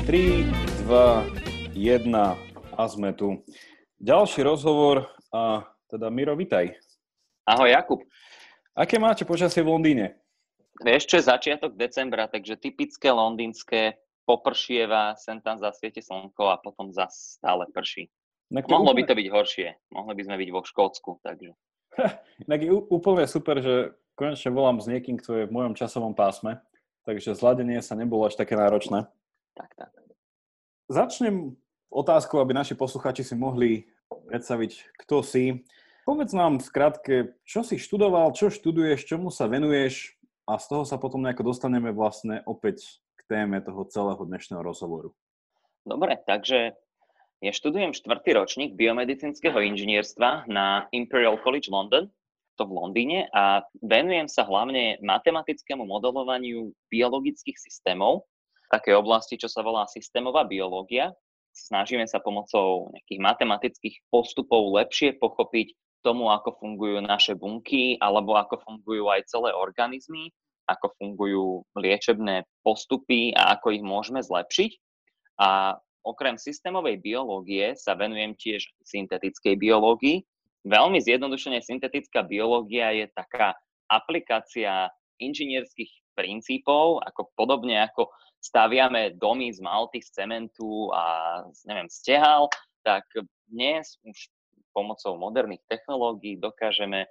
3, 2, 1 a sme tu. Ďalší rozhovor a teda Miro, vitaj. Ahoj Jakub. Aké máte počasie v Londýne? Vieš čo, je začiatok decembra, takže typické londýnske, popršieva, sem tam zasvieti slnko a potom zase stále prší. Mohlo by to byť horšie, mohli by sme byť vo Škótsku, takže. Inak je úplne super, že konečne volám s niekým, kto je v mojom časovom pásme, takže zladenie sa nebolo až také náročné. Tak. Začnem otázkou, aby naši poslucháči si mohli predstaviť, kto si. Povedz nám v skratke, čo si študoval, čo študuješ, čomu sa venuješ a z toho sa potom nejako dostaneme vlastne opäť k téme toho celého dnešného rozhovoru. Dobre, takže ja študujem 4. ročník biomedicínskeho inžinierstva na Imperial College London, to v Londýne, a venujem sa hlavne matematickému modelovaniu biologických systémov, také oblasti, čo sa volá systémová biológia. Snažíme sa pomocou nejakých matematických postupov lepšie pochopiť tomu, ako fungujú naše bunky, alebo ako fungujú aj celé organizmy, ako fungujú liečebné postupy a ako ich môžeme zlepšiť. A okrem systémovej biológie sa venujem tiež syntetickej biológii. Veľmi zjednodušene syntetická biológia je taká aplikácia inžinierskych princípov, ako podobne ako staviame domy z malty, z cementu a z tehál, tak dnes už pomocou moderných technológií dokážeme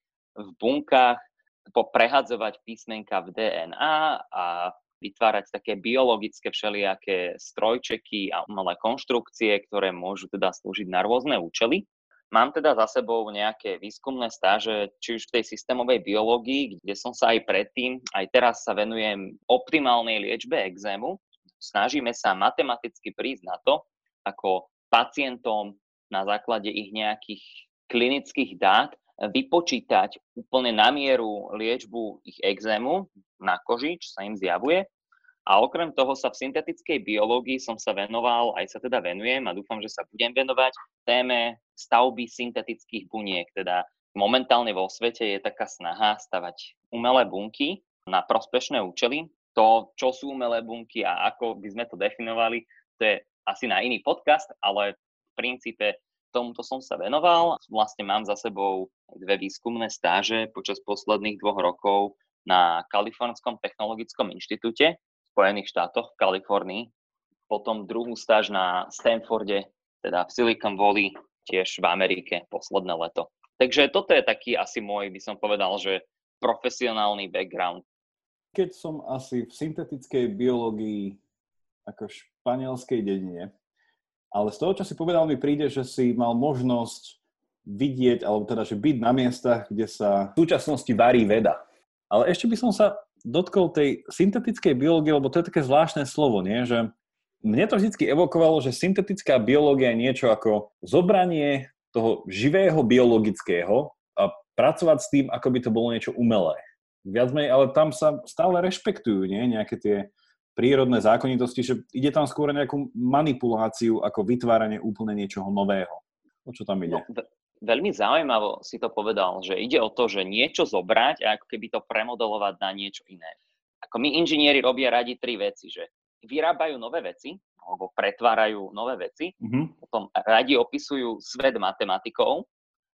v bunkách prehadzovať písmenka v DNA a vytvárať také biologické všelijaké strojčeky a umelé konštrukcie, ktoré môžu teda slúžiť na rôzne účely. Mám teda za sebou nejaké výskumné stáže, či už v tej systémovej biológii, kde som sa aj predtým, aj teraz sa venujem optimálnej liečbe ekzému. Snažíme sa matematicky prísť na to, ako pacientom na základe ich nejakých klinických dát vypočítať úplne na mieru liečbu ich ekzému na koži, čo sa im zjavuje. A okrem toho sa v syntetickej biológii som sa venoval, aj sa teda venujem a dúfam, že sa budem venovať téme stavby syntetických buniek. Teda momentálne vo svete je taká snaha stavať umelé bunky na prospešné účely. To, čo sú umelé bunky a ako by sme to definovali, to je asi na iný podcast, ale v princípe tomuto som sa venoval. Vlastne mám za sebou 2 výskumné stáže počas posledných 2 rokov na Kalifornskom technologickom inštitúte v Spojených štátoch, v Kalifornii. Potom druhú stáž na Stanforde, teda v Silicon Valley, tiež v Amerike, posledné leto. Takže toto je taký asi môj, by som povedal, že profesionálny background. Keď som asi v syntetickej biológii ako v španielskej dedine, ale z toho, čo si povedal, mi príde, že si mal možnosť vidieť, alebo teda, že byť na miestach, kde sa v súčasnosti varí veda. Ale ešte by som sa dotkol tej syntetickej biológie, lebo to je také zvláštne slovo, nie? Že mne to vždy evokovalo, že syntetická biológia je niečo ako zobranie toho živého biologického a pracovať s tým, ako by to bolo niečo umelé. Viac menej, ale tam sa stále rešpektujú, nie? Nejaké tie prírodné zákonitosti, že ide tam skôr nejakú manipuláciu ako vytváranie úplne niečoho nového. O čo tam ide? No, veľmi zaujímavo si to povedal, že ide o to, že niečo zobrať a ako keby to premodelovať na niečo iné. Ako my inžinieri robia radi 3 veci, že vyrábajú nové veci, alebo pretvárajú nové veci, potom radi opisujú svet matematikou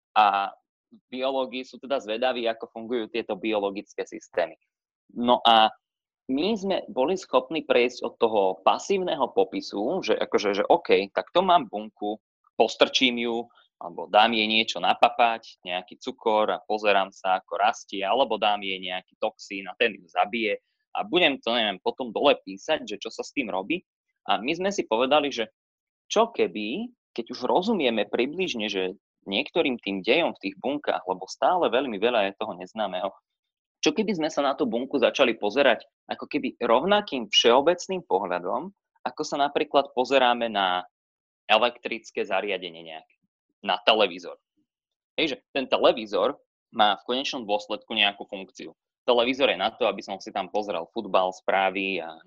a v biológii sú teda zvedaví, ako fungujú tieto biologické systémy. No a my sme boli schopní prejsť od toho pasívneho popisu, že akože, že OK, tak to mám bunku, postrčím ju, alebo dám jej niečo napapať, nejaký cukor a pozerám sa, ako rastie, alebo dám jej nejaký toxín a ten ju zabije a budem to, potom dole písať, že čo sa s tým robí. A my sme si povedali, že čo keby, keď už rozumieme približne, že niektorým tým dejom v tých bunkách, lebo stále veľmi veľa je toho neznámeho, čo keby sme sa na tú bunku začali pozerať ako keby rovnakým všeobecným pohľadom, ako sa napríklad pozeráme na elektrické zariadenie nejaké, na televízor. Hej, že ten televízor má v konečnom dôsledku nejakú funkciu. Televízor je na to, aby som si tam pozrel futbal, správy a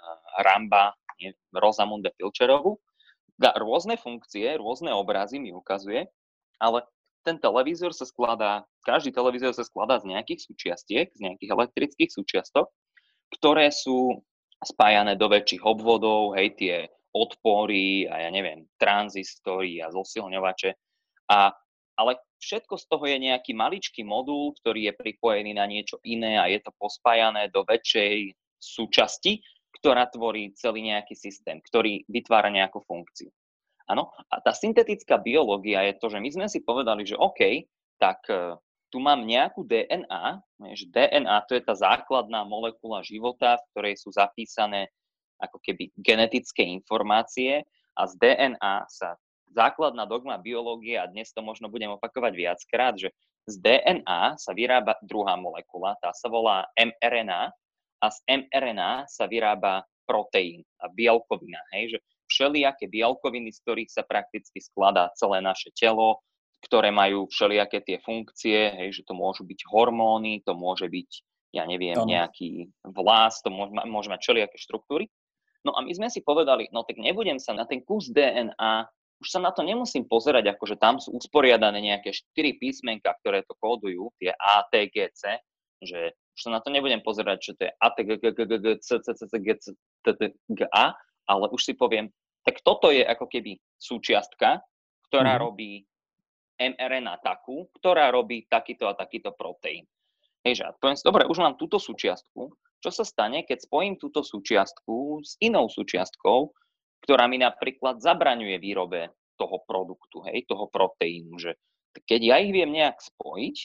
Ramba, Rosamunde Pilcherovú. Rôzne funkcie, rôzne obrazy mi ukazuje, ale ten televízor sa skladá, každý televízor sa skladá z nejakých súčiastiek, z nejakých elektrických súčiastok, ktoré sú spájané do väčších obvodov, hej, tie odpory a ja neviem, tranzistory a zosilňovače. Ale všetko z toho je nejaký maličký modul, ktorý je pripojený na niečo iné a je to pospájané do väčšej súčasti, ktorá tvorí celý nejaký systém, ktorý vytvára nejakú funkciu. Áno, a tá syntetická biológia je to, že my sme si povedali, že OK, tak tu mám nejakú DNA, že DNA to je tá základná molekula života, v ktorej sú zapísané ako keby genetické informácie a z DNA sa základná dogma biológie, a dnes to možno budem opakovať viackrát, že z DNA sa vyrába druhá molekula, tá sa volá mRNA a z mRNA sa vyrába proteín a bielkovina, hej, že všelijaké bielkoviny, z ktorých sa prakticky skladá celé naše telo, ktoré majú všelijaké tie funkcie, hej, že to môžu byť hormóny, to môže byť, ja neviem, nejaký vlas, to môže mať všelijaké štruktúry. No a my sme si povedali, no tak nebudem sa na ten kus DNA, už sa na to nemusím pozerať, akože tam sú usporiadané nejaké 4 písmenka, ktoré to kódujú, tie A, T, G, C, že už sa na to nebudem pozerať, čo to je A, T, G, G, G, G, C, C, C, C, G, C, T, T, G, A, ale už si poviem, tak toto je ako keby súčiastka, ktorá robí mRNA takú, ktorá robí takýto a takýto proteín. Hej, že poviem si, dobre, už mám túto súčiastku, čo sa stane, keď spojím túto súčiastku s inou súčiastkou, ktorá mi napríklad zabraňuje výrobe toho produktu, hej, toho proteínu, že keď ja ich viem nejak spojiť,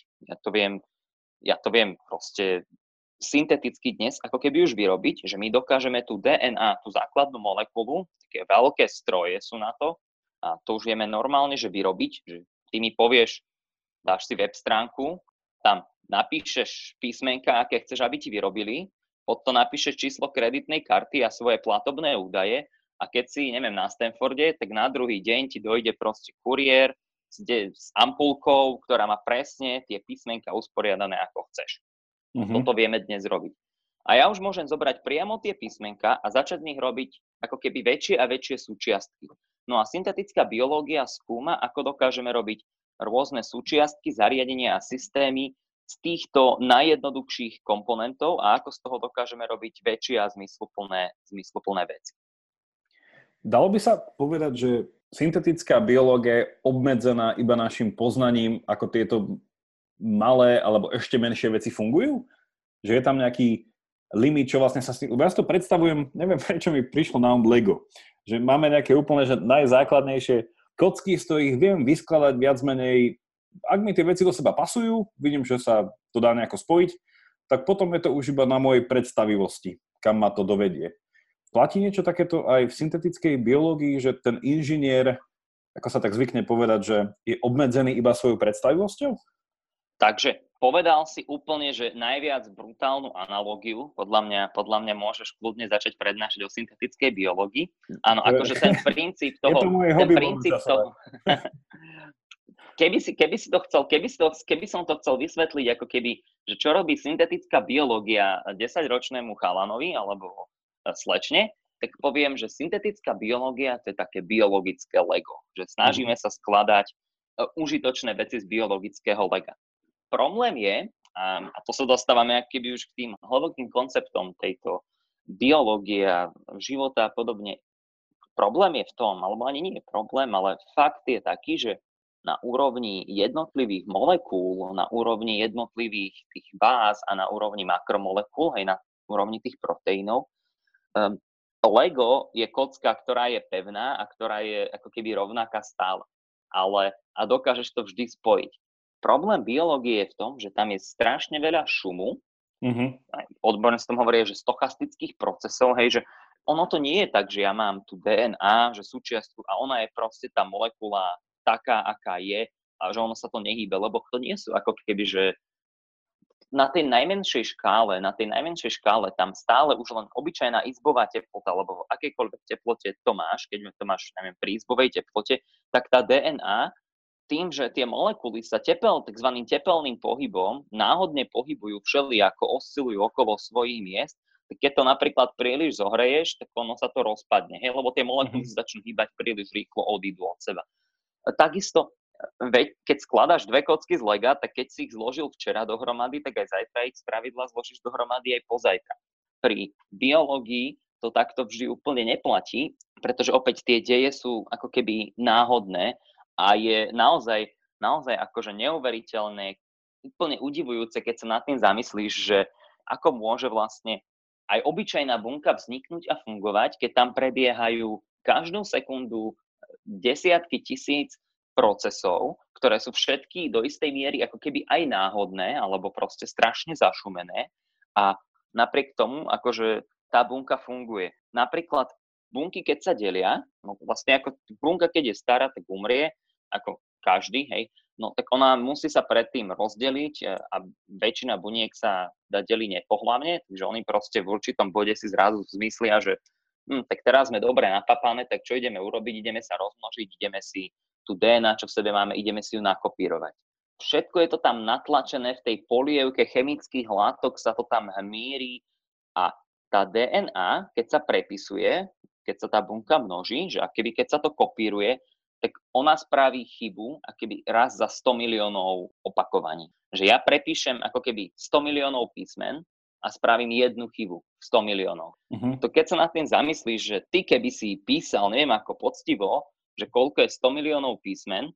ja to viem proste synteticky dnes ako keby už vyrobiť, že my dokážeme tú DNA, tú základnú molekulu, také veľké stroje sú na to, a to už vieme normálne, že vyrobiť, že ty mi povieš, dáš si web stránku, tam napíšeš písmenka, aké chceš, aby ti vyrobili, pod to napíšeš číslo kreditnej karty a svoje platobné údaje a keď si, neviem, na Stanforde, tak na druhý deň ti dojde proste kuriér s ampulkou, ktorá má presne tie písmenka usporiadané, ako chceš. Toto vieme dnes robiť. A ja už môžem zobrať priamo tie písmenka a začať z nich robiť ako keby väčšie a väčšie súčiastky. No a syntetická biológia skúma, ako dokážeme robiť rôzne súčiastky, zariadenia a systémy z týchto najjednoduchších komponentov a ako z toho dokážeme robiť väčšie a zmysluplné veci. Dalo by sa povedať, že syntetická biológia je obmedzená iba našim poznaním, ako tieto malé alebo ešte menšie veci fungujú? Že je tam nejaký limit, čo vlastne sa s tým... Ja si to predstavujem, neviem, prečo mi prišlo na Lego. Že máme nejaké úplne že najzákladnejšie kocky, z ktorých viem vyskladať viac menej. Ak mi tie veci do seba pasujú, vidím, že sa to dá nejako spojiť, tak potom je to už iba na mojej predstavivosti, kam ma to dovedie. Platí niečo takéto aj v syntetickej biológii, že ten inžinier, ako sa tak zvykne povedať, že je obmedzený iba svojou predstavivosťou? Takže povedal si úplne, že najviac brutálnu analógiu, podľa mňa môžeš kľudne začať prednášať o syntetickej biológii. Áno, akože ten princíp toho... Je to moje hobby toho, keby som to chcel vysvetliť, ako keby, že čo robí syntetická biológia 10-ročnému chalanovi alebo slečne, tak poviem, že syntetická biológia to je také biologické Lego. Že snažíme sa skladať užitočné veci z biologického lega. Problém je, a to sa dostávame akýby už k tým hlbokým konceptom tejto biológie a života a podobne. Problém je v tom, alebo ani nie je problém, ale fakt je taký, že na úrovni jednotlivých molekúl, na úrovni jednotlivých tých báz a na úrovni makromolekúl, aj na úrovni tých proteínov, Lego je kocka, ktorá je pevná a ktorá je ako keby rovnaká stále. A dokážeš to vždy spojiť. Problém biológie je v tom, že tam je strašne veľa šumu. Odborne sa tom hovorí, že stochastických procesov, hej, že ono to nie je tak, že ja mám tu DNA, že súčiastku a ona je proste tá molekula taká, aká je a že ono sa to nehýbe, lebo to nie sú ako keby, že na tej najmenšej škále tam stále už len obyčajná izbová teplota, lebo v akejkoľvek teplote to máš, keď to máš, neviem, pri izbovej teplote, tak tá DNA tým, že tie molekuly sa takzvaným tepelným pohybom náhodne pohybujú všelijako, oscilujú okolo svojich miest, tak keď to napríklad príliš zohreješ, tak ono sa to rozpadne, hej? Lebo tie molekuly sa začnú hýbať príliš rýchlo, odídu od seba. Takisto, keď skladáš dve kocky z lega, tak keď si ich zložil včera dohromady, tak aj zajtra ich spravidla zložíš dohromady aj pozajtra. Pri biológii to takto vždy úplne neplatí, pretože opäť tie deje sú ako keby náhodné a je naozaj akože neuveriteľné, úplne udivujúce, keď sa nad tým zamyslíš, že ako môže vlastne aj obyčajná bunka vzniknúť a fungovať, keď tam prebiehajú každú sekundu desiatky tisíc procesov, ktoré sú všetky do istej miery ako keby aj náhodné, alebo proste strašne zašumené a napriek tomu, akože tá bunka funguje. Napríklad bunky, keď sa delia, no vlastne ako bunka, keď je stará, tak umrie, ako každý, hej, no tak ona musí sa predtým rozdeliť a väčšina buniek sa delí nepohlavne, takže oni proste v určitom bode si zrazu zmyslia, že tak teraz sme dobre napapané, tak čo ideme urobiť? Ideme sa rozmnožiť, ideme si tú DNA, čo v sebe máme, ideme si ju nakopírovať. Všetko je to tam natlačené v tej polievke chemických látok, sa to tam hmíri a tá DNA, keď sa prepisuje, keď sa tá bunka množí, že akoby keď sa to kopíruje, tak ona spraví chybu akoby raz za 100 miliónov opakovaní. Že ja prepíšem ako keby 100 miliónov písmen a spravím jednu chybu v 100 miliónov. To keď sa nad tým zamyslíš, že ty keby si písal, neviem ako poctivo, že koľko je 100 miliónov písmen,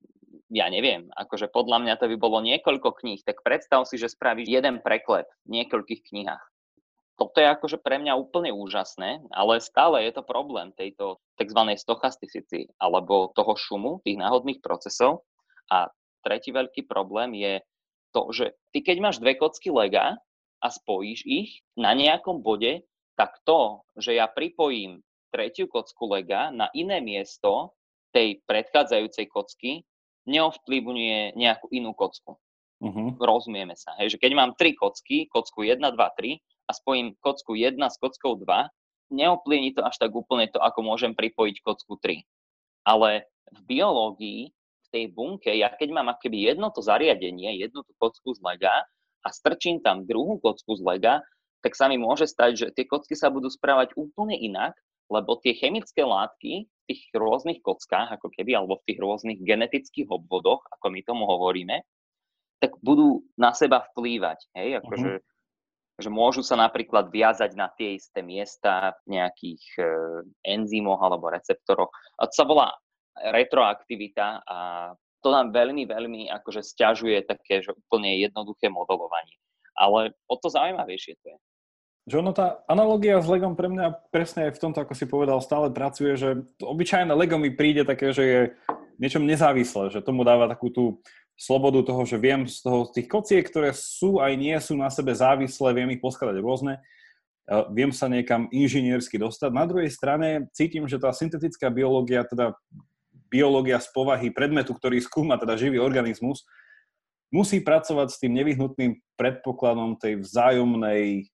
ja neviem, akože podľa mňa to by bolo niekoľko kníh, tak predstav si, že spravíš jeden preklep v niekoľkých knihách. Toto je akože pre mňa úplne úžasné, ale stále je to problém tejto tzv. Stochasticity alebo toho šumu, tých náhodných procesov. A tretí veľký problém je to, že ty keď máš dve kocky lega a spojíš ich na nejakom bode, tak to, že ja pripojím tretiu kocku lega na iné miesto tej predchádzajúcej kocky, neovplyvňuje nejakú inú kocku. Rozumieme sa, hej, že keď mám 3 kocky, kocku 1, 2, 3 a spojím kocku 1 s kockou 2, neovplyvní to až tak úplne to, ako môžem pripojiť kocku 3. Ale v biológii, v tej bunke, ja keď mám akoby jedno to zariadenie, jednu tú kocku z lega a strčím tam druhú kocku z lega, tak sa mi môže stať, že tie kocky sa budú správať úplne inak, lebo tie chemické látky v tých rôznych kockách, ako keby, alebo v tých rôznych genetických obvodoch, ako my tomu hovoríme, tak budú na seba vplývať. Hej? Akože, že môžu sa napríklad viazať na tie isté miesta v nejakých enzymoch alebo receptoroch. A to sa volá retroaktivita a to nám veľmi, veľmi akože sťažuje také že úplne jednoduché modelovanie. Ale o to zaujímavejšie to je. Že ono, tá analogia s Legom pre mňa presne aj v tomto, ako si povedal, stále pracuje, že to obyčajné Lego mi príde také, že je niečom nezávislé, že tomu dáva takú tú slobodu toho, že viem z tých kociek, ktoré sú aj nie sú na sebe závislé, viem ich poskladať rôzne, viem sa niekam inžiniersky dostať. Na druhej strane cítim, že tá syntetická biológia, teda biológia z povahy predmetu, ktorý skúma, teda živý organizmus, musí pracovať s tým nevyhnutným predpokladom tej vzájomnej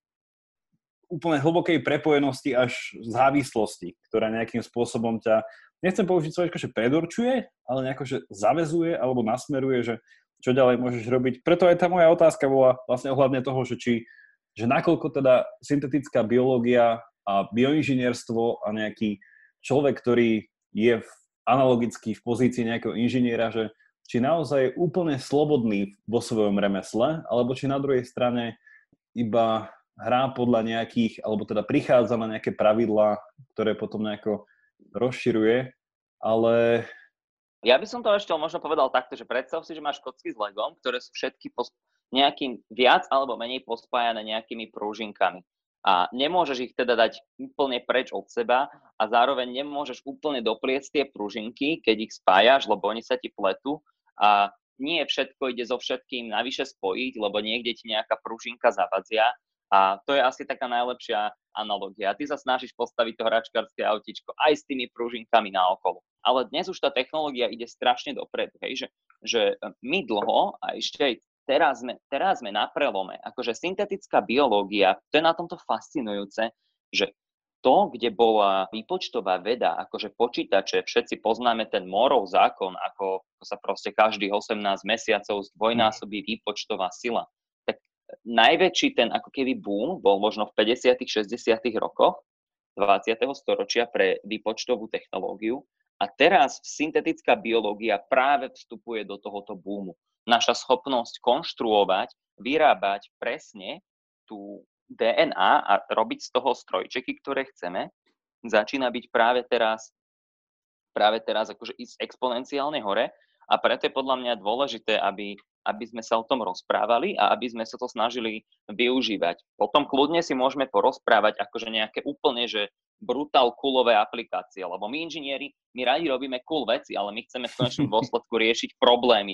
úplne hlbokej prepojenosti až závislosti, ktorá nejakým spôsobom ťa, nechcem použiť slovičko, že predurčuje, ale nejako, že zaväzuje alebo nasmeruje, že čo ďalej môžeš robiť. Preto aj tá moja otázka bola vlastne ohľadne toho, že nakoľko teda syntetická biológia a bioinžinierstvo a nejaký človek, ktorý je analogicky v pozícii nejakého inžiniera, že či naozaj je úplne slobodný vo svojom remesle, alebo či na druhej strane iba hrá podľa nejakých, alebo teda prichádza na nejaké pravidlá, ktoré potom nejako rozširuje, ale... Ja by som to ešte možno povedal takto, že predstav si, že máš kocky s Legom, ktoré sú všetky nejakým viac alebo menej pospájané nejakými prúžinkami. A nemôžeš ich teda dať úplne preč od seba a zároveň nemôžeš úplne dopliecť tie prúžinky, keď ich spájaš, lebo oni sa ti pletú a nie všetko ide so všetkým navyše spojiť, lebo niekde ti nejaká prúžinka zavadzia. A to je asi taká najlepšia analogia. Ty sa snažíš postaviť to hračkárske autíčko aj s tými prúžinkami naokolo. Ale dnes už tá technológia ide strašne dopredu, hej? Že my dlho a ešte aj teraz sme na prelome. Akože syntetická biológia, to je na tomto fascinujúce, že to, kde bola výpočtová veda, akože počítače, všetci poznáme ten Moorov zákon, ako sa proste každých 18 mesiacov zdvojnásobí výpočtová sila. Najväčší ten ako keby boom bol možno v 50. 60. rokoch 20. storočia pre výpočtovú technológiu a teraz syntetická biológia práve vstupuje do tohoto boomu. Naša schopnosť konštruovať, vyrábať presne tú DNA a robiť z toho strojčeky, ktoré chceme, začína byť práve teraz akože ísť exponenciálne hore a preto je podľa mňa dôležité, aby sme sa o tom rozprávali a aby sme sa to snažili využívať. Potom kľudne si môžeme porozprávať akože nejaké úplne, že brutál coolové aplikácie, lebo my inžinieri, my radi robíme cool veci, ale my chceme v konečnom dôsledku riešiť problémy,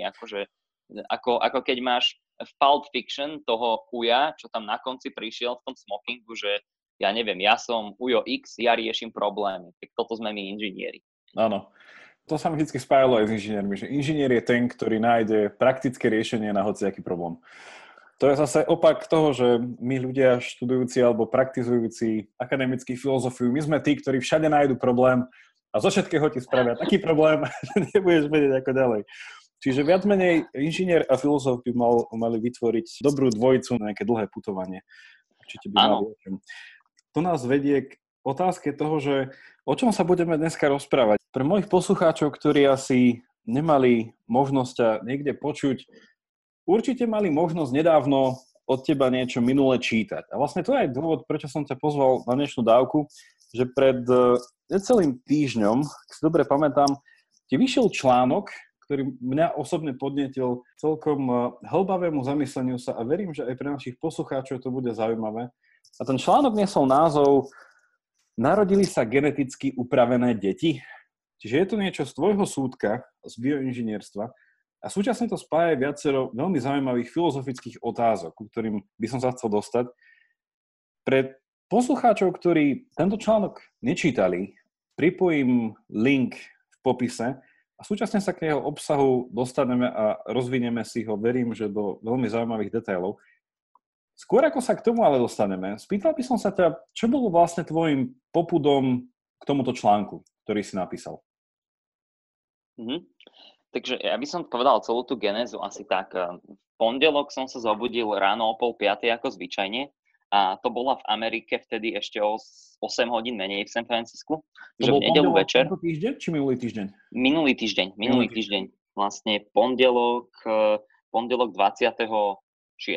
ako keď máš v Pulp Fiction toho Uja, čo tam na konci prišiel v tom smokingu, že ja neviem, ja som Ujo X, ja riešim problémy. Tak toto sme my inžinieri. Áno. To sa mi vždy spájalo aj s inžiniermi, že inžinier je ten, ktorý nájde praktické riešenie na hociaký problém. To je zase opak toho, že my ľudia študujúci alebo praktizujúci akademickú filozofiu, my sme tí, ktorí všade nájdu problém a zo všetkého ti spravia taký problém, že nebudeš vedieť ako ďalej. Čiže viac menej inžinier a filozof by mali vytvoriť dobrú dvojicu na nejaké dlhé putovanie. Určite by mali. To nás vedie k otázke toho, že o čom sa budeme dneska rozprávať. Pre mojich poslucháčov, ktorí asi nemali možnosť ťa niekde počuť, určite mali možnosť nedávno od teba niečo minule čítať. A vlastne to je aj dôvod, prečo som ťa pozval na dnešnú dávku, že pred necelým týždňom, ak si dobre pamätám, ti vyšiel článok, ktorý mňa osobne podnietil celkom hlbavému zamysleniu sa a verím, že aj pre našich poslucháčov to bude zaujímavé. A ten článok niesol názov Narodili sa geneticky upravené deti? Čiže je to niečo z tvojho súdka, z bioinžinierstva a súčasne to spája viacero veľmi zaujímavých filozofických otázok, ku ktorým by som sa chcel dostať. Pre poslucháčov, ktorí tento článok nečítali, pripojím link v popise a súčasne sa k jeho obsahu dostaneme a rozvinieme si ho, verím, že do veľmi zaujímavých detailov. Skôr ako sa k tomu ale dostaneme, spýtal by som sa ťa, čo bolo vlastne tvojim popudom k tomuto článku, ktorý si napísal? Takže ja by som povedal celú tú genézu asi tak. V pondelok som sa zobudil ráno o 4:30 ako zvyčajne a to bola v Amerike vtedy ešte o 8 hodín menej v San Francisku. To bol pondelok večer. Tento týždeň či minulý týždeň? Minulý týždeň. Vlastne pondelok 26.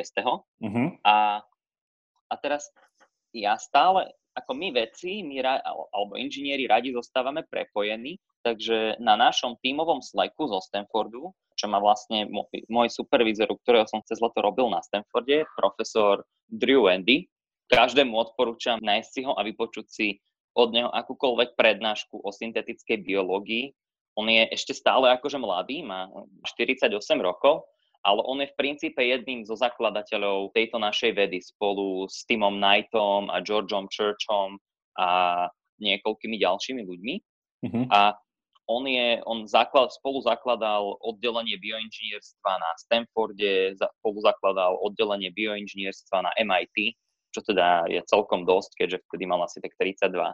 A teraz ja stále, ako my vedci, alebo inžinieri radi zostávame prepojení, takže na našom tímovom Slacku zo Stanfordu, čo má vlastne môj supervízor, ktorého som cez leto robil na Stanforde, profesor Drew Wendy, každému odporúčam nájsť si ho a vypočuť si od neho akúkoľvek prednášku o syntetickej biológii. On je ešte stále akože mladý, má 48 rokov, ale on je v princípe jedným zo zakladateľov tejto našej vedy spolu s Timom Knightom a Georgeom Churchom a niekoľkými ďalšími ľuďmi. A on spolu zakladal oddelenie bioinžinierstva na Stanforde, spolu zakladal oddelenie bioinžinierstva na MIT, čo teda je celkom dosť, keďže vtedy mal asi tak 32.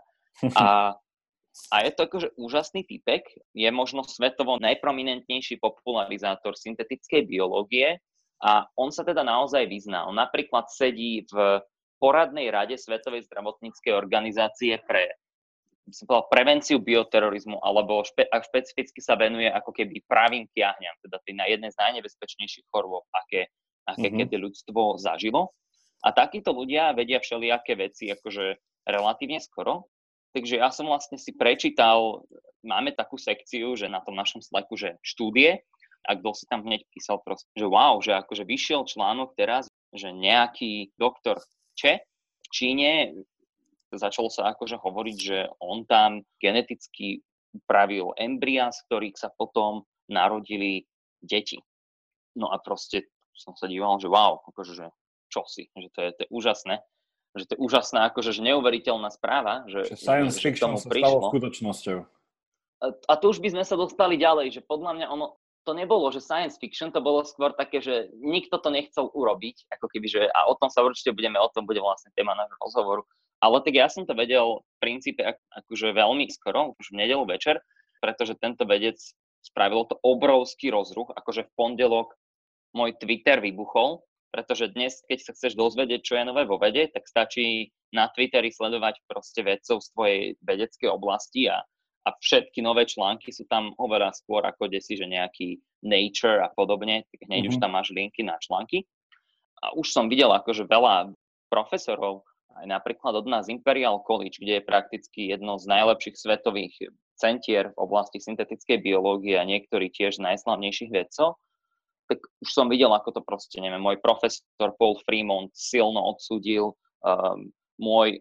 A je to akože úžasný typek, je možno svetovo najprominentnejší popularizátor syntetickej biológie a on sa teda naozaj vyzná. On napríklad sedí v poradnej rade Svetovej zdravotníckej organizácie pre prevenciu bioterorizmu alebo špecificky sa venuje ako keby pravým kiahňam, teda na jednej z najnebezpečnejších chorôb, aké kedy ľudstvo zažilo. A takíto ľudia vedia všelijaké veci akože relatívne skoro. Takže ja som vlastne si prečítal, máme takú sekciu, že na tom našom Slacku, že štúdie, a kto si tam hneď písal proste, že wow, že akože vyšiel článok teraz, že nejaký doktor v Číne, začalo sa akože hovoriť, že on tam geneticky upravil embryá, z ktorých sa potom narodili deti. No a proste som sa díval, že wow, akože, že čosi, že to je úžasné. Že to je úžasná, akože že neuveriteľná správa, že science fiction sa stalo skutočnosťou. A tu už by sme sa dostali ďalej, že podľa mňa to nebolo, že science fiction, to bolo skôr také, že nikto to nechcel urobiť, ako keby, že a o tom sa určite o tom bude vlastne téma nášho rozhovoru. Ale tak ja som to vedel v princípe akože veľmi skoro, už v nedeľu večer, pretože tento vedec spravil to obrovský rozruch, akože v pondelok môj Twitter vybuchol, pretože dnes, keď sa chceš dozvedieť, čo je nové vo vede, tak stačí na Twitteri sledovať proste vedcov z tvojej vedeckej oblasti a všetky nové články sú tam oveľa skôr ako desi, že nejaký Nature a podobne, tak hneď už tam máš linky na články. A už som videl akože veľa profesorov, aj napríklad od nás Imperial College, kde je prakticky jedno z najlepších svetových centier v oblasti syntetickej biológie a niektorí tiež z najslavnejších vedcov, tak už som videl, ako to proste, neviem, môj profesor Paul Fremont silno odsúdil, môj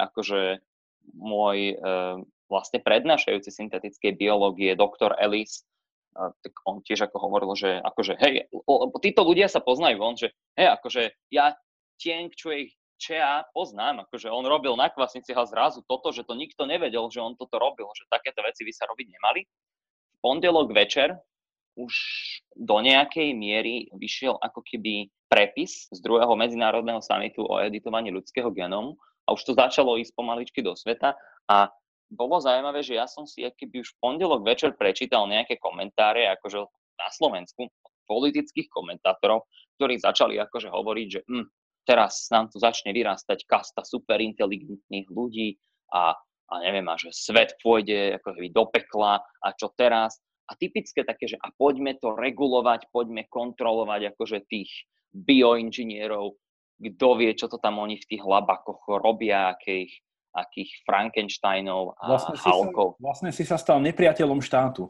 vlastne prednášajúci syntetickej biológie, doktor Ellis, tak on tiež ako hovoril, že akože hej, títo ľudia sa poznajú von, že hej, akože ja Tieng Chea poznám, akože on robil na kvasnici a zrazu toto, že to nikto nevedel, že on toto robil, že takéto veci by sa robiť nemali. V pondelok večer už do nejakej miery vyšiel ako keby prepis z 2. medzinárodného samitu o editovaní ľudského genómu a už to začalo ísť pomaličky do sveta a bolo zaujímavé, že ja som si akýby už v pondelok večer prečítal nejaké komentáre akože na Slovensku politických komentátorov, ktorí začali akože hovoriť, že teraz nám tu začne vyrastať kasta superinteligentných ľudí a neviem, a že svet pôjde ako do pekla a čo teraz. A typické také, že a poďme to regulovať, poďme kontrolovať akože tých bioinžinierov, kto vie, čo to tam oni v tých labakoch robia, akých Frankensteinov a Halkov. Vlastne si sa stal nepriateľom štátu.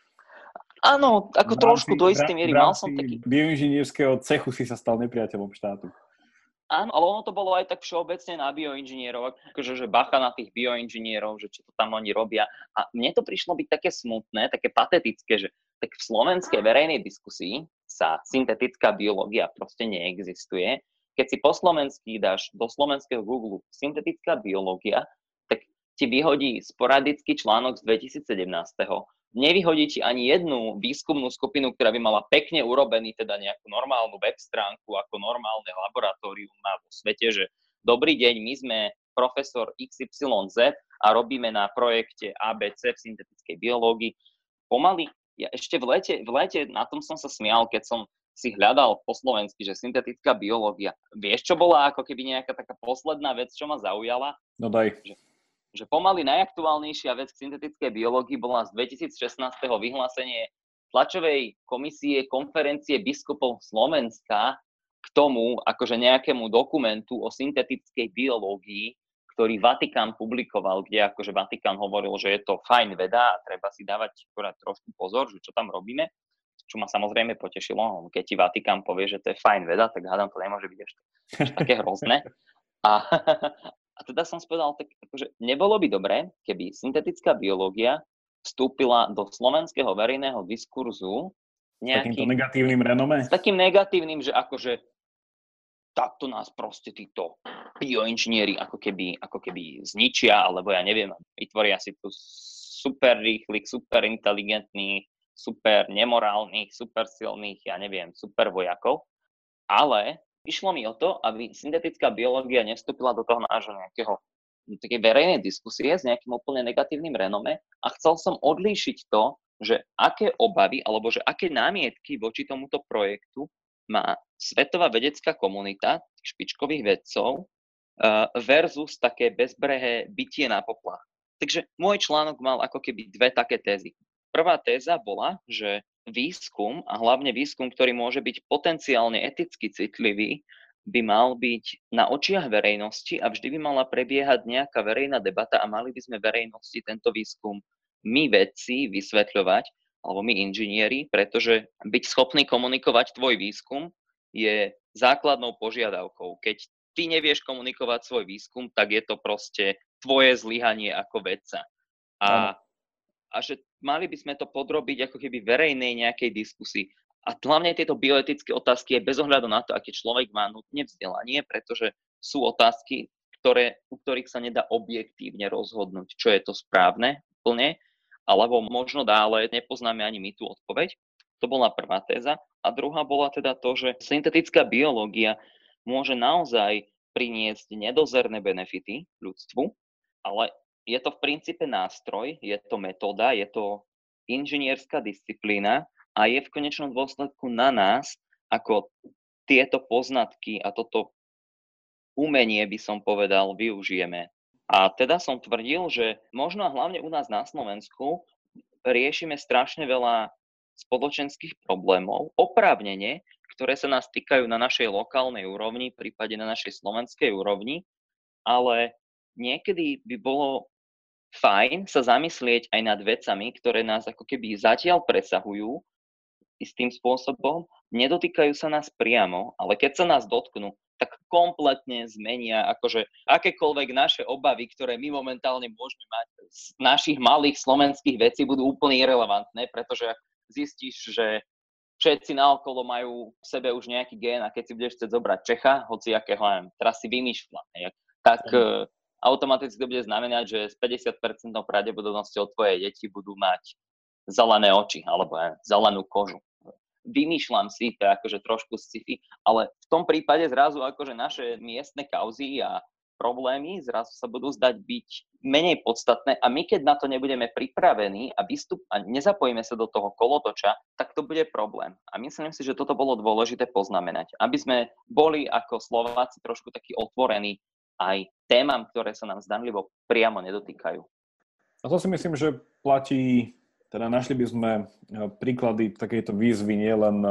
Áno, ako trošku do istej miery. Mal som taký... bioinžinierského cechu si sa stal nepriateľom štátu. Áno, ale ono to bolo aj tak všeobecne na bioinžinierov, akože že bacha na tých bioinžinierov, že čo to tam oni robia. A mne to prišlo byť také smutné, také patetické, že tak v slovenskej verejnej diskusii sa syntetická biológia proste neexistuje. Keď si po slovensky dáš do slovenského Google syntetická biológia, tak ti vyhodí sporadický článok z 2017. Nevyhodí ti ani jednu výskumnú skupinu, ktorá by mala pekne urobený, teda nejakú normálnu web stránku, ako normálne laboratórium má vo svete, že dobrý deň, my sme profesor XYZ a robíme na projekte ABC v syntetickej biológii. Pomaly, ja ešte v lete na tom som sa smial, keď som si hľadal po slovensky, že syntetická biológia. Vieš, čo bola ako keby nejaká taká posledná vec, čo ma zaujala? No daj. Že pomaly najaktuálnejšia vec k syntetickej biológii bola z 2016. vyhlásenie tlačovej komisie konferencie biskupov Slovenska k tomu, akože nejakému dokumentu o syntetickej biológii, ktorý Vatikán publikoval, kde akože Vatikán hovoril, že je to fajn veda a treba si dávať trošku pozor, že čo tam robíme. Čo ma samozrejme potešilo, keď ti Vatikán povie, že to je fajn veda, tak hádam, to nemôže byť až také hrozné. A teda som povedal, tak akože nebolo by dobré, keby syntetická biológia vstúpila do slovenského verejného diskurzu s takýmto negatívnym renomé? S takým negatívnym, že akože takto nás proste títo bioinžinieri ako keby zničia, alebo ja neviem, vytvoria si tu super rýchlych, super inteligentných, super nemorálnych, super silných, ja neviem, super vojakov. Ale išlo mi o to, aby syntetická biológia nevstúpila do toho nášho takej verejnej diskusie s nejakým úplne negatívnym renome a chcel som odlíšiť to, že aké obavy alebo že aké námietky voči tomuto projektu má svetová vedecká komunita špičkových vedcov versus také bezbrehé bytie na poplach. Takže môj článok mal ako keby dve také tézy. Prvá téza bola, že výskum a hlavne výskum, ktorý môže byť potenciálne eticky citlivý, by mal byť na očiach verejnosti a vždy by mala prebiehať nejaká verejná debata a mali by sme verejnosti tento výskum my vedci vysvetľovať, alebo my inžinieri, pretože byť schopný komunikovať tvoj výskum je základnou požiadavkou. Keď ty nevieš komunikovať svoj výskum, tak je to proste tvoje zlyhanie ako vedca. A že mali by sme to podrobiť ako keby verejnej nejakej diskusii. A hlavne tieto bioetické otázky je bez ohľadu na to, aký človek má nutne vzdelanie, pretože sú otázky, u ktorých sa nedá objektívne rozhodnúť, čo je to správne úplne, alebo možno dále nepoznáme ani my tú odpoveď. To bola prvá téza. A druhá bola teda to, že syntetická biológia môže naozaj priniesť nedozerné benefity ľudstvu, ale je to v princípe nástroj, je to metóda, je to inžinierská disciplína a je v konečnom dôsledku na nás, ako tieto poznatky a toto umenie, by som povedal, využijeme. A teda som tvrdil, že možno hlavne u nás na Slovensku riešime strašne veľa spoločenských problémov, oprávnene, ktoré sa nás týkajú na našej lokálnej úrovni, prípadne na našej slovenskej úrovni, ale niekedy by bolo fajn sa zamyslieť aj nad vecami, ktoré nás ako keby zatiaľ presahujú istým spôsobom, nedotýkajú sa nás priamo, ale keď sa nás dotknú, tak kompletne zmenia akože akékoľvek naše obavy, ktoré my momentálne môžeme mať z našich malých slovenských vecí, budú úplne irelevantné, pretože zistíš, že všetci naokolo majú v sebe už nejaký gén a keď si budeš chcieť zobrať Čecha, hoci akého, neviem, teraz si vymýšľam, tak automaticky to bude znamenať, že s 50% pravdepodobnosťou tvoje deti budú mať zelené oči alebo zelenú kožu. Vymýšľam si, to je akože trošku sci-fi, ale v tom prípade zrazu akože naše miestne kauzy a problémy zrazu sa budú zdať byť menej podstatné a my keď na to nebudeme pripravení a nezapojíme sa do toho kolotoča, tak to bude problém. A myslím si, že toto bolo dôležité poznamenať, aby sme boli ako Slováci trošku takí otvorení aj témam, ktoré sa nám zdanlivo priamo nedotýkajú. A to si myslím, že platí, teda našli by sme príklady takejto výzvy nielen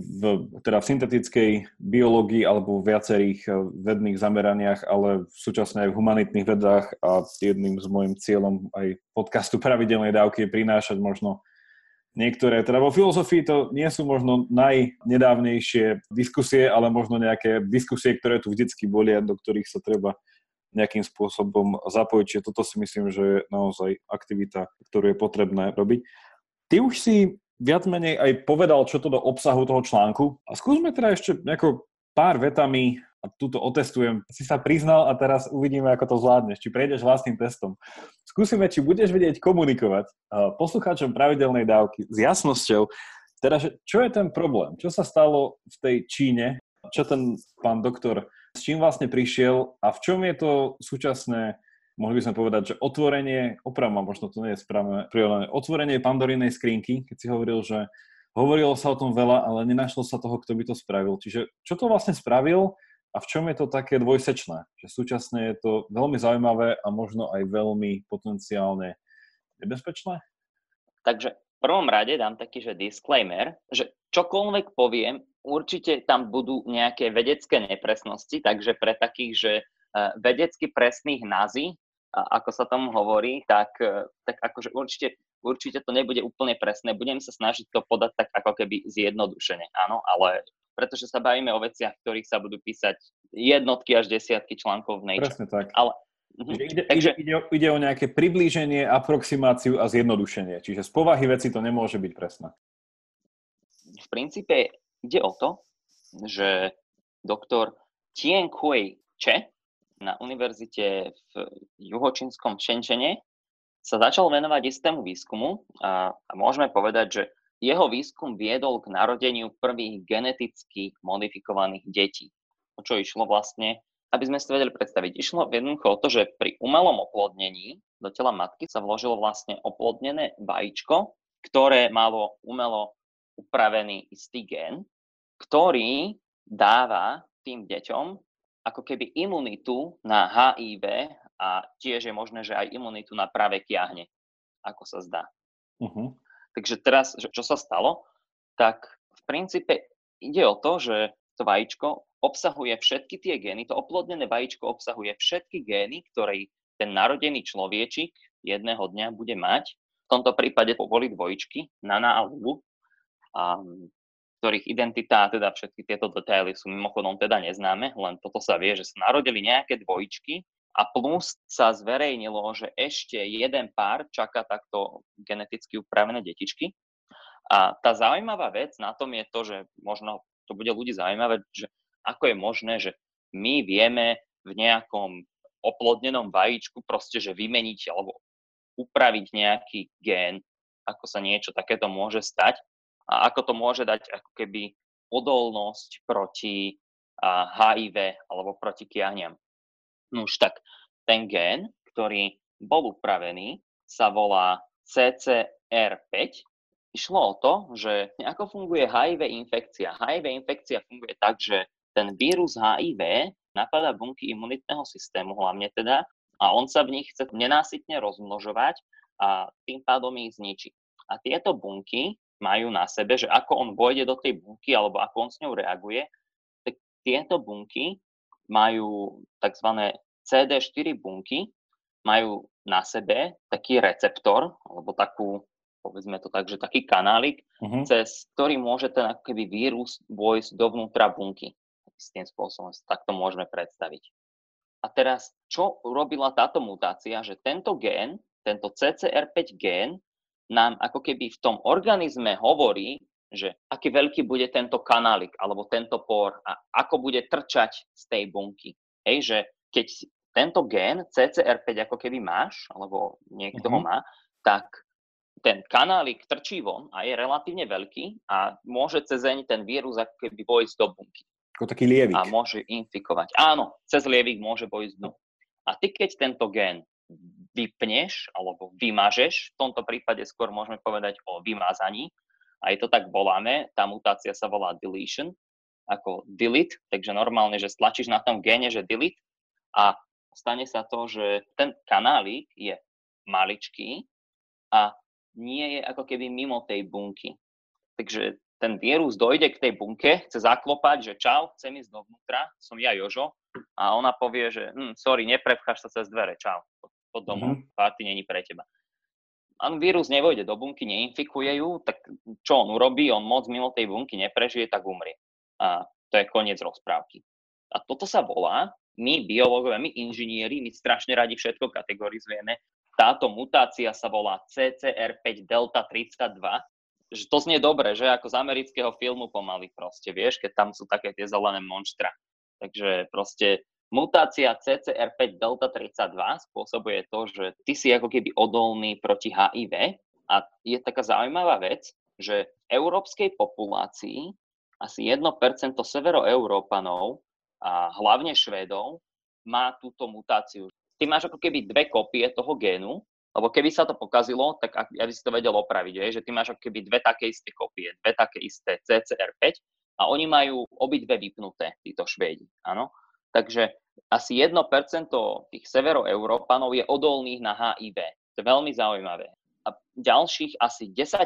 v syntetickej biológii alebo v viacerých vedných zameraniach, ale súčasne aj v humanitných vedách a jedným z môjim cieľom aj podcastu Pravidelnej dávky je prinášať možno niektoré, teda vo filozofii to nie sú možno najnedávnejšie diskusie, ale možno nejaké diskusie, ktoré tu vždycky boli a do ktorých sa treba nejakým spôsobom zapojiť. Čiže toto si myslím, že je naozaj aktivita, ktorú je potrebné robiť. Ty už si viac menej aj povedal, čo to do obsahu toho článku. A skúsme teda ešte nejako pár vetami, a túto otestujem. Si sa priznal a teraz uvidíme, ako to zvládneš. Či prejdeš vlastným testom. Skúsime, či budeš vedieť komunikovať poslucháčom Pravidelnej dávky s jasnosťou. Teda, čo je ten problém? Čo sa stalo v tej Číne? Čo ten pán doktor, s čím vlastne prišiel a v čom je to súčasné, mohli by sme povedať, že otvorenie, opravma, možno to nie je správne prirovnané, otvorenie Pandorínej skrinky, keď si hovoril, že hovorilo sa o tom veľa, ale nenašlo sa toho, kto by to spravil. Čiže čo to vlastne spravil a v čom je to také dvojsečné? Že súčasne je to veľmi zaujímavé a možno aj veľmi potenciálne nebezpečné? Takže v prvom rade dám taký, že disclaimer, že čokoľvek poviem, určite tam budú nejaké vedecké nepresnosti, takže pre takých, že vedecky presných nazi, ako sa tomu hovorí, tak akože určite to nebude úplne presné. Budem sa snažiť to podať tak ako keby zjednodušene, áno, ale pretože sa bavíme o veciach, v ktorých sa budú písať jednotky až desiatky článkov v Nature. Presne tak. Ale ide o nejaké priblíženie, aproximáciu a zjednodušenie. Čiže z povahy veci to nemôže byť presné. V princípe ide o to, že doktor Tien Hui Che na univerzite v juhočínskom Shenzhene sa začal venovať istému výskumu a môžeme povedať, že jeho výskum viedol k narodeniu prvých geneticky modifikovaných detí. O čo išlo vlastne, aby sme si to vedeli predstaviť. Išlo jednoducho o to, že pri umelom oplodnení do tela matky sa vložilo vlastne oplodnené vajíčko, ktoré malo umelo upravený istý gén, ktorý dáva tým deťom ako keby imunitu na HIV a tiež je možné, že aj imunitu na práve kiahne, ako sa zdá. Uh-huh. Takže teraz, čo sa stalo, tak v princípe ide o to, že to vajíčko obsahuje všetky tie gény, to oplodnené vajíčko obsahuje všetky gény, ktoré ten narodený človečik jedného dňa bude mať. V tomto prípade boli dvojičky, Nana a Lulu, ktorých identita, teda všetky tieto detaily sú mimochodom teda neznáme, len toto sa vie, že sa narodili nejaké dvojičky a plus sa zverejnilo, že ešte jeden pár čaká takto geneticky upravené detičky. A tá zaujímavá vec na tom je to, že možno to bude ľudí zaujímavé, že ako je možné, že my vieme v nejakom oplodnenom vajíčku proste, že vymeniť alebo upraviť nejaký gén, ako sa niečo takéto môže stať a ako to môže dať ako keby odolnosť proti HIV alebo proti kiahniam. No už tak, ten gén, ktorý bol upravený, sa volá CCR5. Išlo o to, že ako funguje HIV infekcia. HIV infekcia funguje tak, že ten vírus HIV napadá bunky imunitného systému hlavne teda a on sa v nich chce nenásytne rozmnožovať a tým pádom ich zničí. A tieto bunky majú na sebe, že ako on vojde do tej bunky alebo ako on s ňou reaguje, tak tieto bunky majú tzv. CD4 bunky, majú na sebe taký receptor, alebo takú, povedzme to tak, že taký kanálik, cez ktorý môže ten ako keby vírus vojsť dovnútra bunky. S tým spôsobom takto môžeme predstaviť. A teraz, čo urobila táto mutácia, že tento gén, tento CCR5 gén, nám ako keby v tom organizme hovorí, že aký veľký bude tento kanálik alebo tento por a ako bude trčať z tej bunky. Hej, že keď tento gén CCR5 ako keby máš, alebo niekto ho má, tak ten kanálik trčí von a je relatívne veľký a môže cezeň ten vírus ako keby vojsť do bunky. Ako taký lievik. A môže infikovať. Áno, cez lievik môže vojsť dnu. A ty keď tento gén vypneš alebo vymažeš, v tomto prípade skôr môžeme povedať o vymazaní, aj to tak voláme, tá mutácia sa volá deletion, ako delete, takže normálne, že stlačíš na tom géne, že delete a stane sa to, že ten kanálik je maličký a nie je ako keby mimo tej bunky. Takže ten vírus dojde k tej bunke, chce zaklopať, že čau, chcem ísť dovnútra, som ja Jožo, a ona povie, že sorry, neprepcháš sa cez dvere, čau, pod domov, party není pre teba. A vírus nevojde do bunky, neinfikuje ju, tak čo on urobí? On moc mimo tej bunky neprežije, tak umrie. A to je koniec rozprávky. A toto sa volá, my biológovia, my inžinieri, my strašne radi všetko kategorizujeme. Táto mutácia sa volá CCR5 delta 32, že to znie dobre, že ako z amerického filmu pomaly proste, vieš, keď tam sú také tie zelené monštra. Takže proste mutácia CCR5 delta 32 spôsobuje to, že ty si ako keby odolný proti HIV a je taká zaujímavá vec, že v európskej populácii asi 1% severoeurópanov a hlavne Švédov má túto mutáciu. Ty máš ako keby 2 kopie toho génu, lebo keby sa to pokazilo, tak ja by si to vedel opraviť, že ty máš ako keby 2 také isté kopie, 2 také isté CCR5 a oni majú obidve vypnuté, títo Švédi, áno. Takže asi 1% tých severoeurópanov je odolných na HIV. To je veľmi zaujímavé. A ďalších asi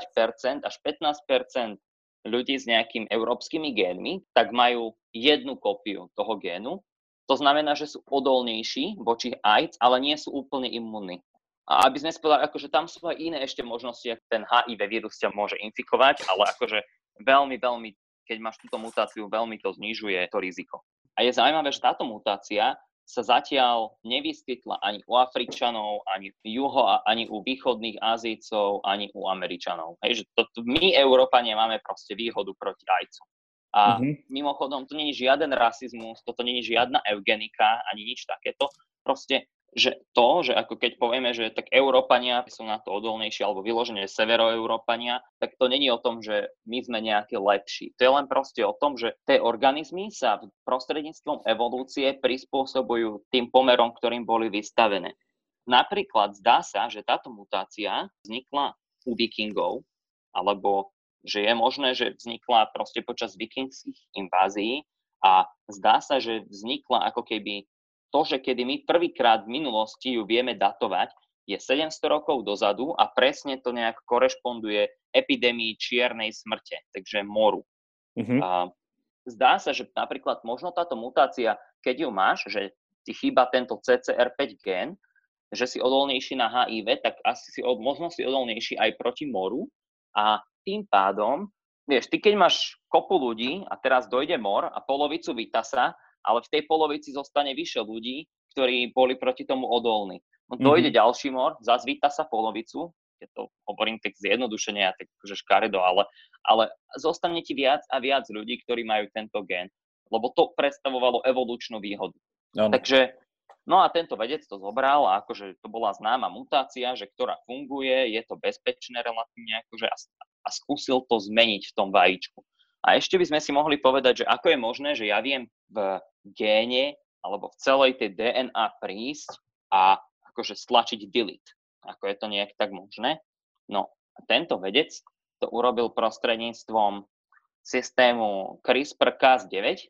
10% až 15% ľudí s nejakými európskymi génmi, tak majú 1 kópiu toho génu. To znamená, že sú odolnejší voči AIDS, ale nie sú úplne imunní. A aby sme povedali, akože tam sú aj iné ešte možnosti, ako ten HIV vírus ťa môže infikovať, ale akože veľmi, keď máš túto mutáciu, veľmi to znižuje to riziko. A je zaujímavé, že táto mutácia sa zatiaľ nevyskytla ani u Afričanov, ani ani u východných Ázijcov, ani u Američanov. Hej, že my, Európania, máme proste výhodu proti AIDSu. A mimochodom, to nie je žiaden rasizmus, toto nie je žiadna eugenika, ani nič takéto. Proste, že to, že ako keď povieme, že tak Európania sú na to odolnejší, alebo vyložené severoeurópania, tak to není o tom, že my sme nejakí lepší. To je len proste o tom, že tie organizmy sa prostredníctvom evolúcie prispôsobujú tým pomerom, ktorým boli vystavené. Napríklad zdá sa, že táto mutácia vznikla u vikingov, alebo že je možné, že vznikla proste počas vikingských invázií a zdá sa, že vznikla ako keby to, že kedy my prvýkrát v minulosti ju vieme datovať, je 700 rokov dozadu a presne to nejak korešponduje epidémii čiernej smrte, takže moru. Zdá sa, že napríklad možno táto mutácia, keď ju máš, že ti chýba tento CCR5 gén, že si odolnejší na HIV, tak asi možno si odolnejší aj proti moru a tým pádom, vieš, ty keď máš kopu ľudí a teraz dojde mor a polovicu vytasa, ale v tej polovici zostane vyše ľudí, ktorí boli proti tomu odolní. No dojde ďalší mor, zase vytasa polovicu, keď to hovorím tak zjednodušene a tak akože škaredo, ale zostane ti viac a viac ľudí, ktorí majú tento gén, lebo to predstavovalo evolučnú výhodu. Takže, no a tento vedec to zobral a akože to bola známa mutácia, že ktorá funguje, je to bezpečné relatívne akože a skúsil to zmeniť v tom vajíčku. A ešte by sme si mohli povedať, že ako je možné, že ja viem v géne alebo v celej tej DNA prísť a akože stlačiť delete. Ako je to nejak tak možné? No a tento vedec to urobil prostredníctvom systému CRISPR-Cas9.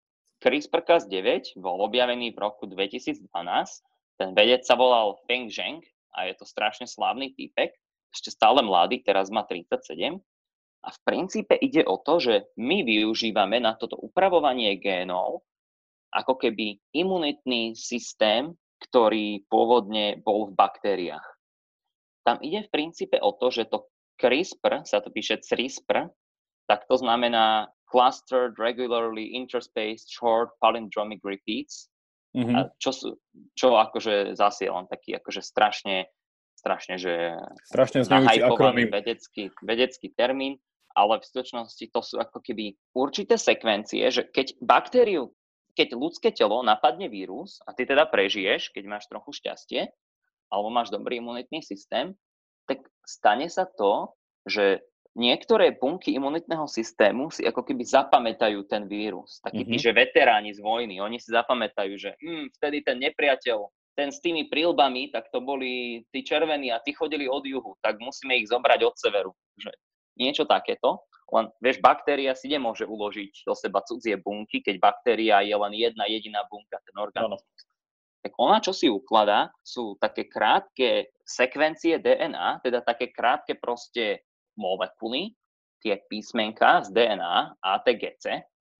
CRISPR-Cas9 bol objavený v roku 2012. Ten vedec sa volal Feng Zheng a je to strašne slávny týpek. Ešte stále mladý, teraz má 37. A v princípe ide o to, že my využívame na toto upravovanie génov ako keby imunitný systém, ktorý pôvodne bol v baktériách. Tam ide v princípe o to, že to CRISPR, sa to píše CRISPR, tak to znamená Clustered Regularly Interspaced Short Palindromic Repeats, a čo akože zase je len taký akože strašne znejúci nahajpovaný akronym. vedecký termín, ale v skutočnosti to sú ako keby určité sekvencie, že keď ľudské telo napadne vírus a ty teda prežiješ, keď máš trochu šťastie, alebo máš dobrý imunitný systém, tak stane sa to, že niektoré bunky imunitného systému si ako keby zapamätajú ten vírus. Takí tí, že veteráni z vojny, oni si zapamätajú, že vtedy ten nepriateľ, ten s tými príľbami, tak to boli tí červení a tí chodili od juhu, tak musíme ich zobrať od severu. Že niečo takéto. Len, vieš, baktéria si nemôže uložiť do seba cudzie bunky, keď baktéria je len jedna jediná bunka, ten organizmus. Tak ona, čo si ukladá, sú také krátke sekvencie DNA, teda také krátke proste molekuly, tie písmenka z DNA, ATGC.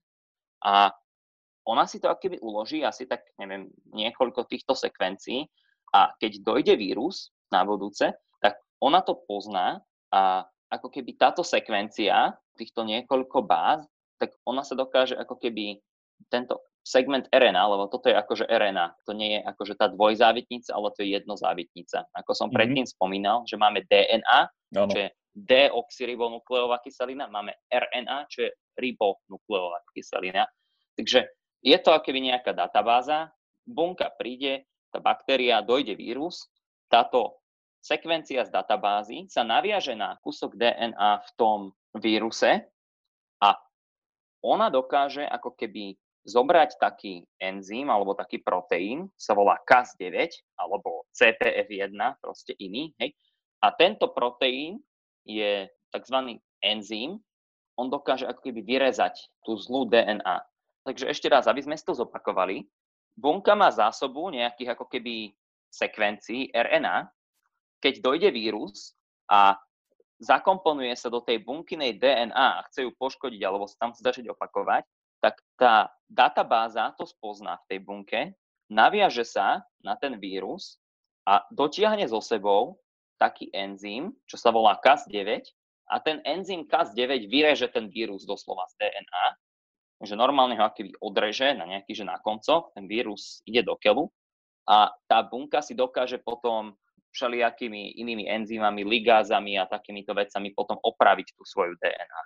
A ona si to akoby uloží asi tak, neviem, niekoľko týchto sekvencií a keď dojde vírus na budúce, tak ona to pozná a ako keby táto sekvencia, týchto niekoľko báz, tak ona sa dokáže ako keby tento segment RNA, lebo toto je akože RNA, to nie je akože tá dvojzávitnica, ale to je jednozávitnica. Ako som predtým spomínal, že máme DNA, čo je deoxyribonukleová kyselina, máme RNA, čo je ribonukleová kyselina. Takže je to akoby nejaká databáza, bunka príde, tá baktéria, dojde vírus, táto sekvencia z databázy sa naviaže na kúsok DNA v tom víruse a ona dokáže ako keby zobrať taký enzym alebo taký proteín, sa volá Cas9 alebo CTF1, proste iný, hej. A tento proteín je tzv. Enzym, on dokáže ako keby vyrezať tú zlú DNA. Takže ešte raz, aby sme si to zopakovali, bunka má zásobu nejakých ako keby sekvencií RNA, keď dojde vírus a zakomponuje sa do tej bunkinej DNA a chce ju poškodiť alebo sa tam chce začať opakovať, tak tá databáza to spozná v tej bunke, naviaže sa na ten vírus a dotiahne so sebou taký enzym, čo sa volá Cas9, a ten enzym Cas9 vyreže ten vírus doslova z DNA, že normálne ho akýby odreže na nejaký, že na koncoch, ten vírus ide do keľu a tá bunka si dokáže potom všelijakými inými enzymami, ligázami a takýmito vecami potom opraviť tú svoju DNA.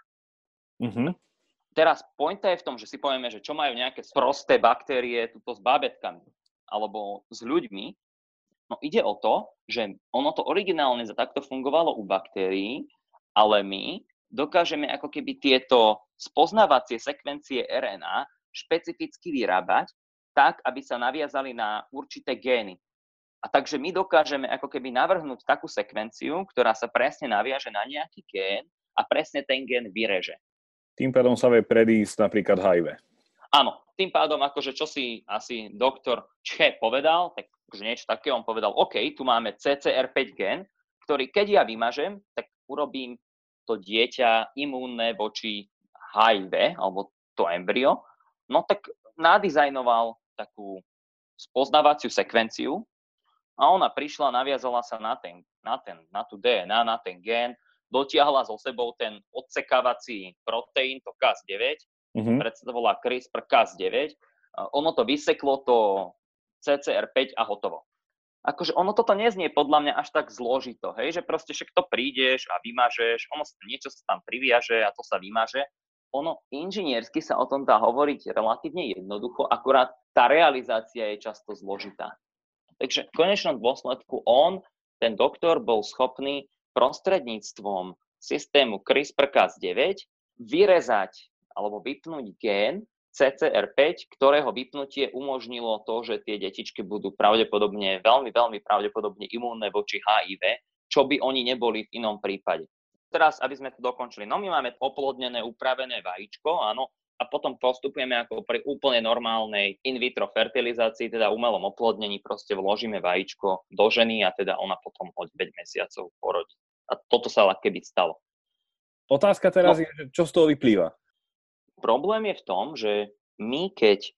Teraz pointa je v tom, že si povieme, že čo majú nejaké sprosté baktérie tuto s bábätkami alebo s ľuďmi. No ide o to, že ono to originálne takto fungovalo u baktérií, ale my dokážeme ako keby tieto spoznávacie sekvencie RNA špecificky vyrábať tak, aby sa naviazali na určité gény. A takže my dokážeme ako keby navrhnúť takú sekvenciu, ktorá sa presne naviaže na nejaký gén a presne ten gén vyreže. Tým pádom sa vie predísť napríklad HIV. Áno, tým pádom akože čo si asi doktor Čche povedal, tak akože niečo také, on povedal, OK, tu máme CCR5 gén, ktorý keď ja vymažem, tak urobím to dieťa imúnne voči HIV, alebo to embryo, no tak nadizajnoval takú spoznávaciu sekvenciu a ona prišla, naviazala sa na tú DNA, na ten gén, dotiahla so sebou ten odsekávací proteín, to Cas9, predsa to volá CRISPR-Cas9, ono to vyseklo to CCR5 a hotovo. Akože ono toto neznie podľa mňa až tak zložito, hej, že proste však to prídeš a vymažeš, niečo sa tam priviaže a to sa vymaže. Ono inžiniersky sa o tom dá hovoriť relatívne jednoducho, akurát tá realizácia je často zložitá. Takže v konečnom dôsledku ten doktor, bol schopný prostredníctvom systému CRISPR-Cas9 vyrezať alebo vypnúť gén CCR5, ktorého vypnutie umožnilo to, že tie detičky budú pravdepodobne, veľmi, veľmi pravdepodobne imúnne voči HIV, čo by oni neboli v inom prípade. Teraz, aby sme to dokončili, no my máme oplodnené, upravené vajíčko, áno, a potom postupujeme ako pri úplne normálnej in vitro fertilizácii, teda umelom oplodnení, proste vložíme vajíčko do ženy a teda ona potom od 5 mesiacov porodí. A toto sa keby stalo. otázka teraz je, že čo z toho vyplýva? Problém je v tom, že my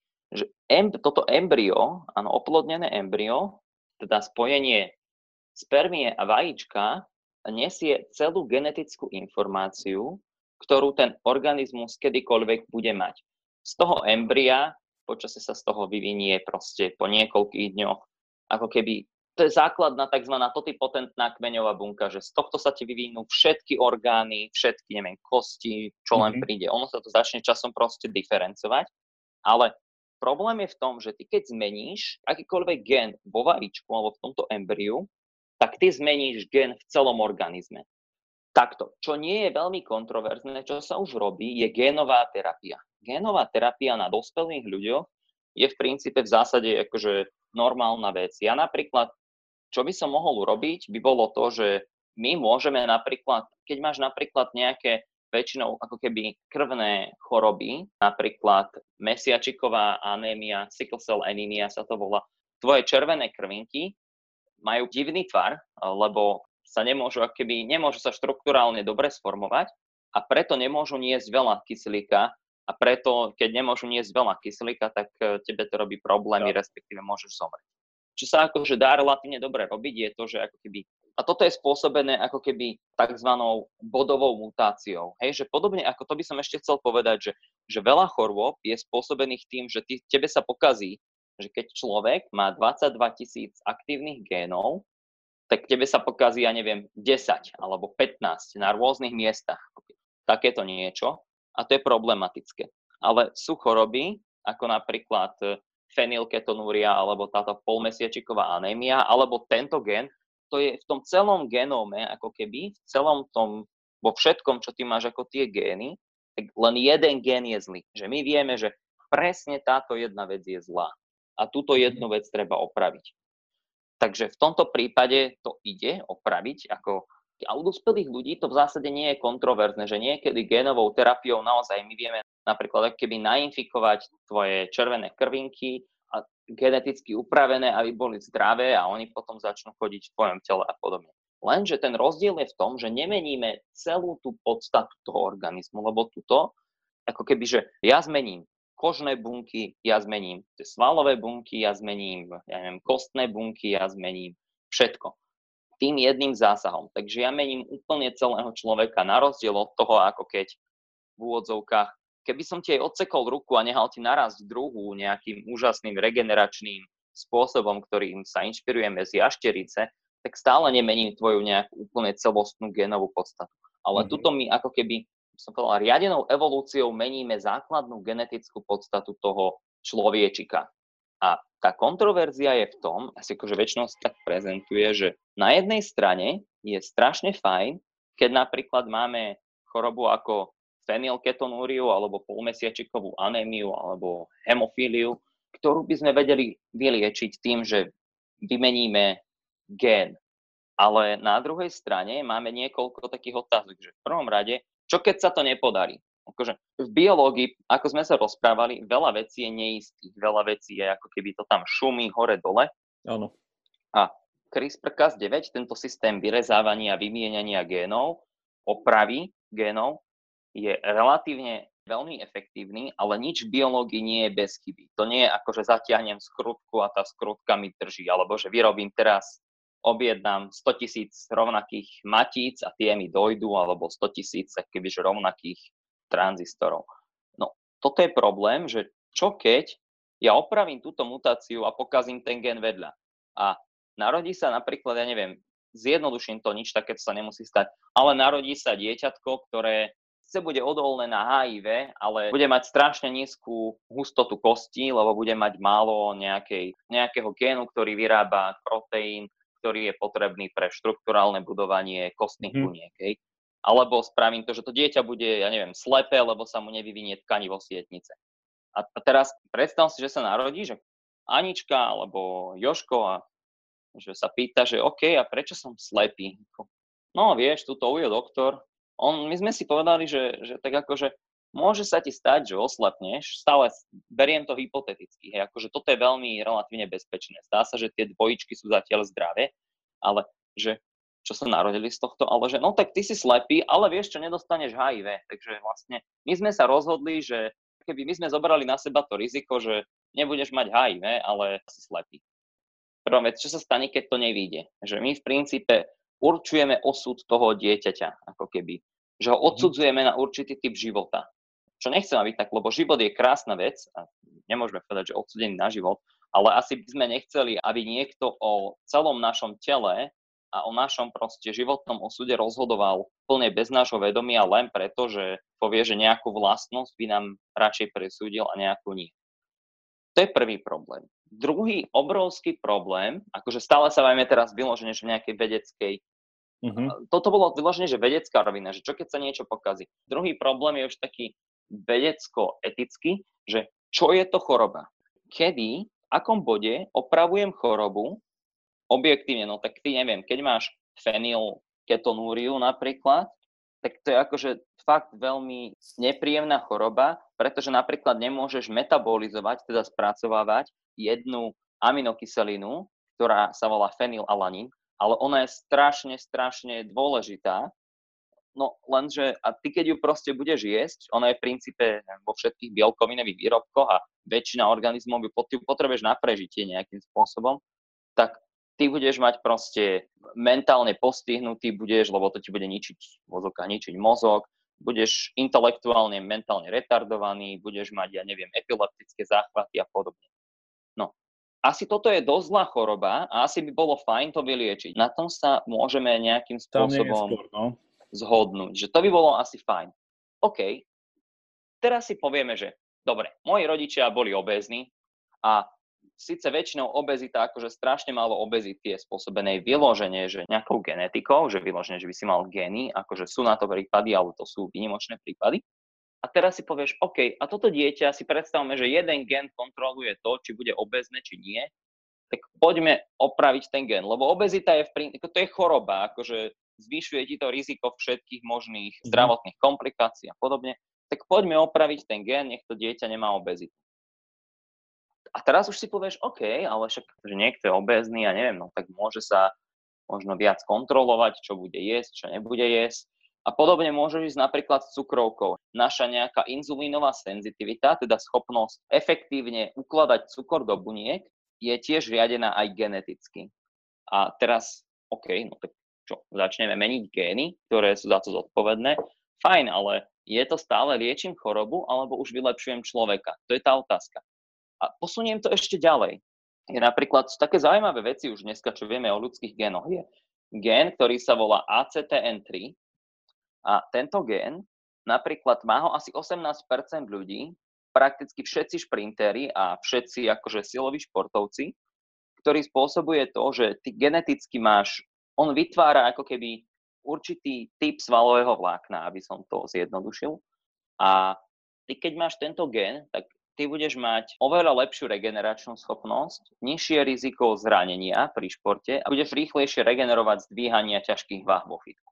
toto embryo, áno, oplodnené embryo, teda spojenie spermie a vajíčka, nesie celú genetickú informáciu, ktorú ten organizmus kedykoľvek bude mať. Z toho embrya, počasie sa z toho vyvinie proste po niekoľkých dňoch, ako keby, to je základná tzv. Totipotentná kmeňová bunka, že z tohto sa ti vyvinú všetky orgány, všetky, neviem, kosti, čo len príde. Ono sa to začne časom proste diferencovať, ale problém je v tom, že ty keď zmeníš akýkoľvek gen vo vajíčku alebo v tomto embryu, tak ty zmeníš gen v celom organizme. Takto, čo nie je veľmi kontroverzné, čo sa už robí, je génová terapia. Génová terapia na dospelých ľuďoch je v princípe v zásade akože normálna vec. Ja napríklad, čo by som mohol urobiť, by bolo to, že my môžeme napríklad, keď máš napríklad nejaké väčšinou ako keby krvné choroby, napríklad mesiačiková anémia, sickle cell anemia sa to volá, tvoje červené krvinky majú divný tvar, lebo sa nemôžu sa štrukturálne dobre sformovať a preto nemôžu niesť veľa kyslíka a preto, keď nemôžu niesť veľa kyslíka, tak tebe to robí problémy, respektíve môžeš zomrieť. Čo sa akože dá relatívne dobre robiť, je to, že ako keby, a toto je spôsobené ako keby takzvanou bodovou mutáciou. Hej, že podobne ako to by som ešte chcel povedať, že veľa chorôb je spôsobených tým, že tebe sa pokazí, že keď človek má 22 000 aktívnych génov, tak tebe sa pokazí, ja neviem, 10 alebo 15 na rôznych miestach. Takéto niečo a to je problematické. Ale sú choroby, ako napríklad fenylketonúria alebo táto polmesiačiková anémia, alebo tento gen, to je v tom celom genóme, ako keby, v celom tom, vo všetkom, čo ty máš ako tie gény, tak len jeden gen je zlý. Že my vieme, že presne táto jedna vec je zlá. A túto jednu vec treba opraviť. Takže v tomto prípade to ide opraviť, a u dospelých ľudí to v zásade nie je kontroverzné, že niekedy génovou terapiou naozaj my vieme napríklad keby nainfikovať tvoje červené krvinky a geneticky upravené, aby boli zdravé a oni potom začnú chodiť v tvojom tele a podobne. Lenže ten rozdiel je v tom, že nemeníme celú tú podstatu toho organizmu, lebo tuto, ako keby, že ja zmením kožné bunky, ja zmením svalové bunky, ja zmením, kostné bunky, ja zmením všetko tým jedným zásahom. Takže ja mením úplne celého človeka, na rozdiel od toho, ako keď v úvodzovkách, keby som ti aj odsekol ruku a nehal ti narásť druhú nejakým úžasným regeneračným spôsobom, ktorým sa inšpirujeme z jašterice, tak stále nemením tvoju nejakú úplne celostnú génovú podstatu. Ale tuto my ako keby, som povedal, riadenou evolúciou meníme základnú genetickú podstatu toho človečika. A tá kontroverzia je v tom, asi akože väčšinou sa tak prezentuje, že na jednej strane je strašne fajn, keď napríklad máme chorobu ako fenylketonúriu alebo polmesiačikovú anémiu alebo hemofíliu, ktorú by sme vedeli vyliečiť tým, že vymeníme gén. Ale na druhej strane máme niekoľko takých otázok, že v prvom rade, čo keď sa to nepodarí? Akože v biológii, ako sme sa rozprávali, veľa vecí je neistých, veľa vecí je ako keby to tam šumí hore-dole. Áno. A CRISPR-Cas9, tento systém vyrezávania a vymienania génov, opravy génov, je relatívne veľmi efektívny, ale nič v biológii nie je bez chyby. To nie je ako, že zatiahnem skrutku a tá skrutka mi drží, alebo že vyrobím teraz, objednám 100 000 rovnakých matíc a tie mi dojdú, alebo 100 000 kebyže rovnakých tranzistorov. No, toto je problém, že čo keď ja opravím túto mutáciu a pokazím ten gen vedľa. A narodí sa napríklad, ja neviem, zjednoduším to, nič také sa nemusí stať, ale narodí sa dieťatko, ktoré bude odolné na HIV, ale bude mať strašne nízku hustotu kostí, lebo bude mať málo nejakého génu, ktorý vyrába proteín, ktorý je potrebný pre štrukturálne budovanie kostných buniek. Alebo spravím to, že to dieťa bude, ja neviem, slepé, lebo sa mu nevyvinie tkanivo sietnice. A teraz predstav si, že sa narodí, že Anička alebo Joško a že sa pýta, že OK, a prečo som slepý? No vieš, tuto uje doktor. My sme si povedali, že tak akože môže sa ti stať, že oslepneš, stále beriem to hypoteticky, hej, akože toto je veľmi relatívne bezpečné. Zdá sa, že tie dvojičky sú zatiaľ zdravé, ale že čo sa narodili z tohto, ale že no tak ty si slepý, ale vieš čo, nedostaneš HIV. Takže vlastne my sme sa rozhodli, že keby my sme zobrali na seba to riziko, že nebudeš mať HIV, ale si slepý. Prvá vec, čo sa stane, keď to nevyjde? Že my v princípe určujeme osud toho dieťaťa, ako keby. Že ho odsudzujeme na určitý typ života. Čo nechcem, aby tak, lebo život je krásna vec a nemôžeme povedať, že odsudený na život, ale asi by sme nechceli, aby niekto o celom našom tele a o našom proste životnom osude rozhodoval plne bez nášho vedomia len preto, že povie, že nejakú vlastnosť by nám radšej presúdil a nejakú nie. To je prvý problém. Druhý obrovský problém, akože stále sa bavíme teraz vyložene, že v nejakej vedeckej, toto bolo vyložene, že vedecká rovina, že čo keď sa niečo pokazí. Druhý problém je už taký vedecko-etický, že čo je to choroba? Kedy, v akom bode opravujem chorobu, objektívne, no tak ty neviem, keď máš fenylketonúriu napríklad, tak to je akože fakt veľmi nepríjemná choroba, pretože napríklad nemôžeš metabolizovať, teda spracovávať jednu aminokyselinu, ktorá sa volá fenylalanín, ale ona je strašne dôležitá. No lenže, a ty keď ju proste budeš jesť, ona je v princípe vo všetkých bielkovinových výrobkoch a väčšina organizmov ju potrebuješ na prežitie nejakým spôsobom, tak ty budeš mať proste mentálne postihnutý, lebo to ti bude ničiť mozog, budeš intelektuálne, mentálne retardovaný, budeš mať, ja neviem, epileptické záchvaty a podobne. No, asi toto je dosť zlá choroba a asi by bolo fajn to vyliečiť. Na tom sa môžeme nejakým spôsobom zhodnúť, že to by bolo asi fajn. OK, teraz si povieme, že dobre, moji rodičia boli obézni a síce väčšinou obezita, akože strašne málo obezity je spôsobenej vyloženie, že nejakou genetikou, že vyloženie, že by si mal gény, akože sú na to prípady, ale to sú výnimočné prípady. A teraz si povieš, OK, a toto dieťa si predstavme, že jeden gén kontroluje to, či bude obézne, či nie, tak poďme opraviť ten gén, lebo obezita je to je choroba, akože zvyšuje ti to riziko všetkých možných zdravotných komplikácií a podobne, tak poďme opraviť ten gén, nech to dieťa nemá obezitu. A teraz už si povieš, OK, ale však, že niekto je obézny, ja neviem, no tak môže sa možno viac kontrolovať, čo bude jesť, čo nebude jesť. A podobne môžeš ísť napríklad s cukrovkou. Naša nejaká inzulínová senzitivita, teda schopnosť efektívne ukladať cukor do buniek, je tiež riadená aj geneticky. A teraz, OK, no tak čo, začneme meniť gény, ktoré sú za to zodpovedné. Fajn, ale je to stále liečím chorobu, alebo už vylepšujem človeka? To je tá otázka. A posuniem to ešte ďalej. Je napríklad také zaujímavé veci už dneska, čo vieme o ľudských génoch. Je gén, ktorý sa volá ACTN3 a tento gén napríklad má ho asi 18% ľudí, prakticky všetci šprintéri a všetci akože siloví športovci, ktorý spôsobuje to, že ty geneticky on vytvára ako keby určitý typ svalového vlákna, aby som to zjednodušil. A ty keď máš tento gén, tak ty budeš mať oveľa lepšiu regeneračnú schopnosť, nižšie riziko zranenia pri športe a budeš rýchlejšie regenerovať zdvíhania ťažkých váh vo fitku.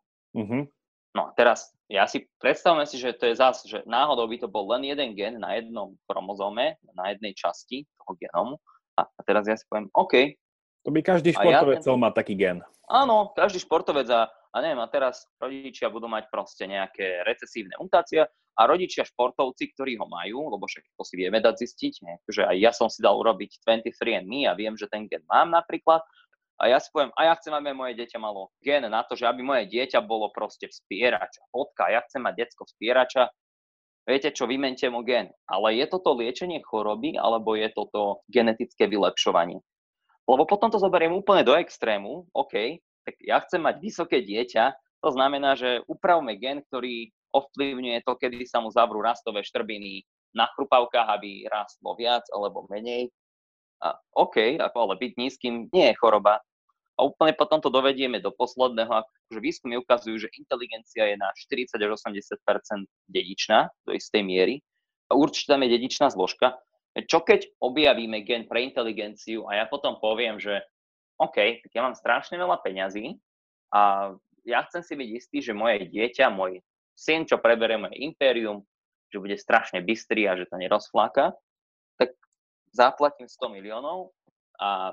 No a teraz, predstavme si, že to je zase, že náhodou by to bol len jeden gen na jednom chromozóme, na jednej časti toho genómu. A teraz ja si poviem, OK. To by každý športovec chcel mať taký gen. Áno, každý športovec a neviem, a teraz rodičia budú mať proste nejaké recesívne mutácie a rodičia športovci, ktorí ho majú, lebo však to si vieme dať zistiť, že aj ja som si dal urobiť 23andMe a viem, že ten gen mám napríklad. A ja si poviem, a ja chcem, aby moje dieťa malo gen na to, že aby moje dieťa bolo proste vspierača. Ja chcem mať decko vspierača. Viete čo, vymente mu gen. Ale je toto liečenie choroby, alebo je toto genetické vylepšovanie? Lebo potom to zoberiem úplne do extrému. OK, tak ja chcem mať vysoké dieťa, to znamená, že upravme gen, ktorý ovplyvňuje to, kedy sa mu zavrú rastové štrbiny na chrupavkách, aby rástlo viac alebo menej. A OK, ale byť nízkym nie je choroba. A úplne potom to dovedieme do posledného, akože výskumy ukazujú, že inteligencia je na 40 až 80% dedičná do istej miery. A určite tam je dedičná zložka. Čo keď objavíme gen pre inteligenciu a ja potom poviem, že OK, tak ja mám strašne veľa peňazí a ja chcem si byť istý, že moje dieťa, môj syn, čo preberie moje impérium, že bude strašne bystrý a že to nerozfláka, tak zaplatím 100 miliónov a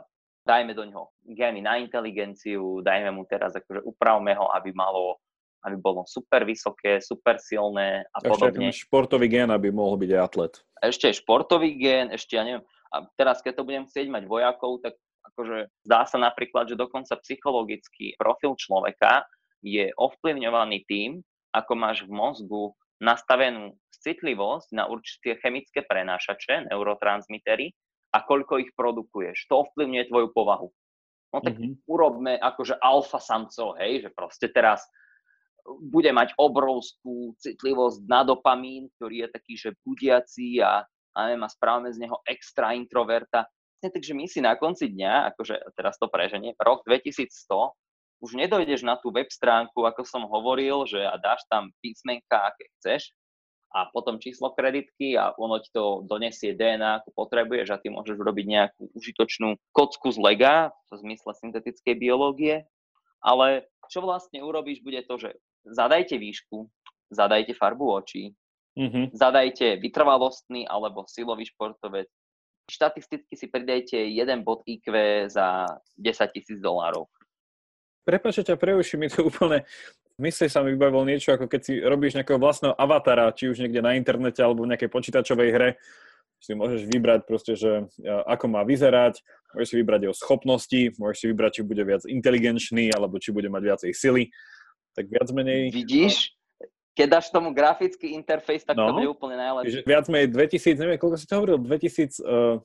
dajme do ňoho gémy na inteligenciu, dajme mu teraz akože upravme ho, aby bolo super vysoké, super silné a podobne. Ešte športový gén, aby mohol byť aj atlet. Ešte športový gén, ešte ja neviem. A teraz, keď to budem chcieť mať vojakov, tak akože zdá sa napríklad, že dokonca psychologický profil človeka je ovplyvňovaný tým, ako máš v mozgu nastavenú citlivosť na určité chemické prenášače, neurotransmitery a koľko ich produkuješ. To ovplyvňuje tvoju povahu. No tak urobme akože alfa samcov, hej, že proste teraz bude mať obrovskú citlivosť na dopamín, ktorý je taký, že budiaci a neviem, a správame z neho extra introverta. Takže my si na konci dňa, akože teraz to preženie, rok 2100, už nedojdeš na tú web stránku, ako som hovoril, že a dáš tam písmenka, aké chceš, a potom číslo kreditky a ono ti to donesie DNA, ako potrebuješ a ty môžeš urobiť nejakú užitočnú kocku z lega v zmysle syntetickej biológie. Ale čo vlastne urobíš, bude to, že zadajte výšku, zadajte farbu očí, zadajte vytrvalostný alebo silový športovec. Štatisticky si pridajte 1 bod IQ za $10,000. Prepáč, ťa preuším, mi to úplne v mysli sa mi vybavilo niečo, ako keď si robíš nejakého vlastného avatara, či už niekde na internete alebo v nejakej počítačovej hre, si môžeš vybrať proste, že ako má vyzerať, môžeš si vybrať jeho schopnosti, môžeš si vybrať, či bude viac inteligenčný, alebo či bude mať viacej sily, tak viac menej... Vidíš? Keď dáš tomu grafický interfejs, tak to bude úplne najlepšie. Viac menej 2000, neviem, koľko si to hovoril, 2100?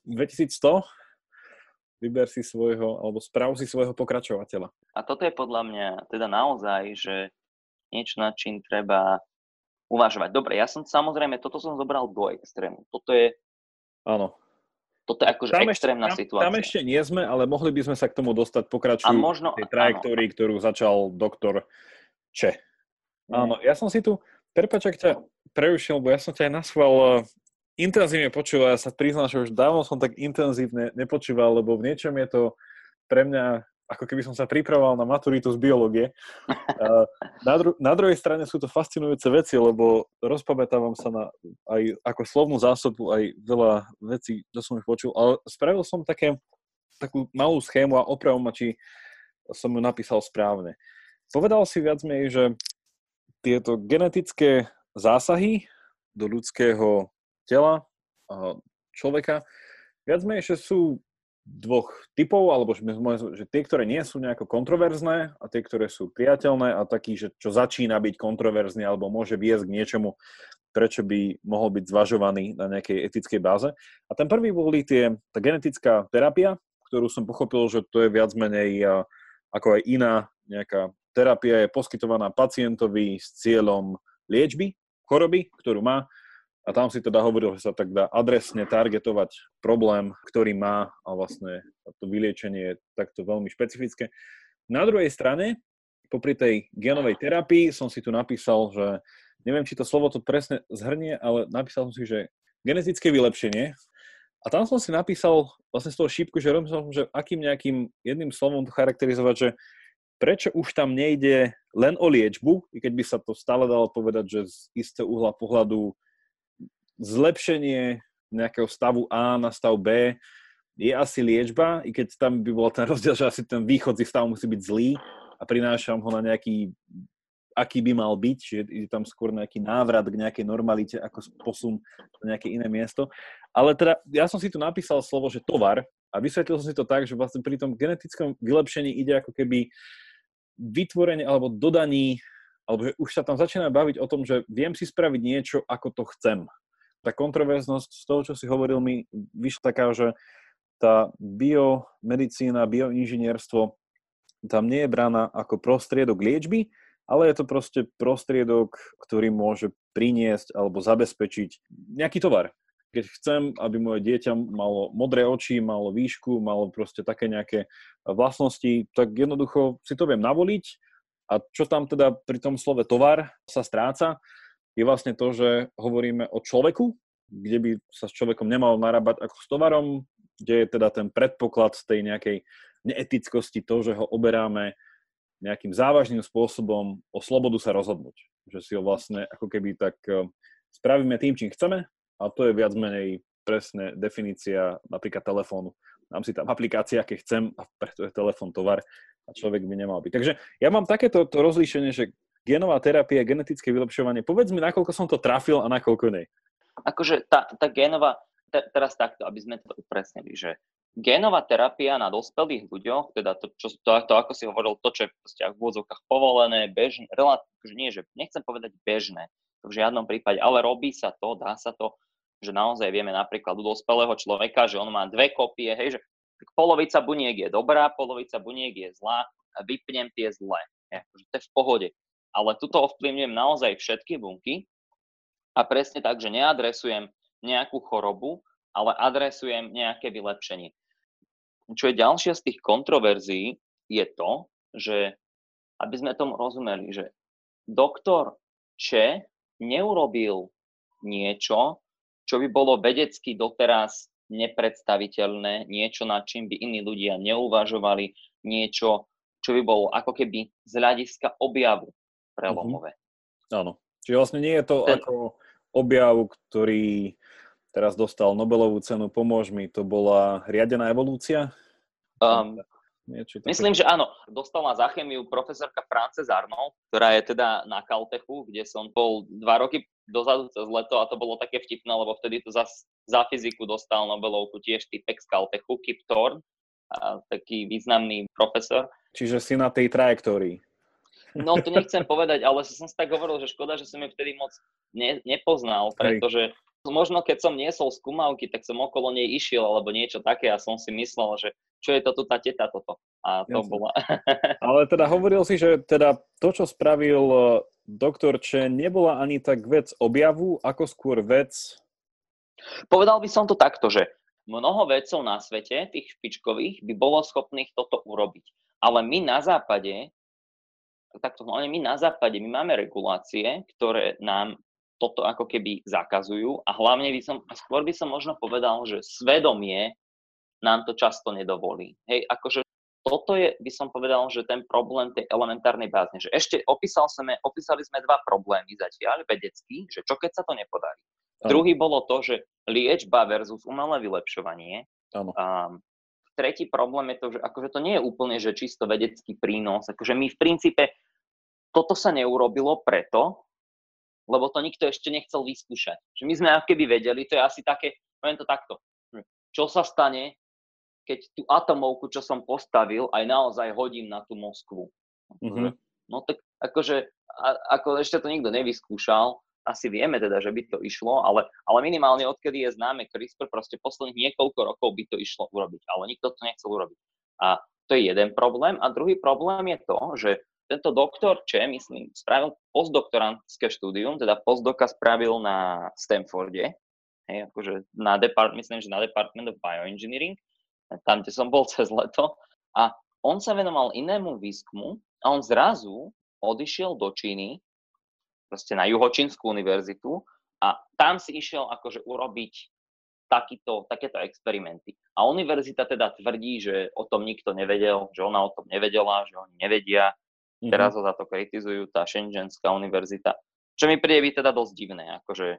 Vyber si svojho, alebo sprav si svojho pokračovateľa. A toto je podľa mňa teda naozaj, že niečo, nad čím treba uvažovať. Dobre, ja som samozrejme, toto som zobral do extrému. Toto je... Áno. Toto je akože extrémna situácia. Tam ešte nie sme, ale mohli by sme sa k tomu dostať pokračujúť tej trajektórii, ktorú začal doktor Če. Áno, ja som si tu, prepáč, ak ťa prerušil, lebo ja som ťa aj naschvál intenzívne počúval, ja sa priznám, že už dávno som tak intenzívne nepočúval, lebo v niečom je to pre mňa, ako keby som sa pripravoval na maturitu z biológie. Na druhej strane sú to fascinujúce veci, lebo rozpamätávam sa na aj ako slovnú zásobu aj veľa vecí, čo som už počul, ale spravil som takú malú schému a opravom ma, či som ju napísal správne. Povedal si viac menej, že tieto genetické zásahy do ľudského tela človeka viac menej, že sú dvoch typov, alebo že tie, ktoré nie sú nejako kontroverzné a tie, ktoré sú priateľné a taký, že čo začína byť kontroverzný alebo môže viesť k niečomu, prečo by mohol byť zvažovaný na nejakej etickej báze. A ten prvý boli tá genetická terapia, ktorú som pochopil, že to je viac menej ako aj iná nejaká terapia, je poskytovaná pacientovi s cieľom liečby choroby, ktorú má. A tam si teda hovoril, že sa tak dá adresne targetovať problém, ktorý má a vlastne to vyliečenie je takto veľmi špecifické. Na druhej strane, popri tej genovej terapii som si tu napísal, že neviem, či to slovo to presne zhrnie, ale napísal som si, že genetické vylepšenie. A tam som si napísal vlastne z toho šípku, že rozmyslel som, že akým nejakým jedným slovom to charakterizovať, že prečo už tam nejde len o liečbu, i keď by sa to stále dalo povedať, že z istého uhla pohľadu zlepšenie nejakého stavu A na stav B je asi liečba, i keď tam by bol ten rozdiel, že asi ten východzí stav musí byť zlý a prinášam ho na nejaký, aký by mal byť, čiže je tam skôr nejaký návrat k nejakej normalite, ako posun na nejaké iné miesto. Ale teda ja som si tu napísal slovo, že tovar a vysvetlil som si to tak, že vlastne pri tom genetickom vylepšení ide ako keby vytvorenie alebo dodaní, alebo že už sa tam začína baviť o tom, že viem si spraviť niečo, ako to chcem. Tá kontroverznosť z toho, čo si hovoril, mi vyšla taká, že tá biomedicína, bioinžinierstvo tam nie je braná ako prostriedok liečby, ale je to proste prostriedok, ktorý môže priniesť alebo zabezpečiť nejaký tovar. Keď chcem, aby moje dieťa malo modré oči, malo výšku, malo proste také nejaké vlastnosti, tak jednoducho si to viem navoliť. A čo tam teda pri tom slove tovar sa stráca, je vlastne to, že hovoríme o človeku, kde by sa s človekom nemalo narábať ako s tovarom, kde je teda ten predpoklad tej nejakej neetickosti, to, že ho oberáme nejakým závažným spôsobom o slobodu sa rozhodnúť. Že si ho vlastne ako keby tak spravíme tým, čím chceme, a to je viac menej presne definícia napríklad telefónu. dám si tam aplikácia, aké chcem a preto je telefón tovar a človek by nemal byť. Takže ja mám takéto rozlíšenie, že genová terapia, genetické vylepšovanie, povedz mi, nakoľko som to trafil a nakoľko nie. Akože tá genová, teraz takto, aby sme to upresnili, že genová terapia na dospelých ľuďoch, teda to ako si hovoril, to, čo je v úvodzovkách povolené, bežné, relatívne, nie, že nechcem povedať bežné, v žiadnom prípade, ale robí sa to, dá sa to, že naozaj vieme napríklad u dospelého človeka, že on má 2 kopie, hej, že polovica buniek je dobrá, polovica buniek je zlá a vypnem tie zlé. Akože to je v pohode. Ale tuto ovplyvňujem naozaj všetky bunky a presne tak, že neadresujem nejakú chorobu, ale adresujem nejaké vylepšenie. Čo je ďalšia z tých kontroverzií, je to, že aby sme tomu rozumeli, že doktor Če neurobil niečo, čo by bolo vedecky doteraz nepredstaviteľné, niečo, nad čím by iní ľudia neuvažovali, niečo, čo by bolo ako keby z hľadiska objavu prelomové. Áno. Čiže vlastne nie je to ako objav, ktorý teraz dostal Nobelovú cenu, pomôž mi, to bola riadená evolúcia? Myslím, že áno. Dostala za chémiu profesorka Frances Arnold, ktorá je teda na Caltechu, kde som bol 2 roky dozadu cez leto a to bolo také vtipné, lebo vtedy to za fyziku dostal Nobelovku tiež typek z Caltechu, Kip Thorne, taký významný profesor. Čiže si na tej trajektórii. No to nechcem povedať, ale som si tak hovoril, že škoda, že som ju vtedy moc nepoznal, pretože možno keď som niesol skúmavky, tak som okolo nej išiel alebo niečo také a som si myslel, že čo je to tu tá teta toto. A to bola... Ale teda hovoril si, že teda to, čo spravil doktor Če, nebola ani tak vec objavu, ako skôr vec... Povedal by som to takto, že mnoho vedcov na svete, tých špičkových, by bolo schopných toto urobiť. Ale my na západe, my máme regulácie, ktoré nám toto ako keby zakazujú a hlavne skôr by som možno povedal, že svedomie nám to často nedovolí. Hej, akože toto je, by som povedal, že ten problém tej elementárnej bázne, že ešte opísali sme 2 problémy zatiaľ vedecky, že čo keď sa to nepodarí. Druhý bolo to, že liečba versus umelé vylepšovanie. Tretí problém je to, že akože to nie je úplne, že čisto vedecký prínos, akože my v princípe toto sa neurobilo preto, lebo to nikto ešte nechcel vyskúšať. Že my sme ako keby vedeli, to je asi také, poviem to takto, čo sa stane, keď tú atomovku, čo som postavil, aj naozaj hodím na tú Moskvu. No tak akože, ako ešte to nikto nevyskúšal, asi vieme teda, že by to išlo, ale minimálne odkedy je známe CRISPR, proste posledných niekoľko rokov by to išlo urobiť, ale nikto to nechcel urobiť. A to je jeden problém. A druhý problém je to, že tento doktor Če, myslím, spravil postdoktorantské štúdium, teda postdoka spravil na Stanforde, hej, akože myslím, že na Department of Bioengineering, tam, kde som bol cez leto, a on sa venoval inému výskumu a on zrazu odišiel do Číny, proste na Juhočínsku univerzitu a tam si išiel akože urobiť takéto experimenty. A univerzita teda tvrdí, že o tom nikto nevedel, že ona o tom nevedela, že oni nevedia. Teraz ho za to kritizujú, tá Shenzhenská univerzita. Čo mi príde byť teda dosť divné, akože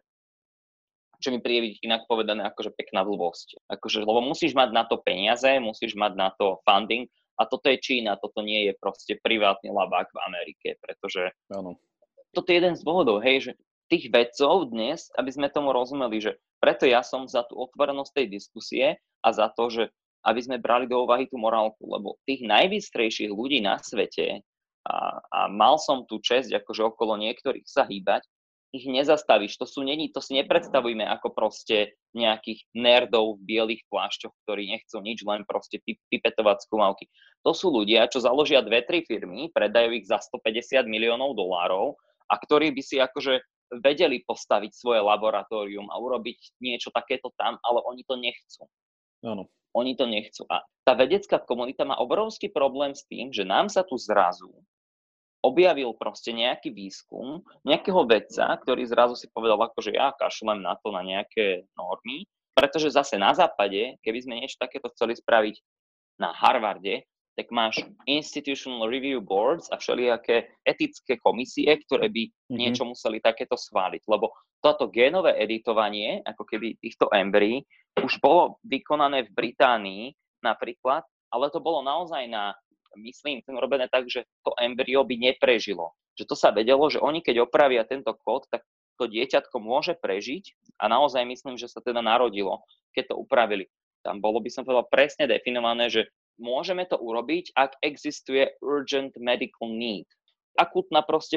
čo mi príde byť inak povedané akože pekná blbosť. Akože, lebo musíš mať na to peniaze, musíš mať na to funding a toto je Čína, toto nie je proste privátny labák v Amerike, pretože toto je jeden z dôvodov, hej, že tých vedcov dnes, aby sme tomu rozumeli, že preto ja som za tú otvorenosť tej diskusie a za to, že aby sme brali do úvahy tú morálku, lebo tých najvystrejších ľudí na svete a mal som tú česť akože okolo niektorých sa hýbať, ich nezastavíš. To si nepredstavujme ako proste nejakých nerdov v bielých plášťoch, ktorí nechcú nič, len proste pipetovať skúmavky. To sú ľudia, čo založia 2-3 firmy, predajú ich za $150 miliónov a ktorí by si akože vedeli postaviť svoje laboratórium a urobiť niečo takéto tam, ale oni to nechcú. Áno. Oni to nechcú. A tá vedecká komunita má obrovský problém s tým, že nám sa tu zrazu objavil proste nejaký výskum, nejakého vedca, ktorý zrazu si povedal, akože ja kašlem na to, na nejaké normy, pretože zase na západe, keby sme niečo takéto chceli spraviť na Harvarde, tak máš Institutional Review Boards a všelijaké etické komisie, ktoré by niečo museli takéto schváliť, lebo toto génové editovanie, ako keby týchto embryí, už bolo vykonané v Británii napríklad, ale to bolo naozaj myslím, robené tak, že to embryo by neprežilo. Že to sa vedelo, že oni keď opravia tento kód, tak to dieťatko môže prežiť a naozaj myslím, že sa teda narodilo, keď to upravili. Tam bolo, by som povedal, presne definované, že môžeme to urobiť, ak existuje urgent medical need. Akútna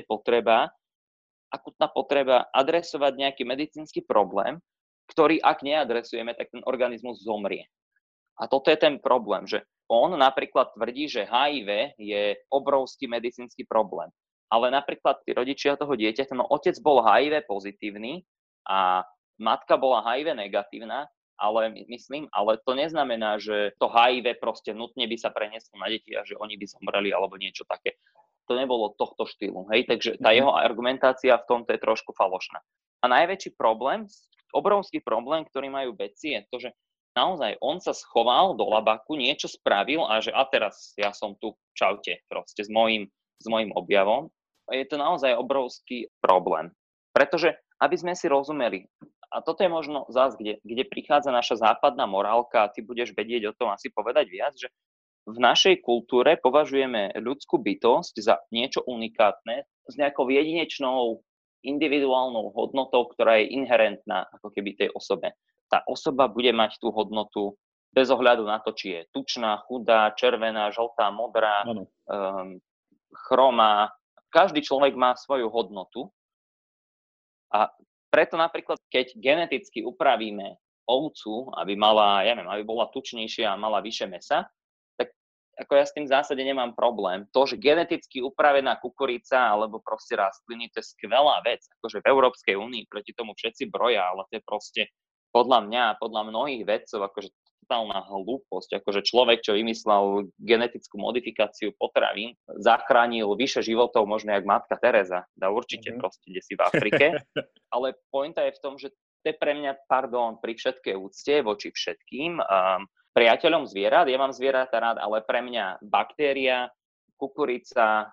potreba adresovať nejaký medicínsky problém, ktorý ak neadresujeme, tak ten organizmus zomrie. A toto je ten problém, že on napríklad tvrdí, že HIV je obrovský medicínsky problém. Ale napríklad tí rodičia toho dieťaťa, no otec bol HIV pozitívny a matka bola HIV negatívna, ale to neznamená, že to HIV proste nutne by sa prenieslo na deti a že oni by zomreli alebo niečo také. To nebolo tohto štýlu, hej, takže tá jeho argumentácia v tomto je trošku falošná. A najväčší problém, obrovský problém, ktorý majú vedci, je to, že naozaj on sa schoval do labaku, niečo spravil a že a teraz ja som tu, čaute, proste s mojím objavom. Je to naozaj obrovský problém. Pretože, aby sme si rozumeli, a toto je možno zás, kde prichádza naša západná morálka, a ty budeš vedieť o tom asi povedať viac, že v našej kultúre považujeme ľudskú bytosť za niečo unikátne, s nejakou jedinečnou individuálnou hodnotou, ktorá je inherentná ako keby tej osobe. Tá osoba bude mať tú hodnotu bez ohľadu na to, či je tučná, chudá, červená, žltá, modrá, chromá. Každý človek má svoju hodnotu a preto napríklad, keď geneticky upravíme ovcu, aby bola tučnejšia a mala vyššie mäsa, tak ako ja s tým v zásade nemám problém. To, že geneticky upravená kukurica alebo proste rastliny, to je skvelá vec. Akože v Európskej únii proti tomu všetci broja, ale to je proste podľa mňa a podľa mnohých vedcov akože totálna hlúposť. Akože človek, čo vymyslel genetickú modifikáciu potravín, zachránil vyše životov, možno jak matka Teresa. Dá určite proste, kde si v Afrike. Ale pointa je v tom, že to je pre mňa, pri všetkej úcte voči všetkým priateľom zvierat. Ja mám zvieratá rád, ale pre mňa baktéria, kukurica,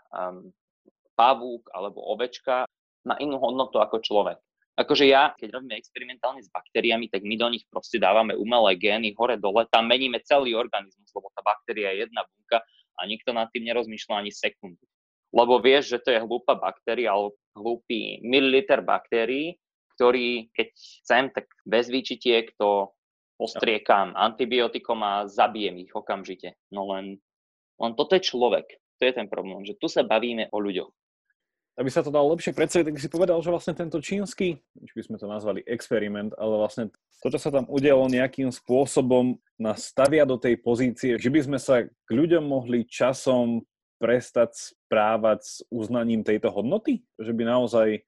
pavúk alebo ovečka má inú hodnotu ako človek. Akože keď robíme experimentálne s baktériami, tak my do nich proste dávame umelé gény hore-dole, tam meníme celý organizmus, lebo tá baktéria je jedna bunka a nikto nad tým nerozmýšľa ani sekundu. Lebo vieš, že to je hlúpa baktéria alebo hlúpy mililiter baktérií, ktorý, keď chcem, tak bez výčitiek to postriekam antibiotikom a zabijem ich okamžite. No len toto je človek. To je ten problém, že tu sa bavíme o ľuďoch. Aby sa to dalo lepšie predstaviť, tak si povedal, že vlastne tento čínsky, či by sme to nazvali experiment, ale vlastne to, čo sa tam udialo nejakým spôsobom, nás stavia do tej pozície, že by sme sa k ľuďom mohli časom prestať správať s uznaním tejto hodnoty? Že by naozaj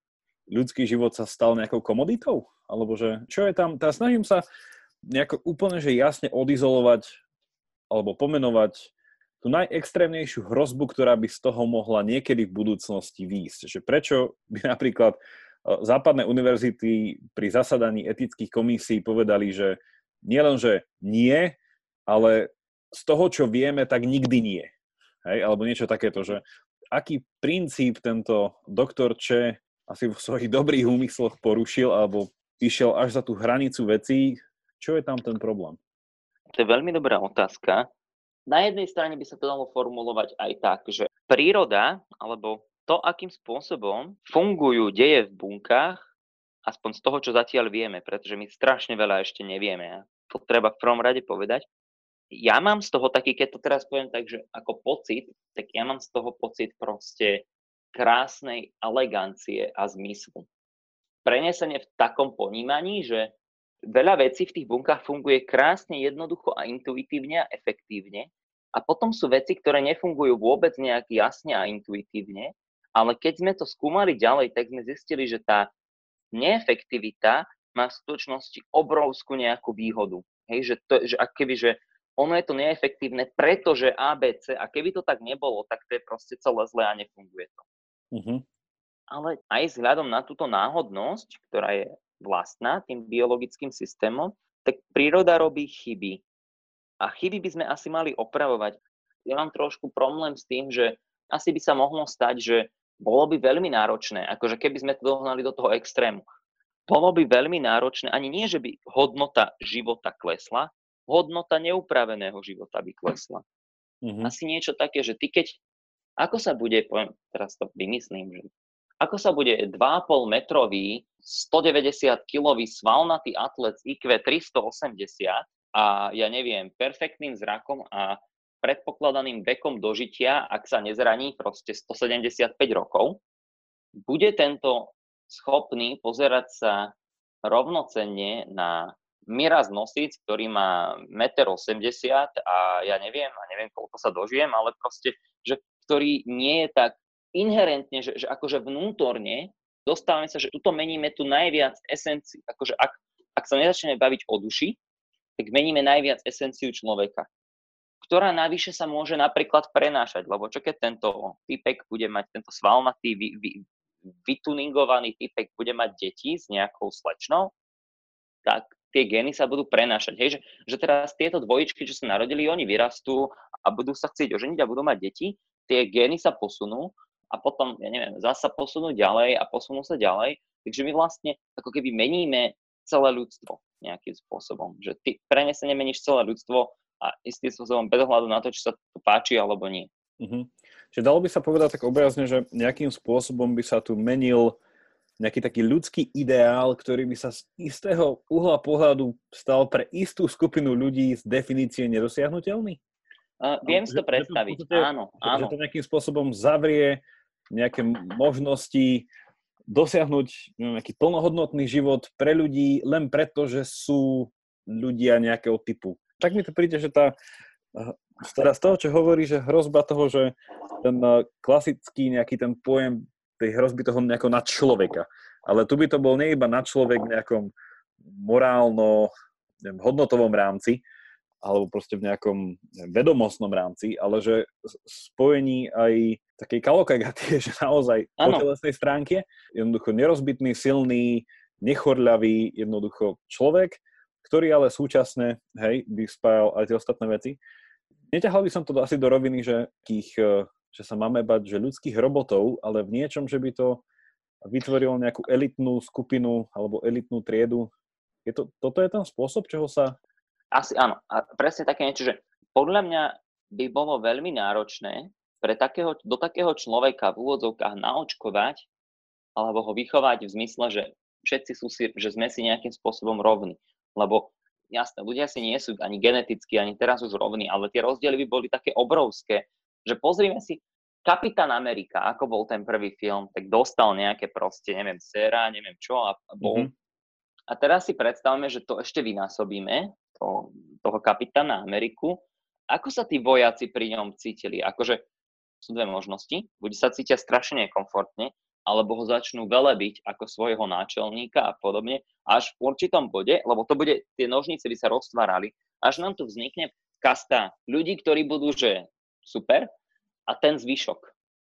ľudský život sa stal nejakou komoditou? Alebo že čo je tam? Tá snažím sa nejako úplne že jasne odizolovať alebo pomenovať tú najextrémnejšiu hrozbu, ktorá by z toho mohla niekedy v budúcnosti výjsť. Že prečo by napríklad západné univerzity pri zasadaní etických komisí povedali, že nielenže nie, ale z toho, čo vieme, tak nikdy nie. Hej? Alebo niečo takéto, že aký princíp tento doktor Che asi v svojich dobrých úmysloch porušil alebo išiel až za tú hranicu vecí. Čo je tam ten problém? To je veľmi dobrá otázka. Na jednej strane by sa to dalo formulovať aj tak, že príroda, alebo to, akým spôsobom fungujú deje v bunkách, aspoň z toho, čo zatiaľ vieme, pretože my strašne veľa ešte nevieme. A to treba v prvom rade povedať. Ja mám z toho taký, keď to teraz poviem tak, že ako pocit, tak ja mám z toho pocit proste krásnej elegancie a zmyslu. Prenesenie v takom ponímaní, že veľa vecí v tých bunkách funguje krásne, jednoducho a intuitívne a efektívne. A potom sú veci, ktoré nefungujú vôbec nejak jasne a intuitívne, ale keď sme to skúmali ďalej, tak sme zistili, že tá neefektivita má v skutočnosti obrovskú nejakú výhodu. Hej, že ono je to neefektívne, pretože ABC, a keby to tak nebolo, tak to je proste celé zlé a nefunguje to. Ale aj vzhľadom na túto náhodnosť, ktorá je vlastná tým biologickým systémom, tak príroda robí chyby. A chyby by sme asi mali opravovať. Ja mám trošku problém s tým, že asi by sa mohlo stať, že bolo by veľmi náročné, akože keby sme to dohnali do toho extrému, bolo by veľmi náročné, ani nie, že by hodnota života klesla, hodnota neupraveného života by klesla. Asi niečo také, že ty keď, ako sa bude, poviem, teraz to vymyslím, že ako sa bude 2,5 metrový, 190-kilový svalnatý atlet z IQ 380 a ja neviem, perfektným zrakom a predpokladaným vekom dožitia, ak sa nezraní, proste 175 rokov, bude tento schopný pozerať sa rovnocenne na Miraz Nosíc, ktorý má 1,80 m a ja neviem koľko sa dožijem, ale proste, že ktorý nie je tak inherentne, že akože vnútorne dostávame sa, že tuto meníme tu najviac esenciu, akože ak sa nezačneme baviť o duši, tak meníme najviac esenciu človeka, ktorá navyše sa môže napríklad prenášať, lebo čo keď tento typek bude mať, tento svalnatý, vytuningovaný typek bude mať deti s nejakou slečnou, tak tie gény sa budú prenášať. Hej, že teraz tieto dvojičky, čo sa narodili, oni vyrastú a budú sa chcieť oženiť a budú mať deti, tie gény sa posunú a potom, ja neviem, zasa posunú ďalej a posunú sa ďalej. Takže my vlastne ako keby meníme celé ľudstvo nejakým spôsobom. Že ty prenesene meníš celé ľudstvo a istým spôsobom bez ohľadu na to, či sa to páči alebo nie. Čiže dalo by sa povedať tak obrazne, že nejakým spôsobom by sa tu menil nejaký taký ľudský ideál, ktorý by sa z istého uhla pohľadu stal pre istú skupinu ľudí z definície nedosiahnuteľný? Viem si to predstaviť, áno. Že to nejakým spôsobom zavrie nejaké možnosti dosiahnuť nejaký plnohodnotný život pre ľudí len preto, že sú ľudia nejakého typu. Tak mi to príde, že teda z toho, čo hovorí, že hrozba toho, že ten klasický nejaký ten pojem tej hrozby toho nejakého nadčloveka. Ale tu by to bol nie iba nadčlovek v nejakom morálno-hodnotovom rámci, alebo proste v nejakom vedomostnom rámci, ale že spojení aj takej kalokagatie, že naozaj po telesnej stránke, jednoducho nerozbitný, silný, nechorľavý, jednoducho človek, ktorý ale súčasne, by spájal aj tie ostatné veci. Neťahal by som to asi do roviny, že sa máme bať, že ľudských robotov, ale v niečom, že by to vytvorilo nejakú elitnú skupinu alebo elitnú triedu. Toto je ten spôsob, čoho sa... Asi áno. A presne také niečo, že podľa mňa by bolo veľmi náročné do takého človeka v úvodzovkách naočkovať alebo ho vychovať v zmysle, že všetci že sme si nejakým spôsobom rovní. Lebo jasné, ľudia si nie sú ani geneticky, ani teraz už rovní, ale tie rozdiely by boli také obrovské, že pozrime si Kapitán Amerika, ako bol ten prvý film, tak dostal nejaké proste, neviem, séra, neviem čo a bol. A teraz si predstavme, že to ešte vynásobíme, toho Kapitána Ameriku. Ako sa tí vojaci pri ňom cítili? Akože sú dve možnosti. Buď sa cítia strašne nekomfortne, alebo ho začnú velebiť ako svojho náčelníka a podobne, až v určitom bode, lebo tie nožnice by sa roztvárali, až nám tu vznikne kasta ľudí, ktorí budú, že super, a ten zvyšok.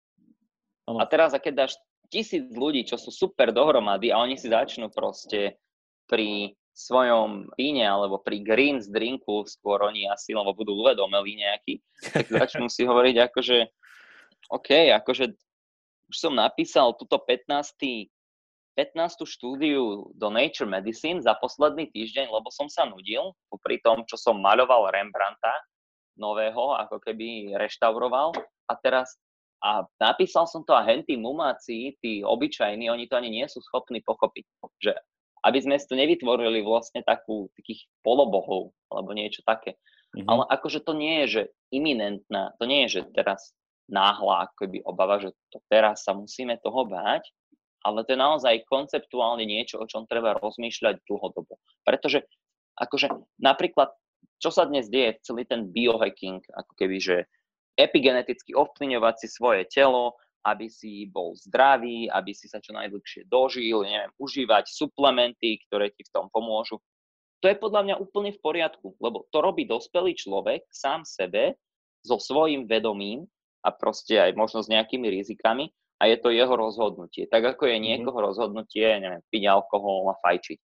A teraz, keď dáš 1000 ľudí, čo sú super dohromady a oni si začnú proste pri svojom víne alebo pri greens drinku, skôr oni asi, lebo budú uvedomeli nejaký, tak začnú si hovoriť akože OK, akože už som napísal túto 15. štúdiu do Nature Medicine za posledný týždeň, lebo som sa nudil, popri tom, čo som maľoval Rembrandta nového, ako keby reštauroval a napísal som to a tí mumáci, tí obyčajní, oni to ani nie sú schopní pochopiť, že aby sme si to nevytvorili vlastne takých polobohov, alebo niečo také. Ale akože to nie je, že iminentná, to nie je, že teraz náhla akoby obava, že to teraz sa musíme toho báť, ale to je naozaj konceptuálne niečo, o čom treba rozmýšľať dlhodobo. Pretože akože napríklad, čo sa dnes deje, celý ten biohacking, ako keby, že epigeneticky ovplyvňovať si svoje telo, aby si bol zdravý, aby si sa čo najdlhšie dožil, neviem, užívať suplementy, ktoré ti v tom pomôžu. To je podľa mňa úplne v poriadku, lebo to robí dospelý človek sám sebe so svojím vedomím a proste aj možno s nejakými rizikami a je to jeho rozhodnutie. Tak ako je niekoho rozhodnutie, neviem, piť alkohol a fajčiť.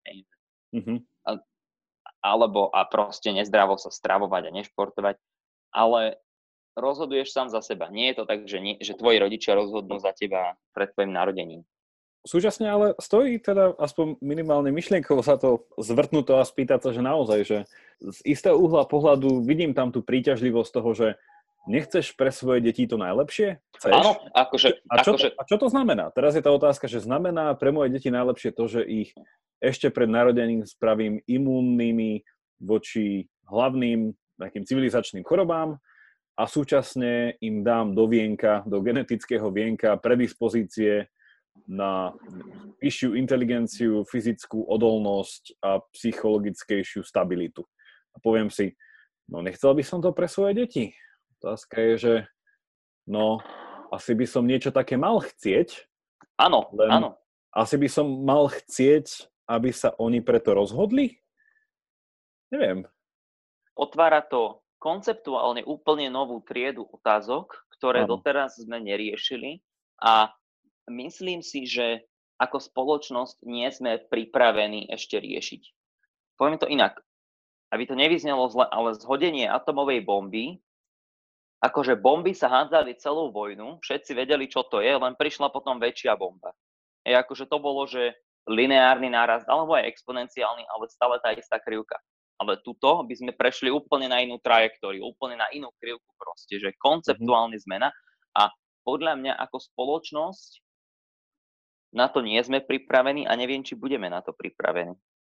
Alebo a proste nezdravo sa stravovať a nešportovať. Ale rozhoduješ sám za seba. Nie je to tak, že tvoji rodičia rozhodnú za teba pred tvojim narodením. súčasne ale stojí teda aspoň minimálne myšlienkovo sa to zvrtnúť a spýtať sa, že naozaj, že z istého uhla pohľadu vidím tam tú príťažlivosť toho, že nechceš pre svoje deti to najlepšie? Chceš? Áno, A čo to znamená? Teraz je tá otázka, že znamená pre moje deti najlepšie to, že ich ešte pred narodením spravím imúnnymi voči hlavným nejakým civilizačným chorobám a súčasne im dám do vienka, do genetického vienka predispozície na vyššiu inteligenciu, fyzickú odolnosť a psychologickejšiu stabilitu. A poviem si, no nechcel by som to pre svoje deti. Otázka je, že no asi by som niečo také mal chcieť. Áno, áno. Asi by som mal chcieť, aby sa oni preto rozhodli? Neviem. Otvára to konceptuálne úplne novú triedu otázok, ktoré doteraz sme neriešili a myslím si, že ako spoločnosť nie sme pripravení ešte riešiť. Poviem to inak, aby to nevyznelo zle, ale zhodenie atomovej bomby, akože bomby sa hádzali celú vojnu, všetci vedeli, čo to je, len prišla potom väčšia bomba. Akože to bolo, že lineárny nárast, alebo aj exponenciálny, ale stále tá istá krivka. Ale tuto by sme prešli úplne na inú trajektóriu, úplne na inú krivku proste, že konceptuálna zmena a podľa mňa ako spoločnosť na to nie sme pripravení a neviem, či budeme na to pripravení.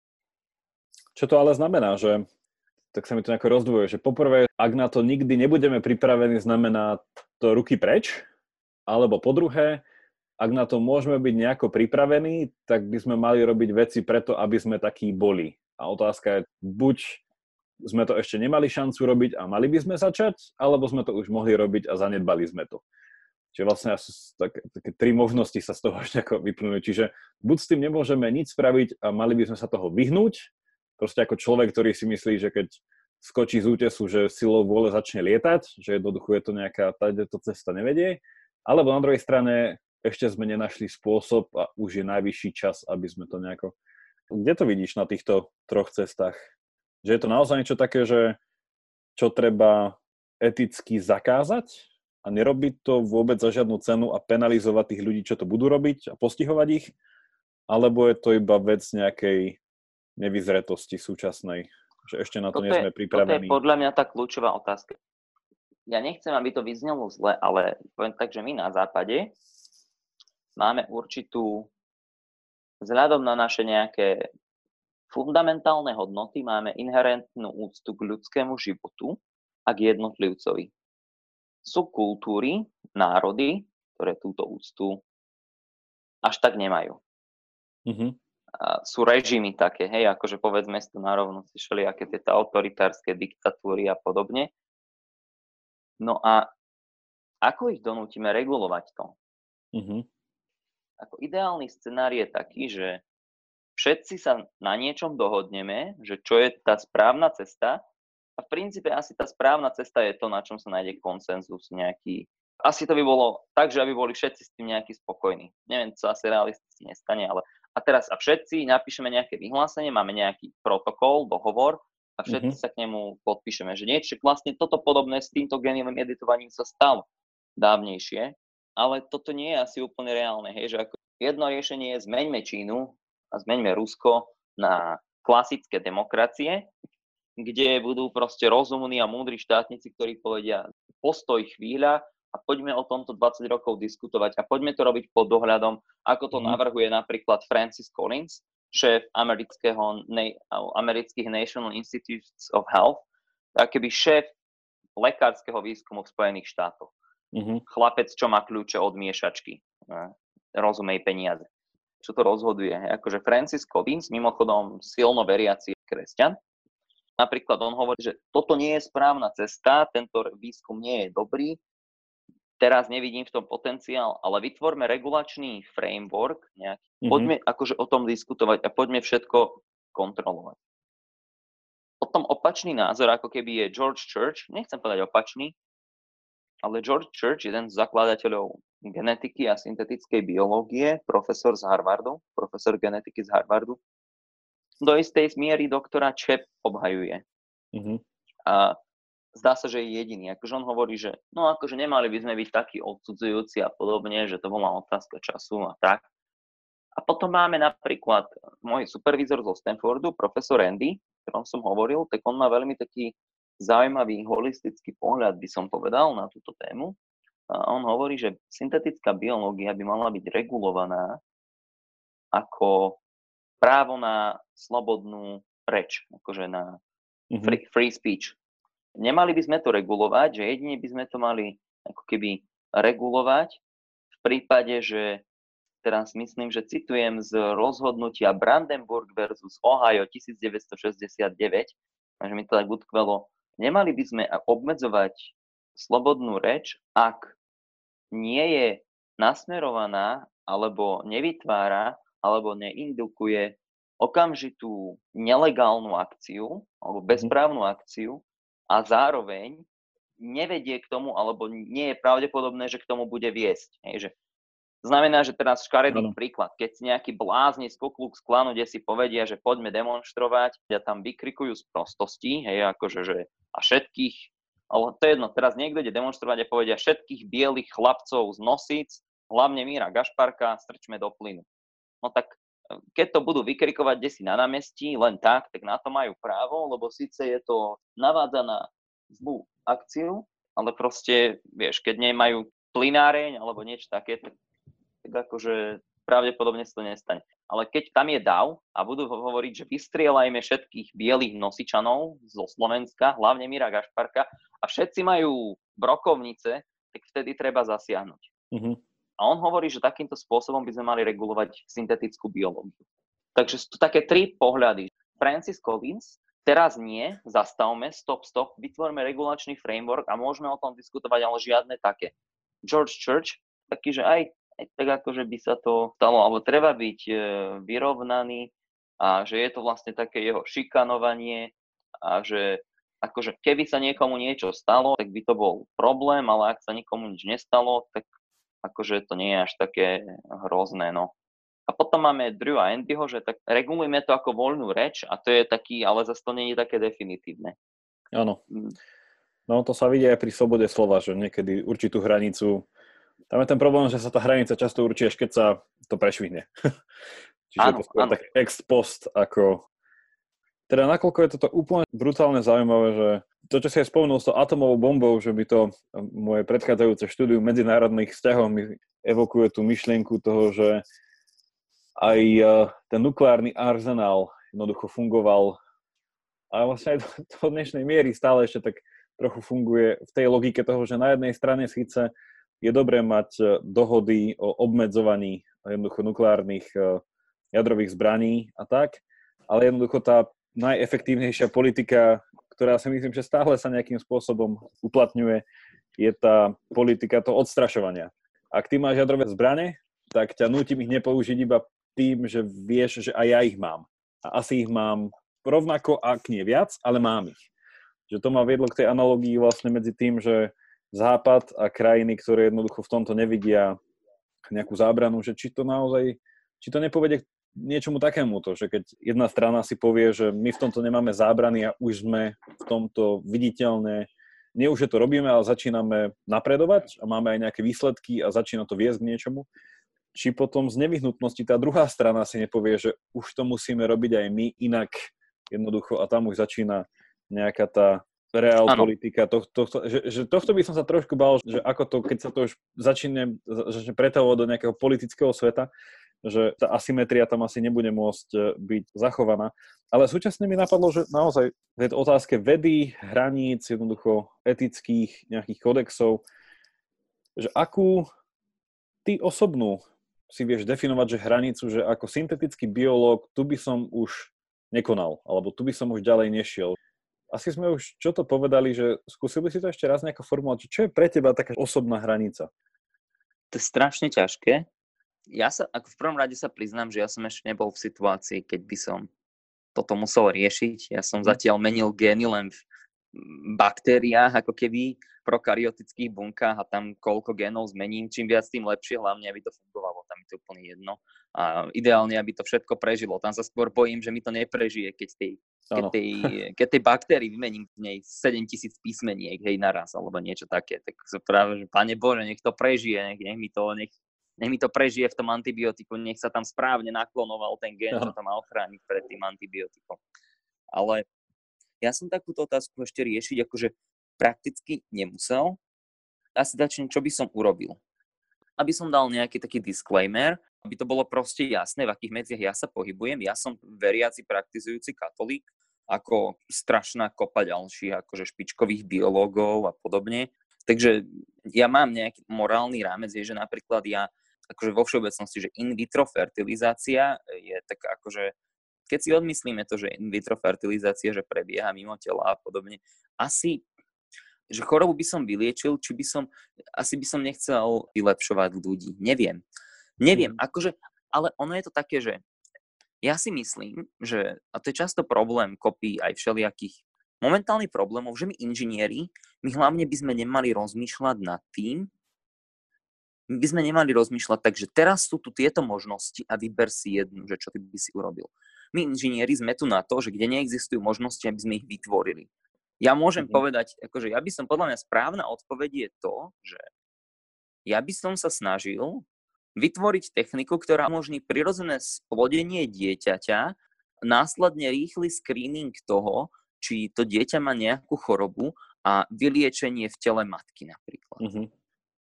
Čo to ale znamená, že tak sa mi to nejako rozdvojuje, že poprvé, ak na to nikdy nebudeme pripravení, znamená to ruky preč, alebo po druhé, ak na to môžeme byť nejako pripravení, tak by sme mali robiť veci preto, aby sme takí boli. A otázka je, buď sme to ešte nemali šancu robiť a mali by sme začať, alebo sme to už mohli robiť a zanedbali sme to. Čiže vlastne také tri možnosti sa z toho ešte ako vyplňujú. Čiže buď s tým nemôžeme nič spraviť a mali by sme sa toho vyhnúť, proste ako človek, ktorý si myslí, že keď skočí z útesu, že silou vôle začne lietať, že jednoducho je to nejaká, táto cesta nevedie, alebo na druhej strane ešte sme nenašli spôsob a už je najvyšší čas, aby sme to nejako... Kde to vidíš na týchto troch cestách? Že je to naozaj niečo také, že čo treba eticky zakázať a nerobiť to vôbec za žiadnu cenu a penalizovať tých ľudí, čo to budú robiť a postihovať ich? Alebo je to iba vec nejakej nevyzretosti súčasnej? Že ešte na to nie sme pripravení? Toto je podľa mňa tá kľúčová otázka. Ja nechcem, aby to vyznelo zle, ale poviem tak, že my na západe máme určitú, vzhľadom na naše nejaké fundamentálne hodnoty, máme inherentnú úctu k ľudskému životu a k jednotlivcovi. Sú kultúry, národy, ktoré túto úctu až tak nemajú. Sú režimy také, hej, akože povedzme si to narovno, si všelijaké tieto autoritárske diktatúry a podobne. No a ako ich donútime regulovať to? Ako ideálny scenár je taký, že všetci sa na niečom dohodneme, že čo je tá správna cesta a v princípe asi tá správna cesta je to, na čom sa nájde konsenzus nejaký. Asi to by bolo tak, že aby boli všetci s tým nejaký spokojní. Neviem, co asi realisticky nestane, ale a teraz a všetci napíšeme nejaké vyhlásenie, máme nejaký protokol, dohovor a všetci sa k nemu podpíšeme, že niečo vlastne toto podobné s týmto géniovým editovaním sa stalo dávnejšie, ale toto nie je asi úplne reálne, hej, že ako jedno riešenie je zmeňme Čínu a zmeňme Rusko na klasické demokracie, kde budú proste rozumní a múdri štátnici, ktorí povedia postoj chvíľa a poďme o tomto 20 rokov diskutovať a poďme to robiť pod dohľadom, ako to navrhuje napríklad Francis Collins, šéf amerických National Institutes of Health, akoby šéf lekárskeho výskumu v Spojených štátoch. Chlapec, čo má kľúče od miešačky, rozumej peniaze. Čo to rozhoduje? Akože Francis Collins, mimochodom silno veriaci kresťan, napríklad on hovorí, že toto nie je správna cesta, tento výskum nie je dobrý, teraz nevidím v tom potenciál, ale vytvorme regulačný framework nejaký. Poďme akože o tom diskutovať a poďme všetko kontrolovať. Potom opačný názor, ako keby je George Church, nechcem povedať opačný, ale George Church, jeden z zakladateľov genetiky a syntetickej biológie, profesor genetiky z Harvardu, do istej miery doktora Čep obhajuje. A zdá sa, že je jediný. Akože on hovorí, že no akože nemali by sme byť takí odsudzujúci a podobne, že to bola otázka času a tak. A potom máme napríklad môj supervízor zo Stanfordu, profesor Andy, o ktorom som hovoril, tak on má veľmi taký zaujímavý holistický pohľad, by som povedal, na túto tému. A on hovorí, že syntetická biológia by mala byť regulovaná ako právo na slobodnú reč, akože na free speech. Nemali by sme to regulovať, že jedine by sme to mali ako keby regulovať v prípade, že teraz myslím, že citujem z rozhodnutia Brandenburg versus Ohio 1969, takže mi to tak utkvelo, nemali by sme obmedzovať slobodnú reč, ak nie je nasmerovaná alebo nevytvára alebo neindukuje okamžitú nelegálnu akciu alebo bezprávnu akciu a zároveň nevedie k tomu, alebo nie je pravdepodobné, že k tomu bude viesť. Hej, že znamená, že teraz škaredý príklad, keď si nejaký blázni z Ku Klux Klanu, kde si povedia, že poďme demonštrovať a tam vykrikujú z prostosti, hej, akože, že a všetkých, ale to je jedno, teraz niekto ide demonštrovať a povedia všetkých bielých chlapcov z Nosíc, hlavne Míra Gašparka, strčme do plynu. No tak keď to budú vykrikovať desi na námestí, len tak na to majú právo, lebo síce je to navádza na zlú akciu, ale proste, vieš, keď nemajú plynáreň alebo niečo také, tak akože pravdepodobne sa to nestane. Ale keď tam je dav a budú hovoriť, že vystrieľajme všetkých bielých nosičanov zo Slovenska, hlavne Míra Gašparka, a všetci majú brokovnice, tak vtedy treba zasiahnuť. A on hovorí, že takýmto spôsobom by sme mali regulovať syntetickú biológiu. Takže sú to také tri pohľady. Francis Collins, teraz nie, zastavme, stop, vytvorme regulačný framework a môžeme o tom diskutovať, ale žiadne také. George Church, taký, že aj tak akože by sa to stalo, alebo treba byť vyrovnaný a že je to vlastne také jeho šikanovanie a že akože keby sa niekomu niečo stalo, tak by to bol problém, ale ak sa nikomu nič nestalo, tak akože to nie je až také hrozné, no. A potom máme Drew a Andyho, že tak regulujeme to ako voľnú reč a to je taký, ale zase to nie je také definitívne. Áno. No to sa vidí aj pri slobode slova, že niekedy určitú hranicu, tam je ten problém, že sa tá hranica často určí, až keď sa to prešvihne. Čiže áno, je to skôr tak ex post, ako... Teda nakoľko je toto úplne brutálne zaujímavé, že to, čo si aj spomenul s tou atomovou bombou, že by to moje predchádzajúce štúdium medzinárodných vzťahov mi evokuje tú myšlienku toho, že aj ten nukleárny arzenál jednoducho fungoval a vlastne aj do dnešnej miery stále ešte tak trochu funguje v tej logike toho, že na jednej strane síce je dobré mať dohody o obmedzovaní jednoducho nukleárnych jadrových zbraní a tak, ale jednoducho tá najefektívnejšia politika, ktorá si myslím, že stále sa nejakým spôsobom uplatňuje, je tá politika toho odstrašovania. Ak ty máš jadrové zbrane, tak ťa nútim ich nepoužiť iba tým, že vieš, že aj ja ich mám. A asi ich mám rovnako, ak nie viac, ale mám ich. Že to ma viedlo k tej analógii vlastne medzi tým, že Západ a krajiny, ktoré jednoducho v tomto nevidia nejakú zábranu, že či to naozaj, či to nepovedie k niečomu takémuto, že keď jedna strana si povie, že my v tomto nemáme zábrany a už sme v tomto viditeľne, nie už, že to robíme, ale začíname napredovať a máme aj nejaké výsledky a začína to viesť k niečomu, či potom z nevyhnutnosti tá druhá strana si nepovie, že už to musíme robiť aj my, inak jednoducho a tam už začína nejaká tá reál politika. Tohto by som sa trošku bál, že ako to, keď sa to už začne pretavovať do nejakého politického sveta, že tá asymetria tam asi nebude môcť byť zachovaná. Ale súčasne mi napadlo, že naozaj v tej otázke vedy, hraníc, jednoducho etických nejakých kodexov, že akú ty osobnú si vieš definovať, že hranicu, že ako syntetický biológ tu by som už nekonal, alebo tu by som už ďalej nešiel. Asi sme už čo to povedali, že skúsili si to ešte raz nejako formulovať, čo je pre teba taká osobná hranica? To je strašne ťažké. Ja sa, ako v prvom rade sa priznám, že ja som ešte nebol v situácii, keď by som toto musel riešiť. Ja som zatiaľ menil gény len v baktériách, ako keby v prokaryotických bunkách a tam koľko génov zmením, čím viac, tým lepšie, hlavne aby to fungovalo, tam je to úplne jedno. A ideálne, aby to všetko prežilo. Tam sa skôr bojím, že mi to neprežije, keď tej baktérii vymením v nej 7000 písmeniek, hej, naraz, alebo niečo také. Tak práve, že Pane Bože, nech to prežije, nech mi to, nech nech mi to prežije v tom antibiotiku, nech sa tam správne naklonoval ten gen, čo Áno. to má ochrániť pred tým antibiotikom. Ale ja som takúto otázku ešte riešiť akože prakticky nemusel. Asi začnem, čo by som urobil. Aby som dal nejaký taký disclaimer, aby to bolo proste jasné, v akých medziach ja sa pohybujem. Ja som veriaci, praktizujúci katolík, ako strašná kopa ďalších akože špičkových biológov a podobne. Takže ja mám nejaký morálny rámec, že napríklad ja akože vo všeobecnosti, že in vitro fertilizácia je taká akože, keď si odmyslíme to, že in vitro fertilizácia, že prebieha mimo tela a podobne, asi, že chorobu by som vyliečil, asi by som nechcel vylepšovať ľudí. Neviem, akože, ale ono je to také, že ja si myslím, že, a to je často problém kopí aj všelijakých momentálnych problémov, že my inžinieri, my hlavne by sme nemali rozmýšľať nad tým, takže teraz sú tu tieto možnosti a vyber si jednu, že čo ty by si urobil. My inžinieri sme tu na to, že kde neexistujú možnosti, aby sme ich vytvorili. Ja môžem povedať, akože ja by som, podľa mňa správna odpoveď je to, že ja by som sa snažil vytvoriť techniku, ktorá umožní prirodzené splodenie dieťaťa, následne rýchly screening toho, či to dieťa má nejakú chorobu a vyliečenie v tele matky napríklad.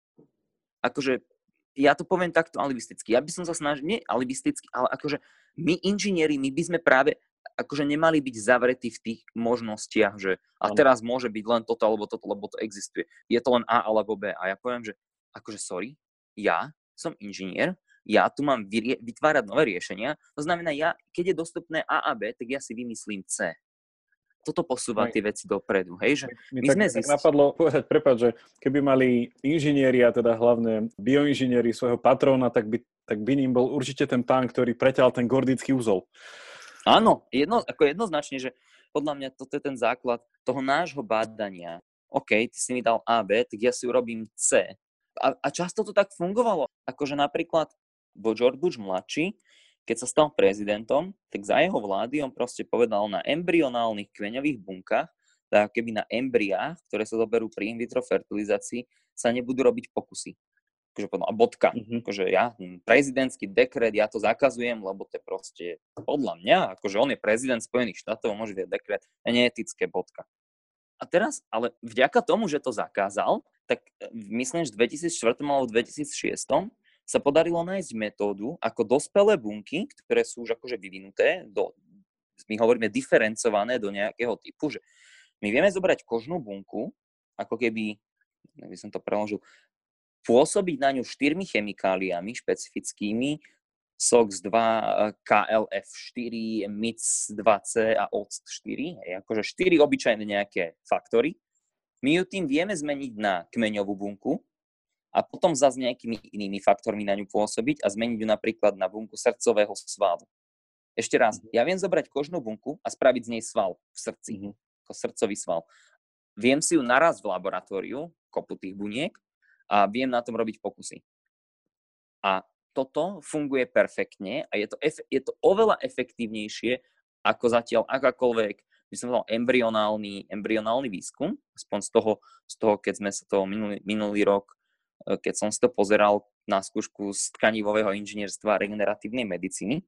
Akože ja to poviem takto alibisticky. Ja by som sa snažil, nie alibisticky, ale akože my inžinieri, my by sme práve akože nemali byť zavretí v tých možnostiach, že a teraz môže byť len toto, alebo toto, lebo to existuje. Je to len A alebo B. A ja poviem, že akože sorry, ja som inžinier, ja tu mám vytvárať nové riešenia, to znamená, keď je dostupné A a B, tak ja si vymyslím C. Toto posúva tie veci dopredu, hej? Že my sme tak napadlo povedať, prepáč, že keby mali inžinieri, a teda hlavne bioinžinieri svojho patróna, tak by ním bol určite ten pán, ktorý preťal ten gordický úzol. Áno, jednoznačne, že podľa mňa toto je ten základ toho nášho bádania. OK, ty si mi dal A, B, tak ja si urobím C. A často to tak fungovalo. Akože napríklad George Bush mladší, keď sa stal prezidentom, tak za jeho vlády on proste povedal na embryonálnych kmeňových bunkách, tak keby na embryách, ktoré sa zoberú pri in vitro fertilizácii, sa nebudú robiť pokusy. Akože povedal, a bodka. Akože ja, prezidentský dekret, ja to zakazujem, lebo to je proste podľa mňa, akože on je prezident Spojených štátov, môže vydať dekret, neetické, bodka. A teraz, ale vďaka tomu, že to zakázal, tak myslím, že v 2004 alebo 2006 sa podarilo nájsť metódu, ako dospelé bunky, ktoré sú už akože vyvinuté, my hovoríme diferencované do nejakého typu, že my vieme zobrať kožnú bunku, ako keby, by som to preložil, pôsobiť na ňu 4 chemikáliami špecifickými, SOX2, KLF4, MIC2C a OCT4, akože 4 obyčajné nejaké faktory. My ju tým vieme zmeniť na kmeňovú bunku a potom zase nejakými inými faktormi na ňu pôsobiť a zmeniť ju napríklad na bunku srdcového svalu. Ešte raz, ja viem zobrať kožnú bunku a spraviť z nej sval v srdci, ako srdcový sval. Viem si ju naraz v laboratóriu, kopu tých buniek, a viem na tom robiť pokusy. A toto funguje perfektne a je to oveľa efektívnejšie ako zatiaľ akákoľvek, by som povedal, embryonálny výskum. Aspoň z toho, keď sme sa to minulý rok, keď som si to pozeral na skúšku z tkanivového inžinierstva a regeneratívnej medicíny.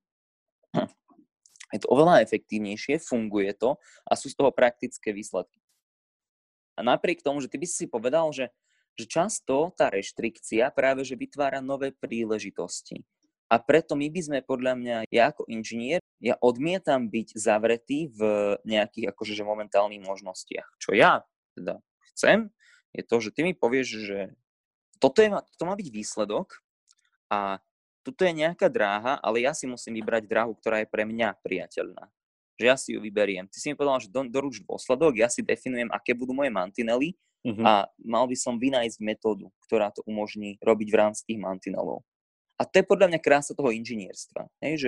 Je to oveľa efektívnejšie, funguje to a sú z toho praktické výsledky. A napriek tomu, že ty by si povedal, že často tá reštrikcia práve že vytvára nové príležitosti. A preto my by sme, podľa mňa, ja ako inžinier, ja odmietam byť zavretý v nejakých akože momentálnych možnostiach. Čo ja teda chcem, je to, že ty mi povieš, že toto má byť výsledok a toto je nejaká dráha, ale ja si musím vybrať dráhu, ktorá je pre mňa priateľná. Že ja si ju vyberiem. Ty si mi povedal, že doruč dôsledok, ja si definujem, aké budú moje mantinely, a mal by som vynájsť metódu, ktorá to umožní robiť v rámci tých mantinelov. A to je podľa mňa krása toho inžinierstva.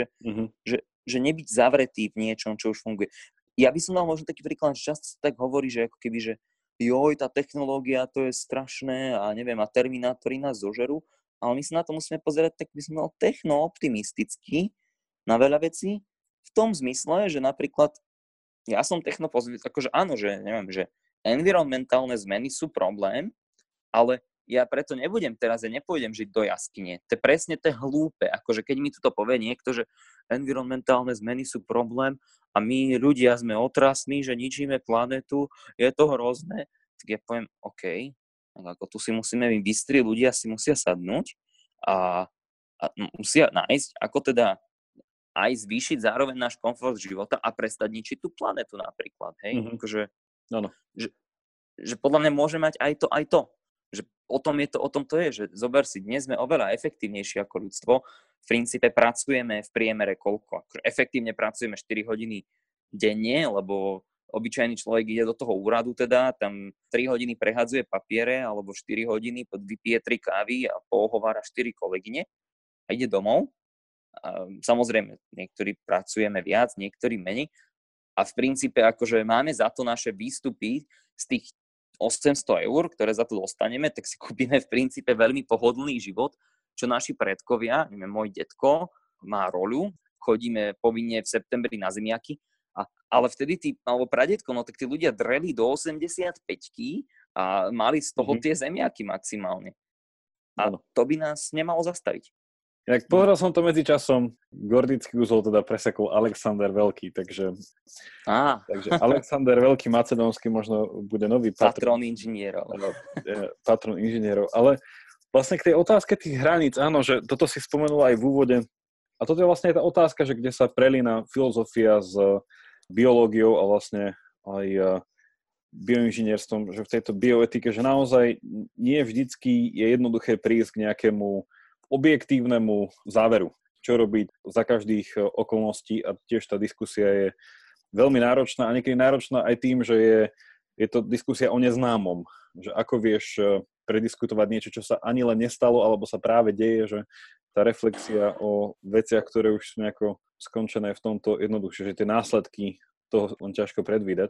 Že nebyť zavretý v niečom, čo už funguje. Ja by som dal možno taký príklad, že často sa tak hovorí, že ako keby, že joj, tá technológia, to je strašné a neviem, a terminátori nás zožerú, ale my sa na to musíme pozerať, tak by som mal techno-optimisticky na veľa vecí, v tom zmysle, že napríklad ja som technopozitívny, akože áno, že neviem, že environmentálne zmeny sú problém, ale ja preto nepôjdem žiť do jaskyne. To je hlúpe. Akože keď mi toto povie niekto, že environmentálne zmeny sú problém a my ľudia sme otrasní, že ničíme planetu, je to hrozné, tak ja poviem, OK, tak ako tu si musíme my bystri ľudia si musia sadnúť a musia nájsť, ako teda aj zvýšiť zároveň náš komfort života a prestať ničiť tú planetu napríklad, hej? Mhm. Akože, Áno. že podľa mňa môže mať aj to. Že o tom to je, že zober si, dnes sme oveľa efektívnejší ako ľudstvo. V princípe pracujeme v priemere koľko? Akože efektívne pracujeme 4 hodiny denne, lebo obyčajný človek ide do toho úradu teda, tam 3 hodiny prehadzuje papiere, alebo 4 hodiny, vypije 3 kávy a pohovára 4 kolegyne a ide domov. A samozrejme, niektorí pracujeme viac, niektorí menej. A v princípe akože máme za to naše výstupy z tých 800 eur, ktoré za to dostaneme, tak si kúpime v princípe veľmi pohodlný život, čo naši predkovia, neviem, môj detko má roľu, chodíme povinne v septembri na zemiaky, ale vtedy alebo pradetko, no tak tí ľudia dreli do 85-ky a mali z toho tie zemiaky maximálne. A to by nás nemalo zastaviť. Jak pozeral som to medzičasom, gordický úzol teda presekol Alexander Veľký, takže Alexander Veľký Macedónsky možno bude nový patrón inžinierov. Patrón inžinierov, ale vlastne k tej otázke tých hraníc, áno, že toto si spomenul aj v úvode, a toto je vlastne tá otázka, že kde sa prelína filozofia s biológiou a vlastne aj bioinžinierstvom, že v tejto bioetike, že naozaj nie vždycky je jednoduché prísť k nejakému objektívnemu záveru, čo robiť za každých okolností, a tiež tá diskusia je veľmi náročná a niekedy náročná aj tým, že je to diskusia o neznámom, že ako vieš prediskutovať niečo, čo sa ani len nestalo, alebo sa práve deje, že tá reflexia o veciach, ktoré už sú nejako skončené v tomto jednoduchšie, že tie následky toho len ťažko predvídať.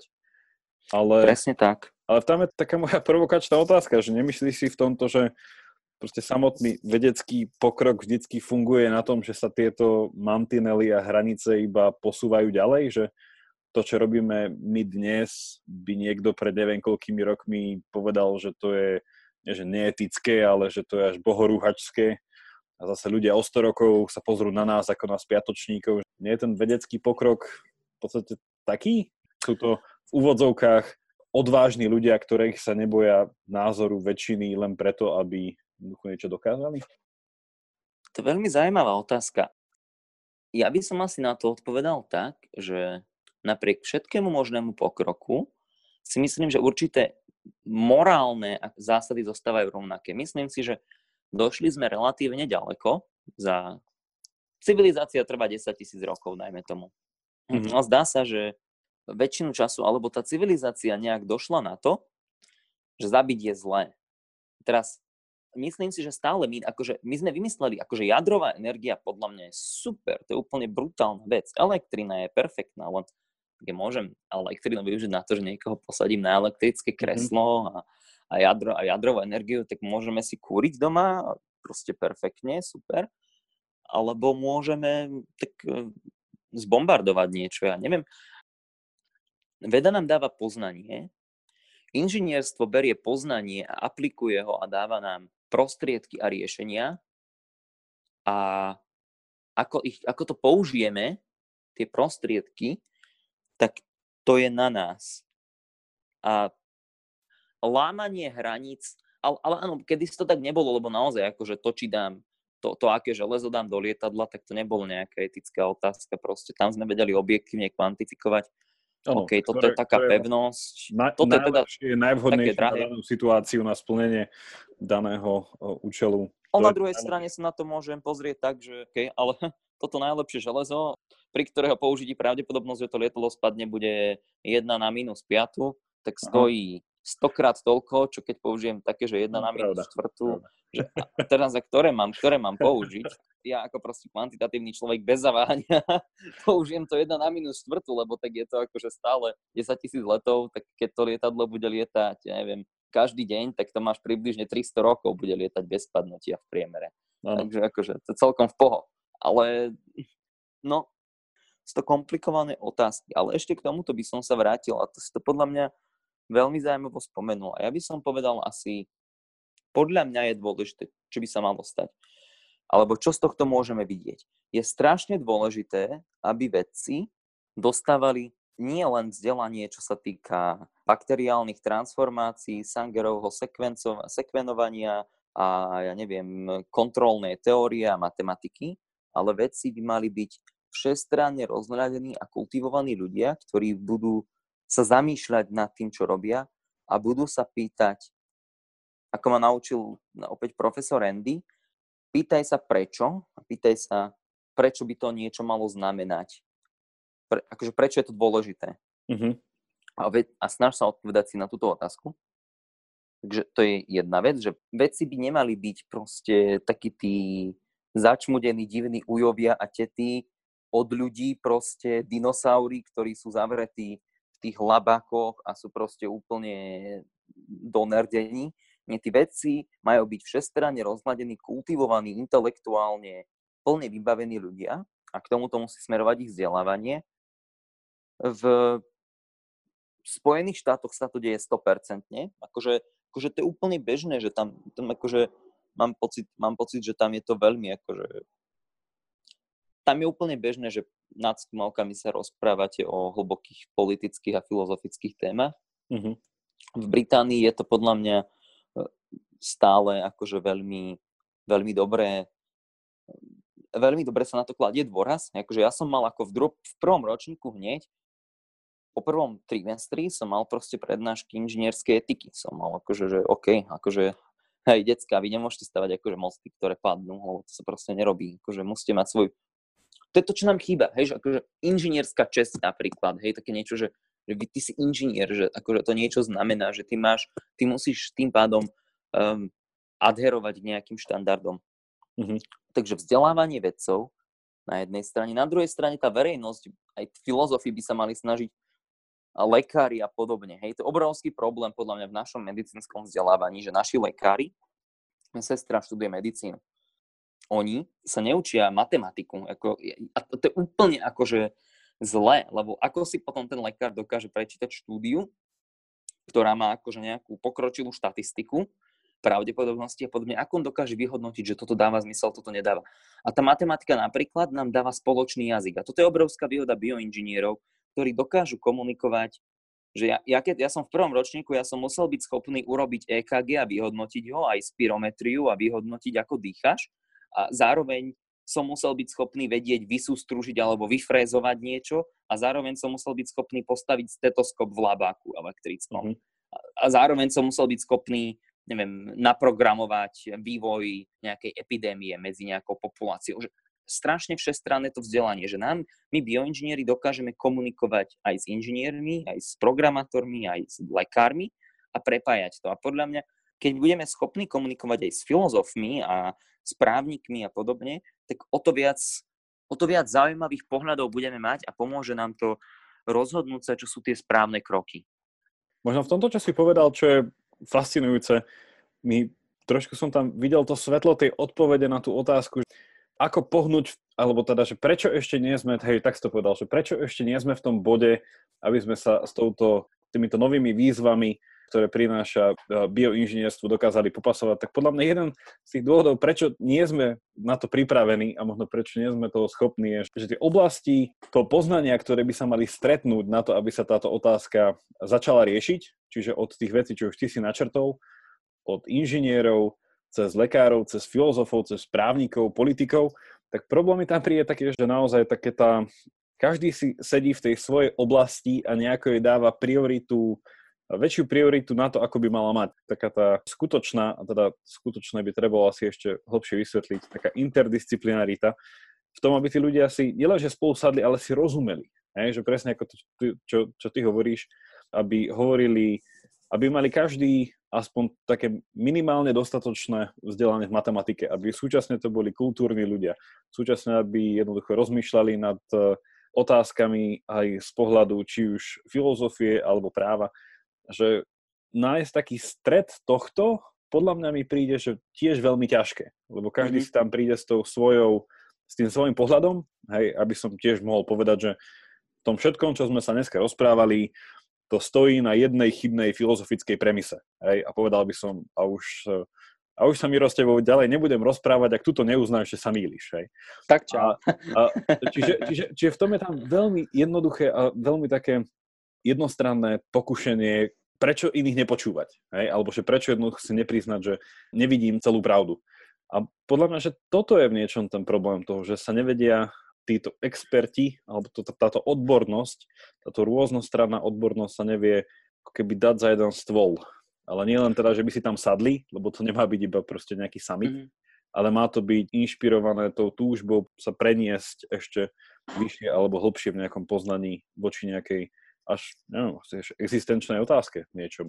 Presne tak. Ale tam je taká moja provokačná otázka, že nemyslíš si v tomto, že proste samotný vedecký pokrok vždycky funguje na tom, že sa tieto mantinely a hranice iba posúvajú ďalej, že to, čo robíme my dnes, by niekto pred neviem koľkými rokmi povedal, že to je nie, že neetické, ale že to je až bohorúhačské. A zase ľudia o 100 rokov sa pozrú na nás ako na spiatočníkov. Nie je ten vedecký pokrok v podstate taký? Sú to v úvodzovkách odvážni ľudia, ktorých sa neboja názoru väčšiny len preto, aby niečo dokázali? To je veľmi zaujímavá otázka. Ja by som asi na to odpovedal tak, že napriek všetkému možnému pokroku si myslím, že určité morálne zásady zostávajú rovnaké. Myslím si, že došli sme relatívne ďaleko. Civilizácia trvá 10 000 rokov, dajme tomu. A zdá sa, že väčšinu času, alebo tá civilizácia nejak došla na to, že zabiť je zlé. Teraz myslím si, že stále my sme vymysleli, akože jadrová energia podľa mňa je super, to je úplne brutálna vec. Elektrina je perfektná, len keď môžem elektrínu využiť na to, že niekoho posadím na elektrické kreslo a jadrovú energiu, tak môžeme si kúriť doma, proste perfektne, super. Alebo môžeme tak zbombardovať niečo, ja neviem. Veda nám dáva poznanie, inžinierstvo berie poznanie a aplikuje ho a dáva nám prostriedky a riešenia, a ako to použijeme, tie prostriedky, tak to je na nás. A lámanie hraníc, ale áno, kedysi to tak nebolo, lebo naozaj akože to, či dám to, aké železo dám do lietadla, tak to nebolo nejaká etická otázka, proste tam sme vedeli objektívne kvantifikovať. OK, toto je taká pevnosť. Toto je teda najvhodnejšie na danú situáciu, na splnenie daného účelu. Na druhej strane sa na to môžem pozrieť tak, že OK, ale toto najlepšie železo, pri ktorého použití pravdepodobnosť, že to lietadlo spadne, bude 1 na -5, tak stojí 100-krát toľko, čo keď použijem také, že 1 na -4. A teraz, ktoré mám použiť? Ja ako proste kvantitatívny človek bez zaváhania použijem to 1 na -4, lebo tak je to akože stále 10 000 letov, tak keď to lietadlo bude lietať, ja neviem, každý deň, tak to máš približne 300 rokov, bude lietať bez spadnutia v priemere. Takže akože to je celkom v poho. Ale no, sú to komplikované otázky. Ale ešte k tomuto by som sa vrátil, a to si to podľa mňa veľmi zaujímavo spomenul. A ja by som povedal asi podľa mňa je dôležité, čo by sa malo stať, alebo čo z tohto môžeme vidieť. Je strašne dôležité, aby vedci dostávali nie len vzdelanie, čo sa týka bakteriálnych transformácií, Sangerovho sekvenovania a ja neviem, kontrolnej teórie a matematiky, ale vedci by mali byť všestranne rozhľadení a kultivovaní ľudia, ktorí budú sa zamýšľať nad tým, čo robia a budú sa pýtať, ako ma naučil opäť profesor Andy, pýtaj sa prečo a pýtaj sa, prečo by to niečo malo znamenať. Akože prečo je to dôležité. A snaž sa odpovedať si na túto otázku. Takže to je jedna vec, že vedci by nemali byť proste takí tí začmudení, divní ujovia a tety od ľudí, proste dinosaury, ktorí sú zavretí v tých labákoch a sú proste úplne donerdení. Nie, tí vedci majú byť všestranne rozhľadení, kultivovaní, intelektuálne, plne vybavení ľudia a k tomuto musí smerovať ich vzdelávanie. V Spojených štátoch sa to deje 100%. Akože to je úplne bežné, že tam akože mám pocit, že tam je to veľmi akože tam je úplne bežné, že nad skúmavkami sa rozprávate o hlbokých politických a filozofických témach. V Británii je to podľa mňa stále akože veľmi, veľmi dobré sa na to kladie dôraz. Akože ja som mal ako v prvom ročníku hneď, po prvom trimestri som mal proste prednášky inžinierskej etiky. Som mal akože, že OK, akože hej, decka, vy nemôžete stavať akože mosty, ktoré padnú, lebo to sa proste nerobí. Akože musíte mať svoj... To je to, čo nám chýba, hej, že akože inžinierská česť napríklad, hej, také niečo, že ty si inžinier, že akože to niečo znamená, že ty musíš tým pádom adherovať k nejakým štandardom. Takže vzdelávanie vedcov na jednej strane, na druhej strane tá verejnosť, aj filozofi by sa mali snažiť, a lekári a podobne. Hej, to je obrovský problém podľa mňa v našom medicínskom vzdelávaní, že naši lekári, sestra študuje medicínu, oni sa neučia matematiku. A to je úplne akože zlé, lebo ako si potom ten lekár dokáže prečítať štúdiu, ktorá má akože nejakú pokročilú štatistiku, pravdepodobnosti a podobne, ako on dokáže vyhodnotiť, že toto dáva zmysel, toto nedáva. A tá matematika napríklad nám dáva spoločný jazyk. A toto je obrovská výhoda bioinžinierov, ktorí dokážu komunikovať, že ja som v prvom ročníku, ja som musel byť schopný urobiť EKG a vyhodnotiť ho, aj spirometriu a vyhodnotiť, ako dýchaš. A zároveň som musel byť schopný vedieť vysústružiť alebo vyfrézovať niečo a zároveň som musel byť schopný postaviť stetoskop v labáku elektrickom. A zároveň som musel byť schopný, neviem, naprogramovať vývoj nejakej epidémie medzi nejakou populáciou. Strašne všestranné to vzdelanie, že my bioinžinieri dokážeme komunikovať aj s inžiniermi, aj s programátormi, aj s lekármi a prepájať to. A podľa mňa, keď budeme schopní komunikovať aj s filozofmi a s právnikmi a podobne, tak o to viac zaujímavých pohľadov budeme mať a pomôže nám to rozhodnúť sa, čo sú tie správne kroky. Možno v tomto, čo si povedal, čo je fascinujúce, trošku som tam videl to svetlo tej odpovede na tú otázku, ako pohnúť, alebo teda, že prečo ešte nie sme, tak si to povedal, že prečo ešte nie sme v tom bode, aby sme sa s týmito novými výzvami, ktoré prináša bioinžinierstvo, dokázali popasovať. Tak podľa mňa jeden z tých dôvodov, prečo nie sme na to pripravení a možno prečo nie sme toho schopní, je, že tie oblasti toho poznania, ktoré by sa mali stretnúť na to, aby sa táto otázka začala riešiť, čiže od tých vecí, čo už ty si načrtol, od inžinierov, cez lekárov, cez filozofov, cez právnikov, politikov, tak problémy tam príde také, že naozaj každý si sedí v tej svojej oblasti a nejako jej dáva väčšiu prioritu na to, ako by mala mať. Taká tá skutočná, a teda skutočné by trebalo asi ešte hlbšie vysvetliť, taká interdisciplinarita v tom, aby tí ľudia si nielenže spolu sadli, ale si rozumeli. Že presne ako to, čo ty hovoríš, aby mali každý aspoň také minimálne dostatočné vzdelanie v matematike, aby súčasne to boli kultúrni ľudia, súčasne aby jednoducho rozmýšľali nad otázkami aj z pohľadu či už filozofie alebo práva, že nájsť taký stred tohto, podľa mňa mi príde, že tiež veľmi ťažké, lebo každý si tam príde s tým svojím pohľadom, aby som tiež mohol povedať, že v tom všetkom, čo sme sa dneska rozprávali, to stojí na jednej chybnej filozofickej premise. A povedal by som, a už a už sa Miro s tebou ďalej nebudem rozprávať, ak tu to neuznáš, že sa mýliš. Hej. Tak čau. Čiže v tom je tam veľmi jednoduché a veľmi také jednostranné pokušenie, prečo iných nepočúvať. Hej? Alebo že prečo jednoducho si nepriznať, že nevidím celú pravdu. A podľa mňa, že toto je v niečom ten problém toho, že sa nevedia títo experti, alebo táto odbornosť, táto rôznostranná odbornosť sa nevie ako keby dať za jeden stôl. Ale nie len teda, že by si tam sadli, lebo to nemá byť iba proste nejaký summit, ale má to byť inšpirované tou túžbou sa preniesť ešte vyššie alebo hlbšie v nejakom poznaní voči nejakej až, neviem, existenčnej otázke niečom.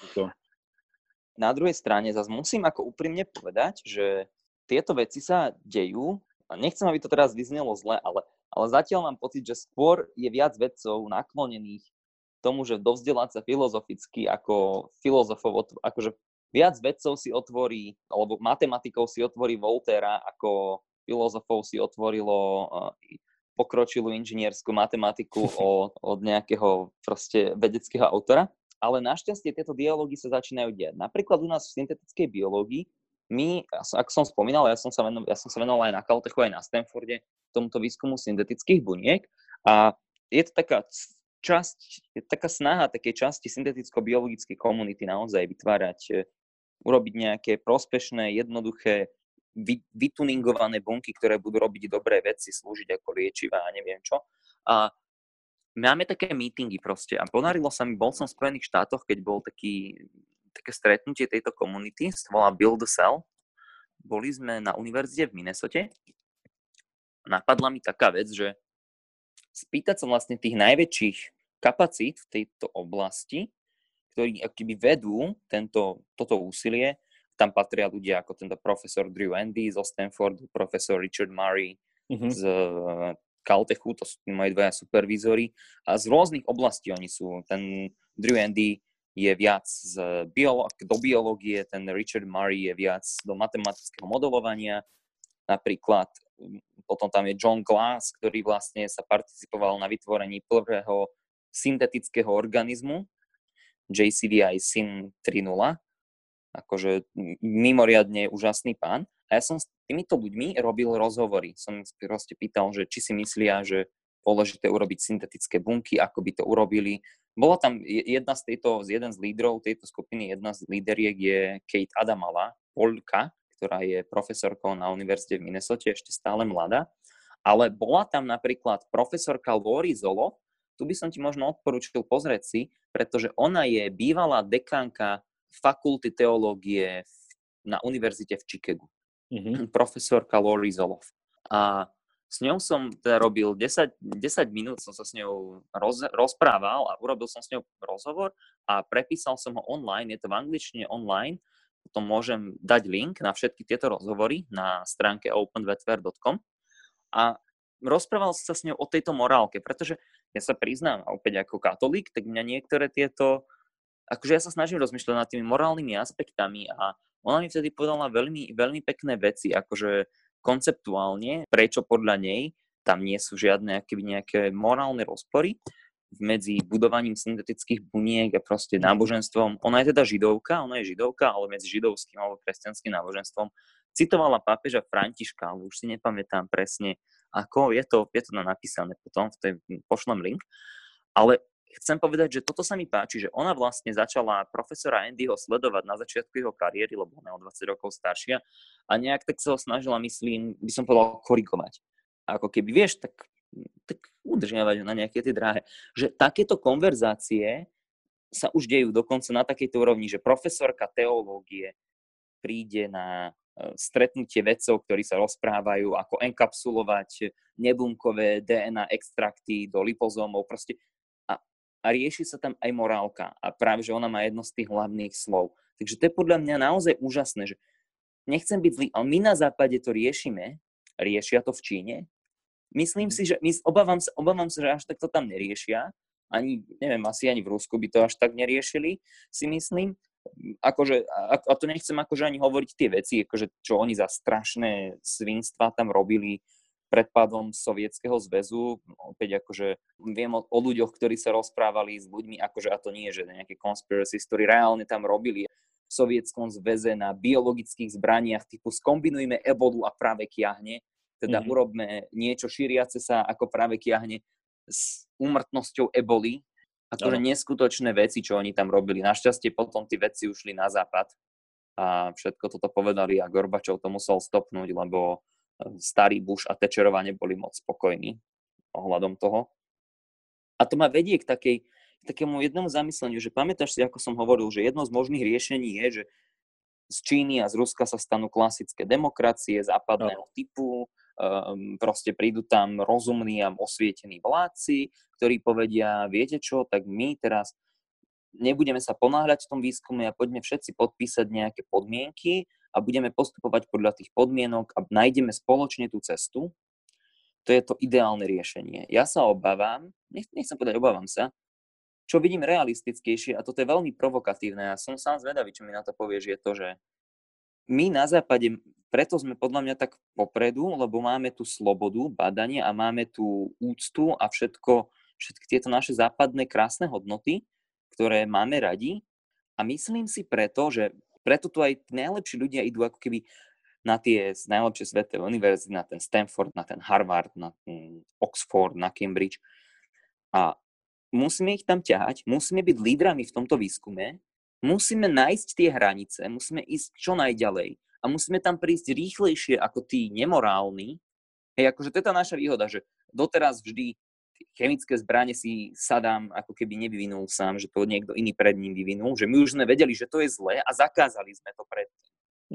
Na druhej strane zase musím ako úprimne povedať, že tieto veci sa dejú, a nechcem, aby to teraz vyznelo zle, ale zatiaľ mám pocit, že skôr je viac vedcov naklonených tomu, že dovzdelať sa filozoficky ako filozofov, akože viac vedcov si otvorí, alebo matematikov si otvorí Voltaira, ako filozofov si otvorilo pokročilú inžinierskú matematiku od nejakého proste vedeckého autora. Ale našťastie tieto dialógy sa začínajú diať. Napríklad u nás v syntetickej biológii, ako som spomínal, ja som sa venoval aj na Caltechu, aj na Stanforde tomuto výskumu syntetických buniek a je to taká snaha takej časti synteticko-biologickej komunity naozaj vytvárať, urobiť nejaké prospešné, jednoduché, vytuningované bunky, ktoré budú robiť dobré veci, slúžiť ako liečiva a neviem čo. A máme také meetingy proste a podarilo sa mi, bol som v Spojených štátoch, keď bol také stretnutie tejto komunity, sa volá Build a Cell. Boli sme na univerzite v Minnesote. Napadla mi taká vec, že spýtať sa vlastne tých najväčších kapacít v tejto oblasti, ktorí akoby vedú toto úsilie. Tam patria ľudia ako tento profesor Drew Endy zo Stanfordu, profesor Richard Murray z Caltechu, to sú moji dvaja supervízori. A z rôznych oblastí oni sú. Ten Drew Endy je viac do biológie, ten Richard Murray je viac do matematického modelovania. Napríklad potom tam je John Glass, ktorý vlastne sa participoval na vytvorení prvého syntetického organizmu, JCVI Syn 3.0. Akože mimoriadne úžasný pán. A ja som s týmito ľuďmi robil rozhovory. Som proste pýtal, že či si myslia, že dôležité urobiť syntetické bunky, ako by to urobili. Bola tam jeden z lídrov tejto skupiny, jedna z líderiek je Kate Adamala, Poľka, ktorá je profesorkou na univerzite v Minnesote, ešte stále mladá. Ale bola tam napríklad profesorka Lori Zolo, tu by som ti možno odporúčil pozrieť si, pretože ona je bývalá dekánka fakulty teológie na univerzite v Chicagu. Profesorka Lori Zoloff. A s ňou som teda robil 10 minút, som sa s ňou rozprával a urobil som s ňou rozhovor a prepísal som ho online, je to v angličtine online, potom môžem dať link na všetky tieto rozhovory na stránke openvetver.com a rozprával som sa s ňou o tejto morálke, pretože ja sa priznám, a opäť ako katolík, tak mňa niektoré tieto, akože ja sa snažím rozmýšľať nad tými morálnymi aspektami a ona mi vtedy povedala veľmi, veľmi pekné veci, akože konceptuálne, prečo podľa nej tam nie sú žiadne nejaké morálne rozpory medzi budovaním syntetických buniek a proste náboženstvom. Ona je teda židovka, ale medzi židovským alebo kresťanským náboženstvom citovala pápeža Františka, ale už si nepamätám presne, ako je to napísané potom, pošlem link, ale chcem povedať, že toto sa mi páči, že ona vlastne začala profesora Andyho sledovať na začiatku jeho kariéry, lebo ona je o 20 rokov staršia a nejak tak sa ho snažila, myslím, by som povedal, korigovať. A ako keby, vieš, tak udržiavať na nejaké tie dráhe. Že takéto konverzácie sa už dejú dokonca na takejto úrovni, že profesorka teológie príde na stretnutie vedcov, ktorí sa rozprávajú, ako enkapsulovať nebunkové DNA extrakty do lipozómov, proste a rieši sa tam aj morálka. A práve, že ona má jedno z tých hlavných slov. Takže to je podľa mňa naozaj úžasné, že nechcem byť zlý, ale my na západe to riešime, riešia to v Číne. Myslím si, že obávam sa, že až tak to tam neriešia. Neviem, asi ani v Rusku by to až tak neriešili, si myslím. Akože, a to nechcem akože ani hovoriť tie veci, akože, čo oni za strašné svinstva tam robili pred pádom Sovietskeho zväzu. Opäť akože viem o ľuďoch, ktorí sa rozprávali s ľuďmi, akože a to nie je, že nejaké conspiracies, ktorí reálne tam robili. v Sovietskom zväze na biologických zbraniach typu skombinujme ebolu a praveky jahne, teda urobme niečo šíriace sa ako praveky jahne s úmrtnosťou eboli. Akože neskutočné veci, čo oni tam robili. Našťastie potom tí vedci ušli na západ a všetko toto povedali a Gorbačov to musel stopnúť, lebo starý Bush a Thatcherová neboli moc spokojní ohľadom toho. A to ma vedie k takému jednému zamysleniu, že pamätáš si, ako som hovoril, že jedno z možných riešení je, že z Číny a z Ruska sa stanú klasické demokracie západného typu, proste prídu tam rozumní a osvietení vládci, ktorí povedia, viete čo, tak my teraz nebudeme sa ponáhľať v tom výskume a poďme všetci podpísať nejaké podmienky a budeme postupovať podľa tých podmienok a nájdeme spoločne tú cestu. To je to ideálne riešenie. Ja sa obávam, nechcem povedať obávam sa, čo vidím realistickejšie, a toto je veľmi provokatívne, a som sám zvedavý, čo mi na to povieš, je to, že my na západe, preto sme podľa mňa tak popredu, lebo máme tú slobodu badania a máme tú úctu a všetky tieto naše západné krásne hodnoty, ktoré máme radi. A myslím si preto tu aj najlepší ľudia idú ako keby na tie najlepšie svetové univerzity, na ten Stanford, na ten Harvard, na ten Oxford, na Cambridge. A musíme ich tam ťahať, musíme byť lídrami v tomto výskume, musíme nájsť tie hranice, musíme ísť čo najďalej a musíme tam prísť rýchlejšie ako tí nemorálni. Hej, akože to je tá naša výhoda, že doteraz vždy chemické zbrane si Saddam ako keby nevyvinul sám, že to niekto iný pred ním vyvinul, že my už sme vedeli, že to je zlé a zakázali sme to predtým.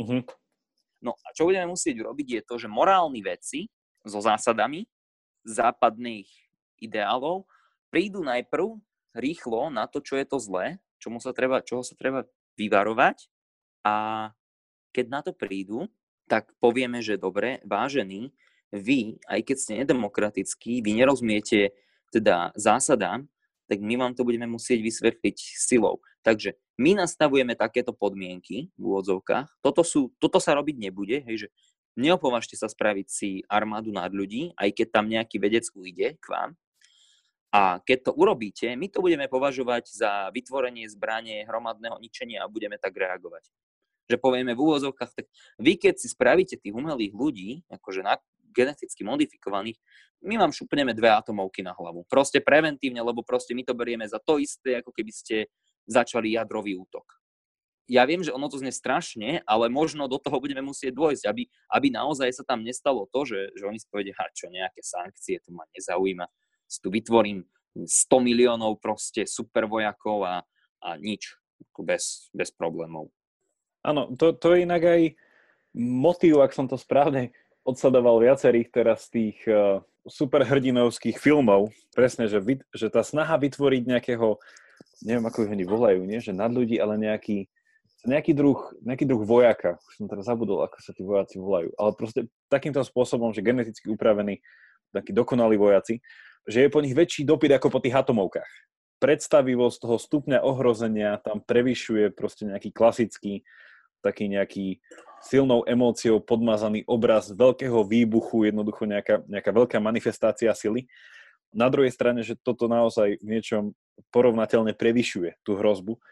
No a čo budeme musieť urobiť je to, že morálni vedci so zásadami západných ideálov prídu najprv rýchlo na to, čo je to zlé, čoho sa treba vyvarovať, a keď na to prídu, tak povieme, že dobre, vážení, vy, aj keď ste nedemokratickí, vy nerozumiete teda zásadám, tak my vám to budeme musieť vysvetliť silou. Takže my nastavujeme takéto podmienky v úvodzovkách. Toto sa robiť nebude, hej, že neopovažte sa spraviť si armádu nad ľudí, aj keď tam nejaký vedec ujde k vám. A keď to urobíte, my to budeme považovať za vytvorenie zbrane hromadného ničenia a budeme tak reagovať. Že povieme v úvozovkách, tak vy keď si spravíte tých umelých ľudí, akože geneticky modifikovaných, my vám šupneme 2 atomovky na hlavu. Proste preventívne, lebo proste my to berieme za to isté, ako keby ste začali jadrový útok. Ja viem, že ono to znie strašne, ale možno do toho budeme musieť dôjsť, aby naozaj sa tam nestalo to, že oni si povedia, čo nejaké sankcie, to ma nezaujíma. Tu vytvorím 100 miliónov proste super vojakov a nič, bez problémov. Áno, to je inak aj motív, ak som to správne odsledoval viacerých teraz tých superhrdinovských filmov. Presne, že tá snaha vytvoriť nejakého, neviem ako oni volajú, nie? Že nad ľudí, ale nejaký druh vojaka. Už som teraz zabudol, ako sa tí vojaci volajú. Ale proste takýmto spôsobom, že geneticky upravení, takí dokonalí vojaci, že je po nich väčší dopyt ako po tých atomovkách. Predstavivosť toho stupňa ohrozenia tam prevyšuje proste nejaký klasický, taký nejaký silnou emóciou podmazaný obraz veľkého výbuchu, jednoducho nejaká veľká manifestácia sily. Na druhej strane, že toto naozaj v niečom porovnateľne prevyšuje tú hrozbu.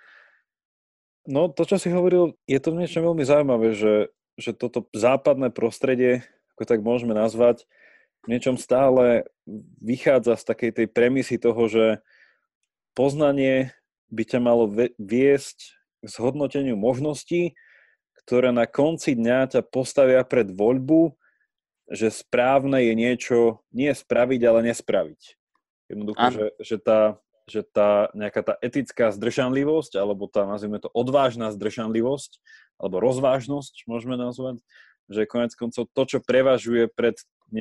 No to, čo si hovoril, je to v niečom veľmi zaujímavé, že toto západné prostredie, ako tak môžeme nazvať, v niečom stále vychádza z takej tej premisy toho, že poznanie by ťa malo viesť k zhodnoteniu možností, ktoré na konci dňa ťa postavia pred voľbu, že správne je niečo nie spraviť, ale nespraviť. Jednoducho, že tá nejaká tá etická zdržanlivosť, alebo tá, nazvime to, odvážna zdržanlivosť, alebo rozvážnosť, môžeme nazvať, že konec koncov to, čo prevažuje pred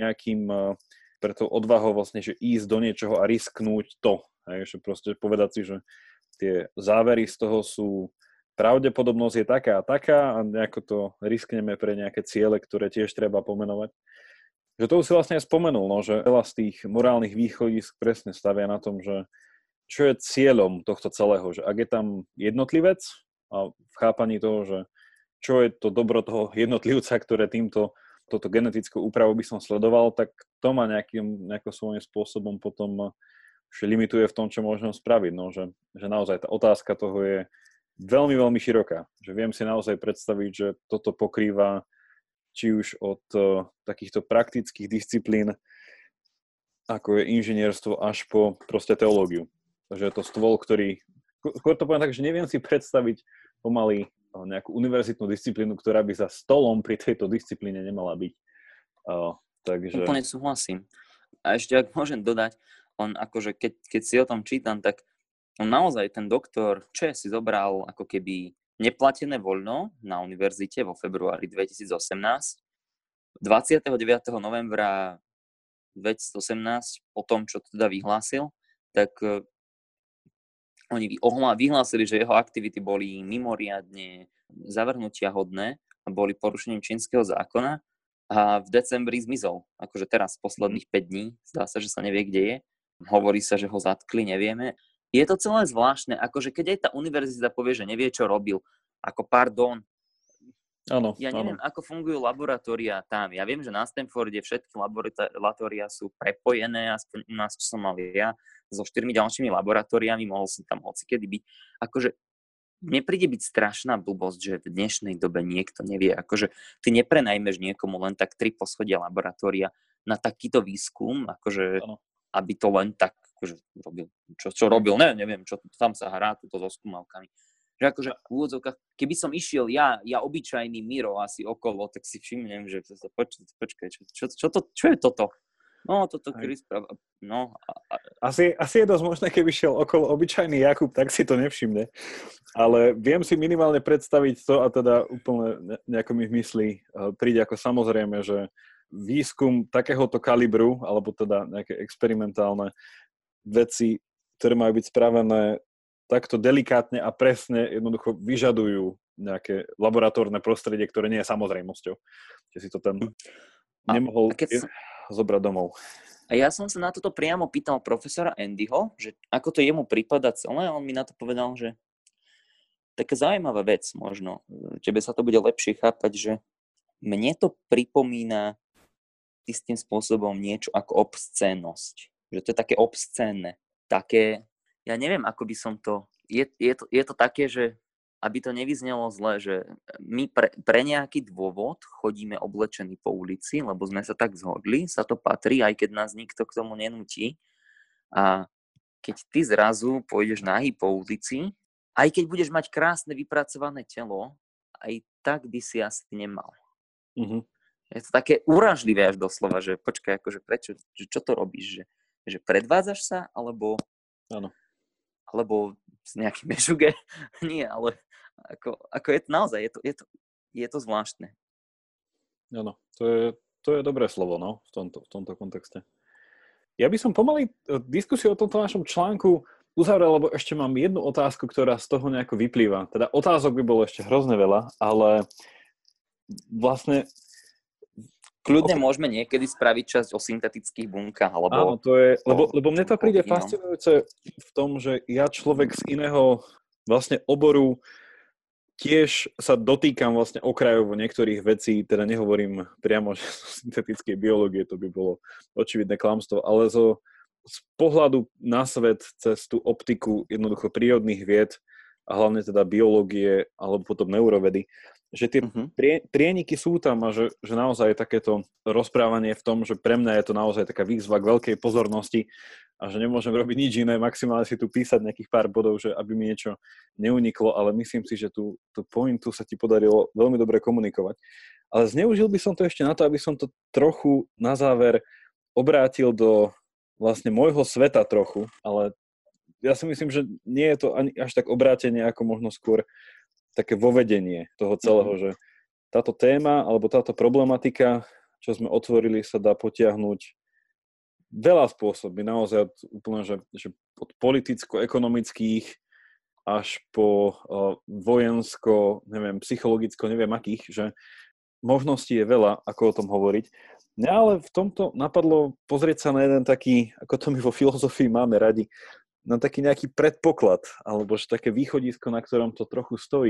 tou odvahou vlastne, že ísť do niečoho a risknúť to. Hej, že proste povedať si, že tie závery z toho sú, pravdepodobnosť je taká a taká a nejako to riskneme pre nejaké ciele, ktoré tiež treba pomenovať. Že to už si vlastne spomenul, no, že veľa z tých morálnych východisk presne stavia na tom, že čo je cieľom tohto celého, že ak je tam jednotlivec a v chápaní toho, že čo je to dobro toho jednotlivca, ktoré toto genetickú úpravu by som sledoval, tak to ma nejakým svojím spôsobom potom limituje v tom, čo môžem spraviť. No, že naozaj tá otázka toho je, veľmi, veľmi široká. Že viem si naozaj predstaviť, že toto pokrýva či už od takýchto praktických disciplín, ako je inžinierstvo, až po proste teológiu. Takže je to stôl, ktorý... Skôr to poviem tak, že neviem si predstaviť pomaly nejakú univerzitnú disciplínu, ktorá by za stolom pri tejto disciplíne nemala byť. Takže... Úplne súhlasím. A ešte, ak môžem dodať, on akože, keď si o tom čítam, tak on naozaj, ten doktor si zobral ako keby neplatené voľno na univerzite vo februári 2018. 29. novembra 2018, po tom, čo teda vyhlásil, tak oni vyhlásili, že jeho aktivity boli mimoriadne zavrhnutia hodné a boli porušením čínskeho zákona a v decembri zmizol. Akože teraz posledných 5 dní, zdá sa, že sa nevie, kde je. Hovorí sa, že ho zatkli, nevieme. Je to celé zvláštne, akože keď aj tá univerzita povie, že nevie, čo robil, ako pardon. Áno, ja neviem, ako fungujú laboratória tam. Ja viem, že na Stanforde všetky laboratória sú prepojené, aspoň u nás, čo som mal ja, so 4 ďalšími laboratóriami, mohol som tam hocikedy byť. Akože mne príde byť strašná blbosť, že v dnešnej dobe niekto nevie. Akože ty neprenajmeš niekomu len tak 3 poschodia laboratória na takýto výskum, akože aby to len tak akože robil. Čo robil? Neviem, čo tam sa hrá túto so skúmavkami. Že akože v úvodzovkách, keby som išiel ja obyčajný Miro asi okolo, tak si všimnem, že počkaj, čo je toto? No, toto Chris, no. Asi je dosť možné, keby šiel okolo obyčajný Jakub, tak si to nevšimne. Ale viem si minimálne predstaviť to a teda úplne nejako mi v mysli príde ako samozrejme, že výskum takéhoto kalibru, alebo teda nejaké experimentálne veci, ktoré majú byť spravené takto delikátne a presne jednoducho vyžadujú nejaké laboratórne prostredie, ktoré nie je samozrejmosťou. Že si to tam nemohol zobrať domov. A ja som sa na toto priamo pýtal profesora Andyho, že ako to jemu prípada celé, a on mi na to povedal, že taká zaujímavá vec možno, tebe sa to bude lepšie chápať, že mne to pripomína istým spôsobom niečo ako obscénnosť. Že to je také obscénne. Také, ja neviem, ako by som to... Je to také, že aby to nevyznelo zle, že my pre nejaký dôvod chodíme oblečení po ulici, lebo sme sa tak zhodli, sa to patrí, aj keď nás nikto k tomu nenúti. A keď ty zrazu pôjdeš nahý po ulici, aj keď budeš mať krásne vypracované telo, aj tak by si asi nemal. Mhm. Je to také urážlivé až doslova, že počkaj, akože prečo, že čo to robíš, že predvádzaš sa, alebo... Áno. Alebo s nejakým mešuge. Nie, ale ako je to naozaj, je to zvláštne. Áno, to je dobré slovo, no, v tomto kontexte. Ja by som pomaly diskusiu o tomto našom článku uzavrel, lebo ešte mám jednu otázku, ktorá z toho nejako vyplýva. Teda otázok by bolo ešte hrozne veľa, ale vlastne... Kľudne môžeme niekedy spraviť časť o syntetických bunkách, alebo... Áno, to je, lebo mne to príde fascinujúce v tom, že ja človek z iného vlastne oboru tiež sa dotýkam vlastne okrajovo niektorých vecí, teda nehovorím priamo, že z syntetickej biológie, to by bolo očividné klamstvo, ale z pohľadu na svet cez tú optiku jednoducho prírodných vied a hlavne teda biológie alebo potom neurovedy, že tie prieniky sú tam a že naozaj takéto rozprávanie v tom, že pre mňa je to naozaj taká výzva k veľkej pozornosti a že nemôžem robiť nič iné, maximálne si tu písať nejakých pár bodov, že aby mi niečo neuniklo, ale myslím si, že tú pointu sa ti podarilo veľmi dobre komunikovať. Ale zneužil by som to ešte na to, aby som to trochu na záver obrátil do vlastne môjho sveta trochu, ale ja si myslím, že nie je to ani až tak obrátenie, ako možno skôr také vovedenie toho celého, že táto téma alebo táto problematika, čo sme otvorili, sa dá potiahnuť veľa spôsobmi, naozaj úplne, že od politicko-ekonomických až po vojensko, neviem, psychologicko, neviem akých, že možností je veľa, ako o tom hovoriť. Mňa ale v tomto napadlo pozrieť sa na jeden taký, ako to my vo filozofii máme radi, na taký nejaký predpoklad, alebo že také východisko, na ktorom to trochu stojí.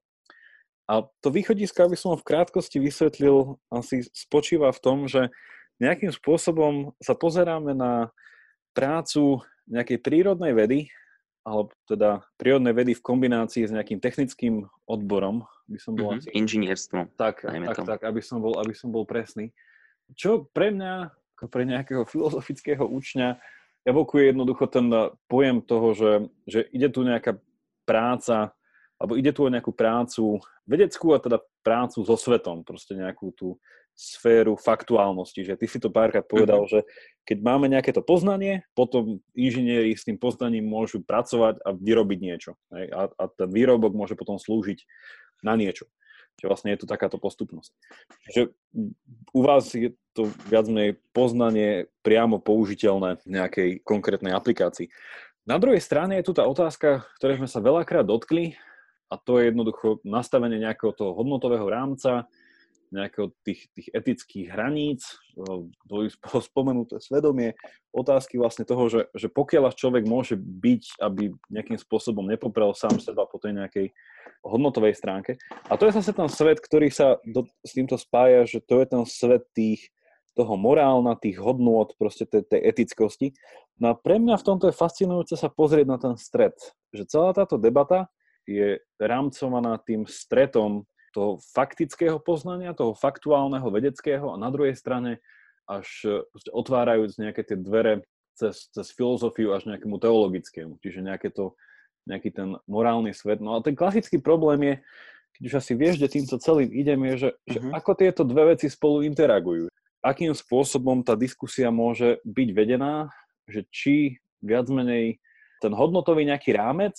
A to východisko, aby som ho v krátkosti vysvetlil, asi spočíva v tom, že nejakým spôsobom sa pozeráme na prácu nejakej prírodnej vedy, alebo teda prírodné vedy v kombinácii s nejakým technickým odborom, by som bol asi... Inžinierstvo. Tak, aby som bol presný. Čo pre mňa, ako pre nejakého filozofického učňa, evokuje jednoducho ten pojem toho, že ide tu nejaká práca, alebo ide tu o nejakú prácu vedeckú a teda prácu so svetom, proste nejakú tú sféru faktuálnosti, že ty si to párkrát povedal, že keď máme nejaké to poznanie, potom inžinieri s tým poznaním môžu pracovať a vyrobiť niečo. Hej? A ten výrobok môže potom slúžiť na niečo. Čiže vlastne je tu takáto postupnosť. Čiže u vás je to viac menej poznanie priamo použiteľné v nejakej konkrétnej aplikácii. Na druhej strane je tu tá otázka, ktorej sme sa veľakrát dotkli, a to je jednoducho nastavenie nejakého toho hodnotového rámca, nejakého tých etických hraníc, boli spomenuté svedomie, otázky vlastne toho, že pokiaľ človek môže byť, aby nejakým spôsobom nepoprel sám seba po tej nejakej hodnotovej stránke. A to je zase ten svet, ktorý sa s týmto spája, že to je ten svet toho morálna, tých hodnôt, proste tej etickosti. No a pre mňa v tomto je fascinujúce sa pozrieť na ten stret, že celá táto debata je rámcovaná tým stretom toho faktického poznania, toho faktuálneho, vedeckého a na druhej strane až otvárajúc nejaké tie dvere cez filozofiu až nejakému teologickému, čiže nejaký ten morálny svet. No a ten klasický problém je, keď už asi vieš, že týmto celým idem, je, že ako tieto dve veci spolu interagujú. Akým spôsobom tá diskusia môže byť vedená, že či viac menej ten hodnotový nejaký rámec,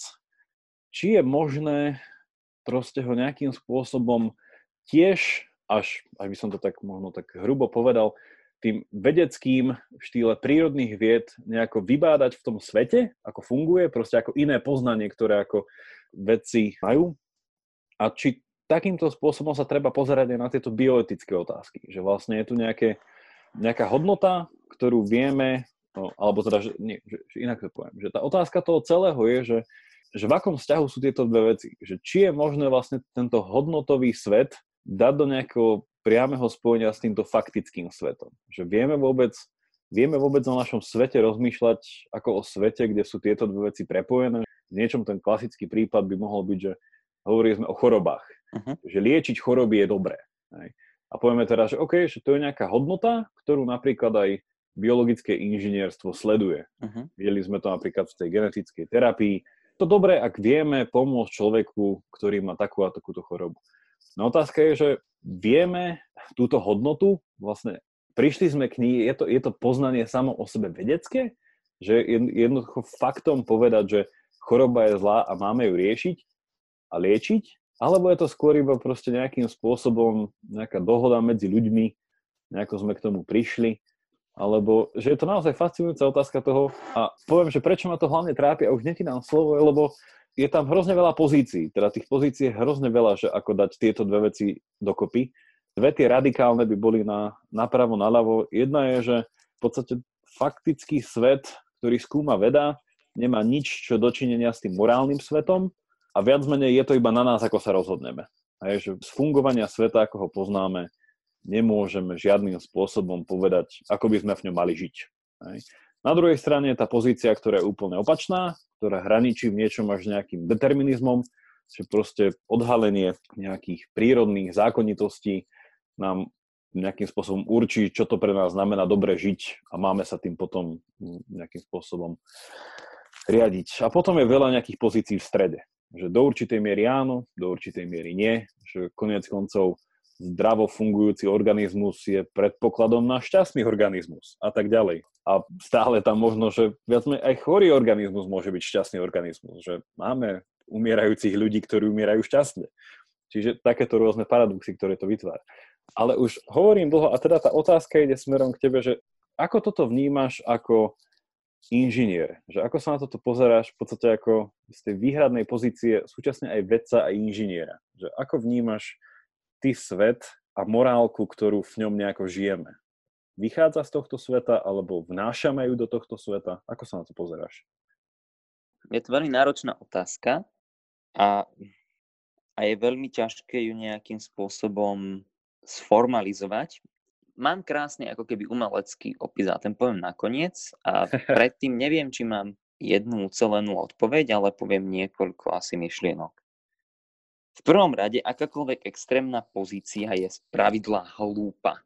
či je možné proste ho nejakým spôsobom tiež, až by som to tak možno tak hrubo povedal, tým vedeckým v štýle prírodných vied nejako vybádať v tom svete, ako funguje, proste ako iné poznanie, ktoré ako vedci majú. A či takýmto spôsobom sa treba pozerať aj na tieto bioetické otázky, že vlastne je tu nejaká hodnota, ktorú vieme, alebo teda, že inak to poviem, že tá otázka toho celého je, že v akom vzťahu sú tieto dve veci. Že či je možné vlastne tento hodnotový svet dať do nejakého priameho spojenia s týmto faktickým svetom. Že vieme vôbec o našom svete rozmýšľať ako o svete, kde sú tieto dve veci prepojené. V niečom ten klasický prípad by mohol byť, že hovorili sme o chorobách. Že liečiť choroby je dobré. A povieme teda, že OK, že to je nejaká hodnota, ktorú napríklad aj biologické inžinierstvo sleduje. Videli sme to napríklad v tej genetickej terapii. To dobré, ak vieme pomôcť človeku, ktorý má takú a takúto chorobu. No otázka je, že vieme túto hodnotu, vlastne prišli sme k ní, je to poznanie samo o sebe vedecké, že jednoducho faktom povedať, že choroba je zlá a máme ju riešiť a liečiť, alebo je to skôr iba proste nejakým spôsobom nejaká dohoda medzi ľuďmi, nejako sme k tomu prišli, alebo že je to naozaj fascinujúca otázka toho a poviem, že prečo ma to hlavne trápi a už ti dám slovo, lebo je tam hrozne veľa pozícií, teda tých pozícií je hrozne veľa, že ako dať tieto dve veci dokopy. Dve tie radikálne by boli napravo, naľavo. Jedna je, že v podstate faktický svet, ktorý skúma veda, nemá nič čo dočinenia s tým morálnym svetom a viac menej je to iba na nás, ako sa rozhodneme. A je, že z fungovania sveta, ako ho poznáme, nemôžeme žiadnym spôsobom povedať, ako by sme v ňom mali žiť. Na druhej strane je tá pozícia, ktorá je úplne opačná, ktorá hraničí v niečom až nejakým determinizmom, že proste odhalenie nejakých prírodných zákonitostí nám nejakým spôsobom určí, čo to pre nás znamená dobre žiť a máme sa tým potom nejakým spôsobom riadiť. A potom je veľa nejakých pozícií v strede, že do určitej miery áno, do určitej miery nie, že koniec koncov zdravo fungujúci organizmus je predpokladom na šťastný organizmus a tak ďalej. A stále tam možno, že viac aj chorý organizmus môže byť šťastný organizmus, že máme umierajúcich ľudí, ktorí umierajú šťastne. Čiže takéto rôzne paradoxy, ktoré to vytvára. Ale už hovorím dlho a teda tá otázka ide smerom k tebe, že ako toto vnímaš ako inžinier? Že ako sa na toto pozeráš v podstate ako z tej výhradnej pozície súčasne aj vedca a inžiniera? Že ako vnímaš ty svet a morálku, ktorú v ňom nejako žijeme? Vychádza z tohto sveta, alebo vnášame ju do tohto sveta? Ako sa na to pozeráš? Je to veľmi náročná otázka a je veľmi ťažké ju nejakým spôsobom sformalizovať. Mám krásne ako keby umelecký opis a ten poviem nakoniec a predtým neviem, či mám jednu ucelenú odpoveď, ale poviem niekoľko asi myšlienok. V prvom rade, akákoľvek extrémna pozícia je spravidla hlúpa.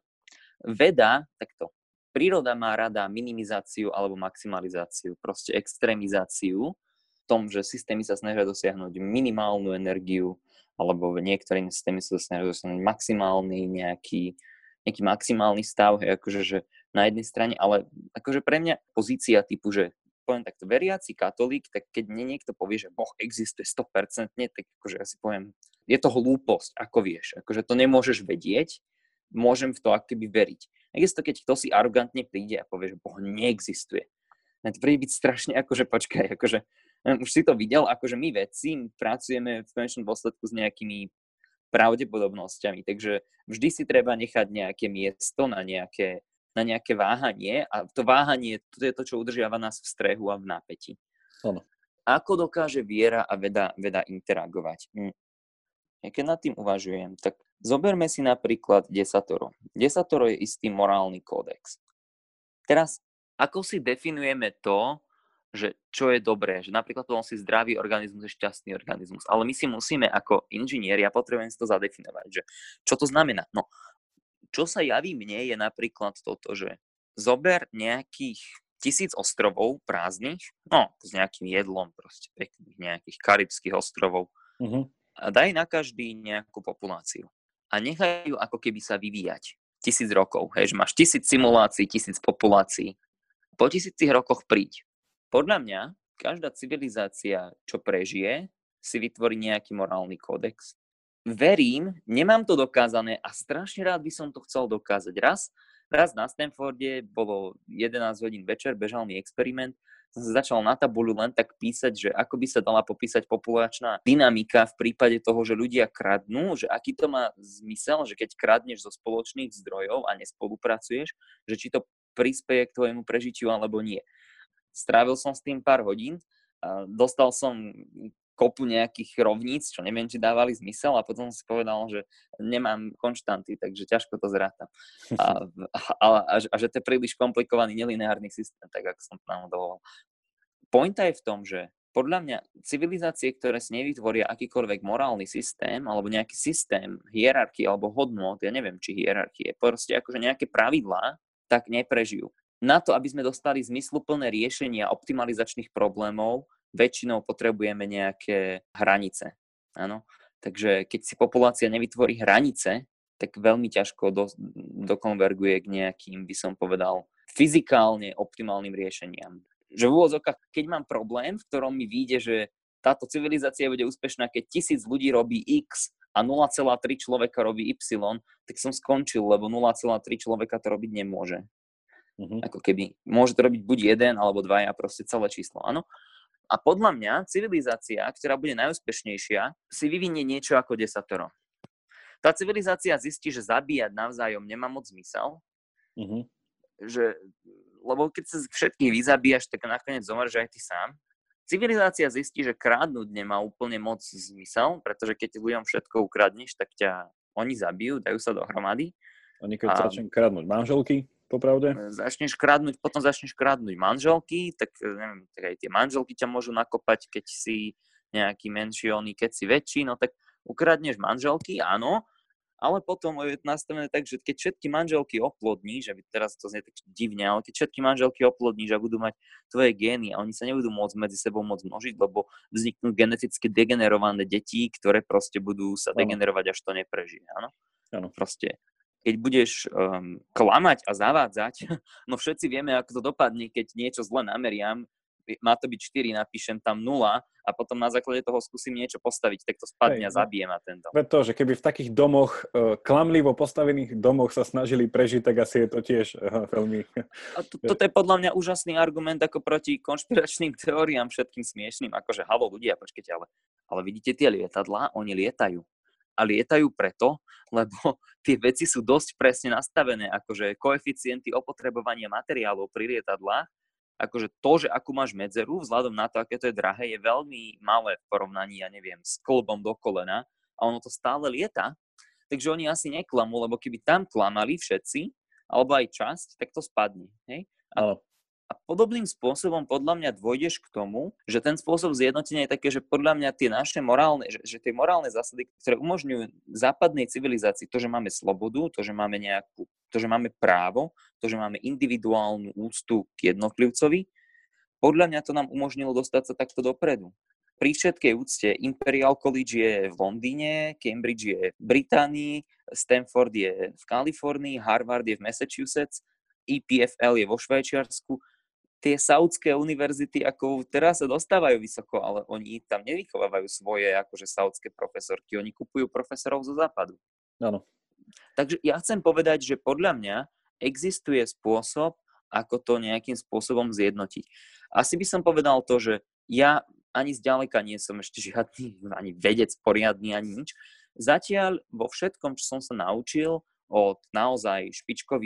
Veda, takto, príroda má rada minimizáciu alebo maximalizáciu, proste extrémizáciu v tom, že systémy sa snažia dosiahnuť minimálnu energiu, alebo niektoré systémy sa snažia dosiahnuť maximálny nejaký maximálny stav, akože že na jednej strane, ale akože pre mňa pozícia typu, že poviem takto, veriaci katolík, tak keď niekto povie, že Boh existuje 100%, tak akože ja si poviem, je to hlúposť, ako vieš, akože to nemôžeš vedieť, môžem v to akoby veriť. Takisto, keď kto si arogantne príde a povie, že Boh neexistuje. To príde byť strašne, akože počkaj, akože už si to videl, akože my vedci pracujeme v konečnom dôsledku s nejakými pravdepodobnosťami, takže vždy si treba nechať nejaké miesto na nejaké váhanie a to váhanie, to je to, čo udržiava nás v strehu a v napätí. Áno. Ako dokáže viera a veda interagovať? Ja keď nad tým uvažujem, tak zoberme si napríklad desatoro. Desatoro je istý morálny kódex. Teraz, ako si definujeme to, že čo je dobré, že napríklad potom si zdravý organizmus je šťastný organizmus, ale my si musíme ako inžinieri, ja potrebujem si to zadefinovať, že čo to znamená. No, čo sa javí mne je napríklad toto, že zober nejakých 1000 ostrovov prázdnych, no s nejakým jedlom proste pekných nejakých karibských ostrovov a daj na každý nejakú populáciu a nechaj ju ako keby sa vyvíjať 1000 rokov, hej, že máš 1000 simulácií, 1000 populácií. Po 1000 rokoch príď. Podľa mňa každá civilizácia, čo prežije, si vytvorí nejaký morálny kódex. Verím, nemám to dokázané a strašne rád by som to chcel dokázať. Raz na Stanforde bolo 11 hodín večer, bežal mi experiment, som sa začal na tabuľu len tak písať, že ako by sa dala popísať populačná dynamika v prípade toho, že ľudia kradnú, že aký to má zmysel, že keď kradneš zo spoločných zdrojov a nespolupracuješ, že či to prispieje k tvojemu prežitiu alebo nie. Strávil som s tým pár hodín, dostal som kopu nejakých rovníc, čo neviem, či dávali zmysel a potom som si povedal, že nemám konštanty, takže ťažko to zrátam. A že to je príliš komplikovaný nelineárny systém, tak ako som to namodeloval. Pointa je v tom, že podľa mňa civilizácie, ktoré si nevytvoria akýkoľvek morálny systém alebo nejaký systém hierarchie alebo hodnot, ja neviem, či hierarchie, proste akože nejaké pravidlá, tak neprežijú. Na to, aby sme dostali zmysluplné riešenia optimalizačných problémov, väčšinou potrebujeme nejaké hranice. Áno? Takže keď si populácia nevytvorí hranice, tak veľmi ťažko dokonverguje k nejakým, by som povedal, fyzikálne optimálnym riešeniam. Že v úvodzovkách, keď mám problém, v ktorom mi vyjde, že táto civilizácia bude úspešná, keď 1000 ľudí robí X a 0,3 človeka robí Y, tak som skončil, lebo 0,3 človeka to robiť nemôže. Ako keby môže to robiť buď jeden alebo dvaja, proste celé číslo, áno. A podľa mňa civilizácia, ktorá bude najúspešnejšia, si vyvinie niečo ako desatoro. Tá civilizácia zistí, že zabíjať navzájom nemá moc zmysel, lebo keď sa všetkých vyzabíjaš, tak nakoniec zomreš aj ty sám. Civilizácia zistí, že krádnuť nemá úplne moc zmysel, pretože keď ľuďom všetko ukradneš, tak ťa oni zabijú, dajú sa dohromady. Oni keď začnú kradnúť manželky, popravde? Potom začneš kradnúť manželky, tak neviem, tak aj tie manželky ťa môžu nakopať, keď si nejaký menší, keď si väčší, no tak ukradneš manželky, áno, ale potom je nastavené tak, že keď všetky manželky oplodníš, že teraz to znie tak divne, ale keď všetky manželky oplodníš a budú mať tvoje gény a oni sa nebudú môcť medzi sebou množiť, lebo vzniknú geneticky degenerované deti, ktoré proste budú sa degenerovať, až to neprežije, áno? Áno. Proste keď budeš klamať a zavádzať, no všetci vieme, ako to dopadne, keď niečo zle nameriam, má to byť 4, napíšem tam 0 a potom na základe toho skúsim niečo postaviť, tak to spadne a zabije ma ten dom. Veď to, že keby v takých domoch, klamlivo postavených domoch sa snažili prežiť, tak asi je to tiež veľmi... A toto je podľa mňa úžasný argument ako proti konšpiračným teóriám, všetkým smiešným, akože halo ľudia, počkajte, ale vidíte tie lietadlá, oni lietajú. A lietajú preto, lebo tie veci sú dosť presne nastavené, akože koeficienty opotrebovania materiálov pri lietadlách, akože to, že akú máš medzeru, vzhľadom na to, aké to je drahé, je veľmi malé v porovnaní, ja neviem, s klbom do kolena a ono to stále lieta, takže oni asi neklamú, lebo keby tam klamali všetci, alebo aj časť, tak to spadne. Hej? A A podobným spôsobom podľa mňa dôjdeš k tomu, že ten spôsob zjednotenia je také, že podľa mňa tie naše morálne, že tie morálne zásady, ktoré umožňujú západnej civilizácii, to, že máme slobodu, to, že máme právo, to, že máme individuálnu úctu k jednotlivcovi, podľa mňa to nám umožnilo dostať sa takto dopredu. Pri všetkej úcte Imperial College je v Londýne, Cambridge je v Británii, Stanford je v Kalifornii, Harvard je v Massachusetts, EPFL je vo Švajčiarsku. Tie saúdske univerzity ako teraz sa dostávajú vysoko, ale oni tam nevychovávajú svoje akože saúdske profesorky, oni kupujú profesorov zo západu. Áno. Takže ja chcem povedať, že podľa mňa existuje spôsob, ako to nejakým spôsobom zjednotiť. Asi by som povedal to, že ja ani zďaleka nie som ešte žiadny ani vedec poriadny, ani nič. Zatiaľ vo všetkom, čo som sa naučil od naozaj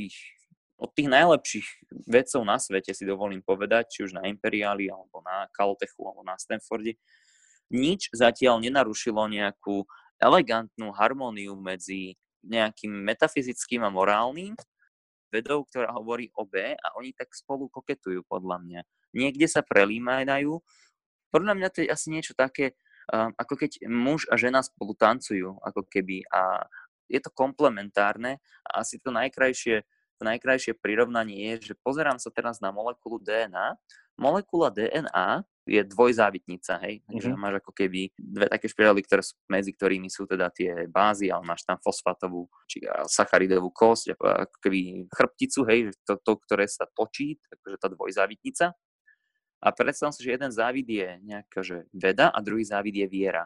od tých najlepších vedcov na svete, si dovolím povedať, či už na Imperiali, alebo na Caltechu, alebo na Stanforde, nič zatiaľ nenarušilo nejakú elegantnú harmóniu medzi nejakým metafyzickým a morálnym vedou, ktorá hovorí o B, a oni tak spolu koketujú, podľa mňa. Niekde sa prelímajú. Podľa mňa to je asi niečo také, ako keď muž a žena spolu tancujú, ako keby. A je to komplementárne a asi to najkrajšie prirovnanie je, že pozerám sa teraz na molekulu DNA. Molekula DNA je dvojzávitnica, hej? Takže máš ako keby dve také špirály, medzi ktorými sú teda tie bázy, ale máš tam fosfátovú či sacharidovú kosť, ako keby chrbticu, hej, to, ktoré sa točí, takže tá dvojzávitnica. A predstav si, že jeden závid je nejaká že veda a druhý závid je viera.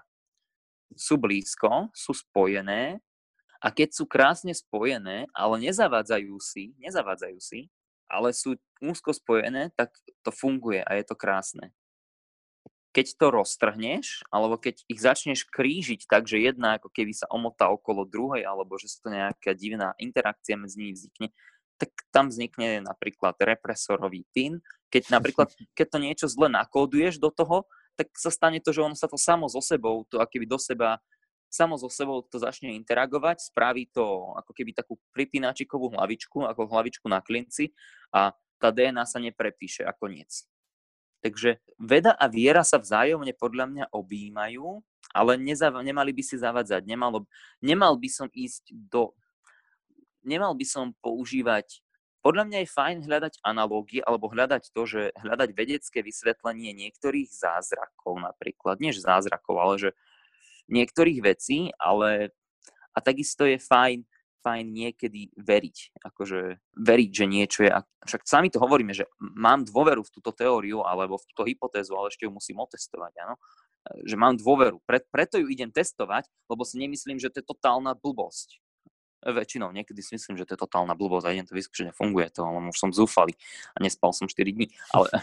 Sú blízko, sú spojené, a keď sú krásne spojené, ale nezavádzajú si, ale sú úzko spojené, tak to funguje a je to krásne. Keď to roztrhneš, alebo keď ich začneš krížiť tak, že jedna ako keby sa omotá okolo druhej, alebo že sa to nejaká divná interakcia medzi nimi vznikne, tak tam vznikne napríklad represorový pin. Keď to niečo zle nakóduješ do toho, tak sa stane to, že ono sa to samo so sebou, to akoby samo so sebou to začne interagovať, spraví to ako keby takú pripínačikovú hlavičku, ako hlavičku na klinci, a tá DNA sa neprepíše a koniec. Takže veda a viera sa vzájomne podľa mňa objímajú, ale nemali by si zavadzať. Nemal by som používať. Podľa mňa je fajn hľadať analógie alebo hľadať vedecké vysvetlenie niektorých zázrakov napríklad. Nie zázrakov, ale že niektorých vecí, a takisto je fajn niekedy veriť. Akože veriť, že niečo je. Však sami to hovoríme, že mám dôveru v túto teóriu alebo v túto hypotézu, ale ešte ju musím otestovať. Áno? Že mám dôveru. Preto ju idem testovať, lebo si nemyslím, že to je totálna blbosť. Väčšinou niekedy si myslím, že to je totálna blbosť a idem to vyskúšať, funguje to, ale už som zúfalý a nespal som 4 dní.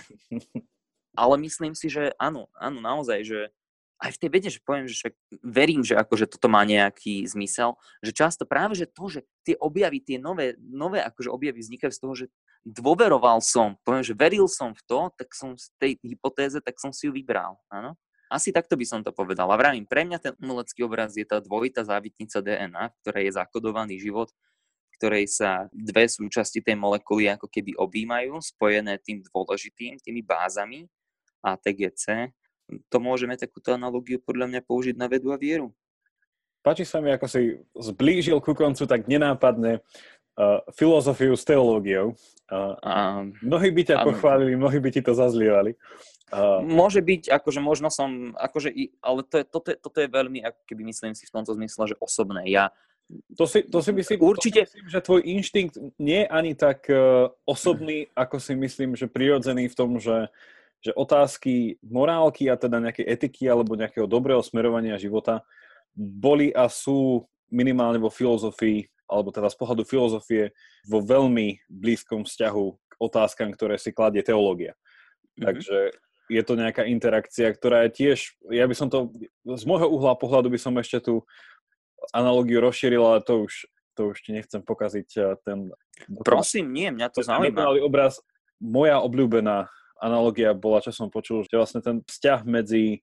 Ale myslím si, že áno, naozaj, že aj v tej vede, že poviem, že však verím, že akože toto má nejaký zmysel, že často práve, že to, že tie objavy, tie nové akože objavy vznikajú z toho, že dôveroval som, poviem, že veril som v to, tak som z tej hypotéze, tak som si ju vybral, áno. Asi takto by som to povedal. A vravím, pre mňa ten umelecký obraz je tá dvojitá závitnica DNA, v ktorej je zakodovaný život, v ktorej sa dve súčasti tej molekuly ako keby objímajú, spojené tým dôležitým, tými bázami A, T, G, C. To môžeme takúto analogiu podľa mňa použiť na vedu a vieru. Páči sa mi, ako si zblížil ku koncu tak nenápadne filozofiu s teológiou. Mnohí by ťa pochválili, mnohí by ti to zazlievali. Môže byť, akože možno som, akože, ale toto je veľmi, ako keby myslím si v tomto zmysle, že osobné. To si myslím, určite, že tvoj inštinkt nie je ani tak osobný, ako si myslím, že prirodzený v tom, že otázky morálky a teda nejakej etiky alebo nejakého dobrého smerovania života boli a sú minimálne vo filozofii, alebo teda z pohľadu filozofie vo veľmi blízkom vzťahu k otázkam, ktoré si kladie teológia. Takže je to nejaká interakcia, ktorá je tiež, ja by som to, z môjho uhla pohľadu by som ešte tú analogiu rozšíril, ale to už ti nechcem pokaziť ten... Prosím, nie, mňa to zaujíma. Obraz, moja obľúbená analogia bola, čo som počul, že vlastne ten vzťah medzi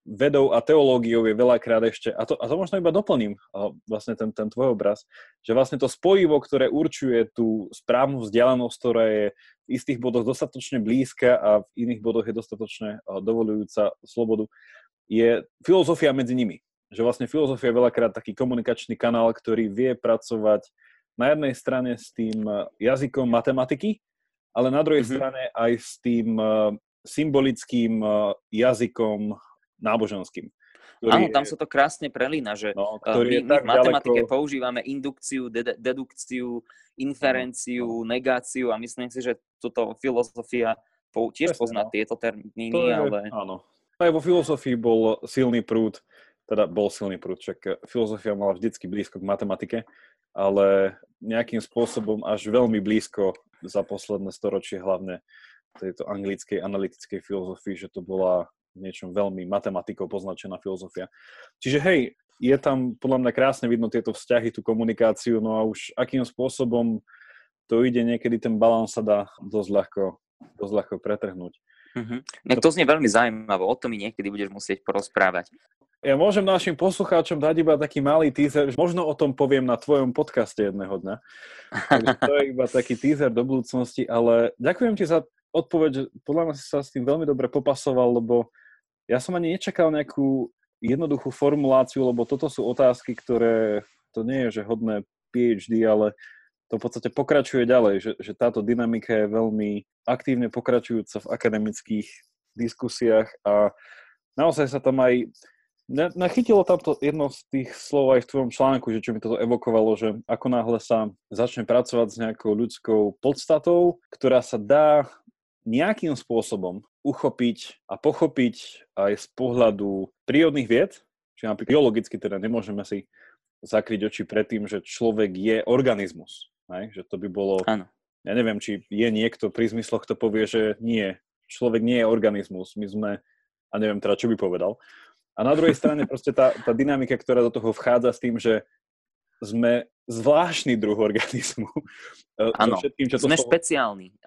vedou a teológiou je veľakrát ešte, a to možno iba doplním, vlastne ten tvoj obraz, že vlastne to spojivo, ktoré určuje tú správnu vzdialenosť, ktorá je v istých bodoch dostatočne blízka a v iných bodoch je dostatočne dovoľujúca slobodu, je filozofia medzi nimi. Že vlastne filozofia je veľakrát taký komunikačný kanál, ktorý vie pracovať na jednej strane s tým jazykom matematiky, ale na druhej strane aj s tým symbolickým jazykom náboženským. Áno, tam sa to krásne prelína, že my v matematike používame indukciu, dedukciu, inferenciu, negáciu a myslím si, že toto filozofia tiež pozná tieto termíny, ale... Áno. Aj vo filozofii bol silný prúd, však filozofia mala vždycky blízko k matematike, ale nejakým spôsobom až veľmi blízko za posledné storočie, hlavne tejto anglickej analytickej filozofii, že to bola niečom veľmi matematikou poznačená filozofia. Čiže hej, je tam podľa mňa krásne vidno tieto vzťahy, tú komunikáciu, no a už akým spôsobom to ide, niekedy ten balans sa dá dosť ľahko pretrhnúť. To znie veľmi zaujímavé, o tom mi niekedy budeš musieť porozprávať. Ja môžem našim poslucháčom dať iba taký malý teaser, možno o tom poviem na tvojom podcaste jedného dňa. Takže to je iba taký teaser do budúcnosti, ale ďakujem ti za odpoveď, že podľa mňa si sa s tým veľmi dobre popasoval, lebo ja som ani nečakal nejakú jednoduchú formuláciu, lebo toto sú otázky, ktoré, to nie je, že hodné PhD, ale to v podstate pokračuje ďalej, že táto dynamika je veľmi aktívne pokračujúca v akademických diskusiách a naozaj sa tam aj nachytilo tamto jedno z tých slov aj v tvojom článku, že čo mi toto evokovalo, že ako náhle sa začne pracovať s nejakou ľudskou podstatou, ktorá sa dá nejakým spôsobom uchopiť a pochopiť aj z pohľadu prírodných vied, čiže napríklad biologicky teda nemôžeme si zakryť oči pred tým, že človek je organizmus. Že to by bolo... Áno. Ja neviem, či je niekto pri zmysloch, kto povie, že nie, človek nie je organizmus, my sme... A neviem teda, čo by povedal. A na druhej strane proste tá dynamika, ktorá do toho vchádza s tým, že sme zvláštny druh organizmu. Áno, sme špeciálni.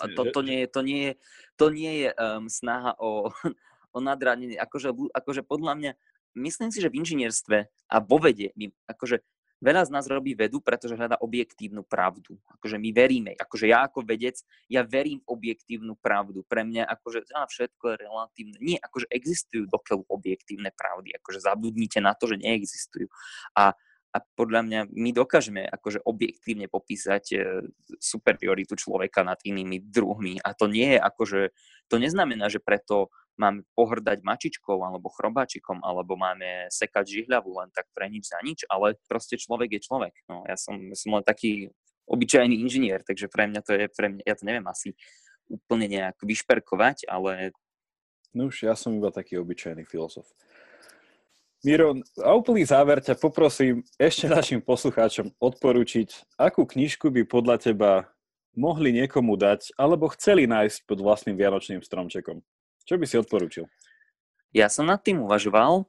To nie je snaha o nadradenie. Akože podľa mňa, myslím si, že v inžinierstve a vo vede, akože veľa z nás robí vedu, pretože hľadá objektívnu pravdu. Akože my veríme, akože ja ako vedec, ja verím v objektívnu pravdu. Pre mňa akože všetko je relatívne. Nie, akože existujú dokeľu objektívne pravdy. Akože zabudnite na to, že neexistujú. A podľa mňa my dokážeme akože objektívne popísať superioritu človeka nad inými druhmi. A to nie je akože, to neznamená, že preto máme pohrdať mačičkou alebo chrobáčikom, alebo máme sekať žihľavu len tak pre nič za nič, ale proste človek je človek. No, ja som len taký obyčajný inžinier, takže pre mňa to je, ja to neviem asi úplne nejak vyšperkovať, ale... No už ja som iba taký obyčajný filozof. Miro, a úplný záver ťa poprosím ešte našim poslucháčom odporúčiť, akú knižku by podľa teba mohli niekomu dať, alebo chceli nájsť pod vlastným vianočným stromčekom. Čo by si odporúčil? Ja som nad tým uvažoval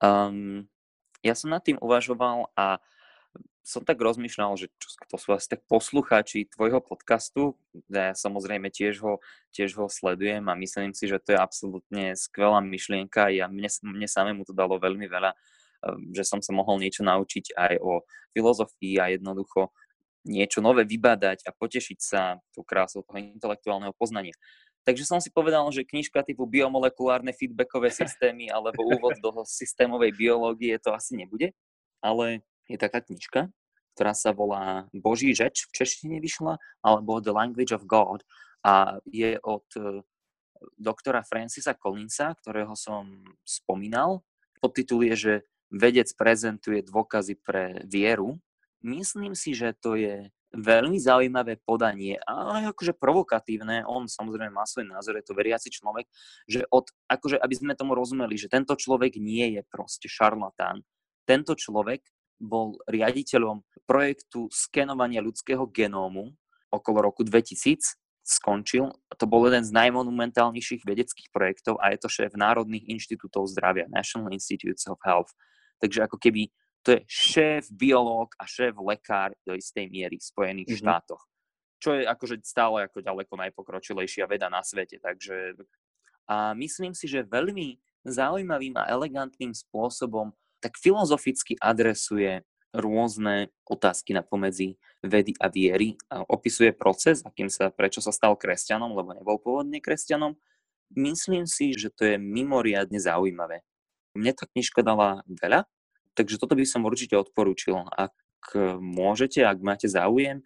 a som tak rozmýšľal, že to sú asi tak poslucháči tvojho podcastu. Ja samozrejme tiež ho sledujem a myslím si, že to je absolútne skvelá myšlienka. Mne samému to dalo veľmi veľa, že som sa mohol niečo naučiť aj o filozofii a jednoducho niečo nové vybadať a potešiť sa tou krásou toho intelektuálneho poznania. Takže som si povedal, že knižka typu biomolekulárne feedbackové systémy alebo úvod do systémovej biológie to asi nebude, ale je taká knižka, ktorá sa volá Boží řeč, v češtine vyšla, alebo The Language of God a je od doktora Francisa Collinsa, ktorého som spomínal. Podtitul je, že vedec prezentuje dôkazy pre vieru. Myslím si, že to je veľmi zaujímavé podanie, ale akože provokatívne. On samozrejme má svoj názor, je to veriaci človek, že akože aby sme tomu rozumeli, že tento človek nie je proste šarlatán. Tento človek bol riaditeľom projektu skenovania ľudského genómu okolo roku 2000, skončil. To bol jeden z najmonumentálnejších vedeckých projektov a je to šéf Národných inštitútov zdravia, National Institutes of Health. Takže ako keby to je šéf biológ a šéf lekár do istej miery v Spojených štátoch. Čo je akože stále ako ďaleko najpokročilejšia veda na svete. Takže a myslím si, že veľmi, zaujímavým a elegantným spôsobom tak filozoficky adresuje rôzne otázky napomedzi vedy a viery a opisuje proces, prečo sa stal kresťanom, lebo nebol pôvodne kresťanom. Myslím si, že to je mimoriadne zaujímavé. Mne tá knižka dala veľa, takže toto by som určite odporúčil. Ak môžete, ak máte záujem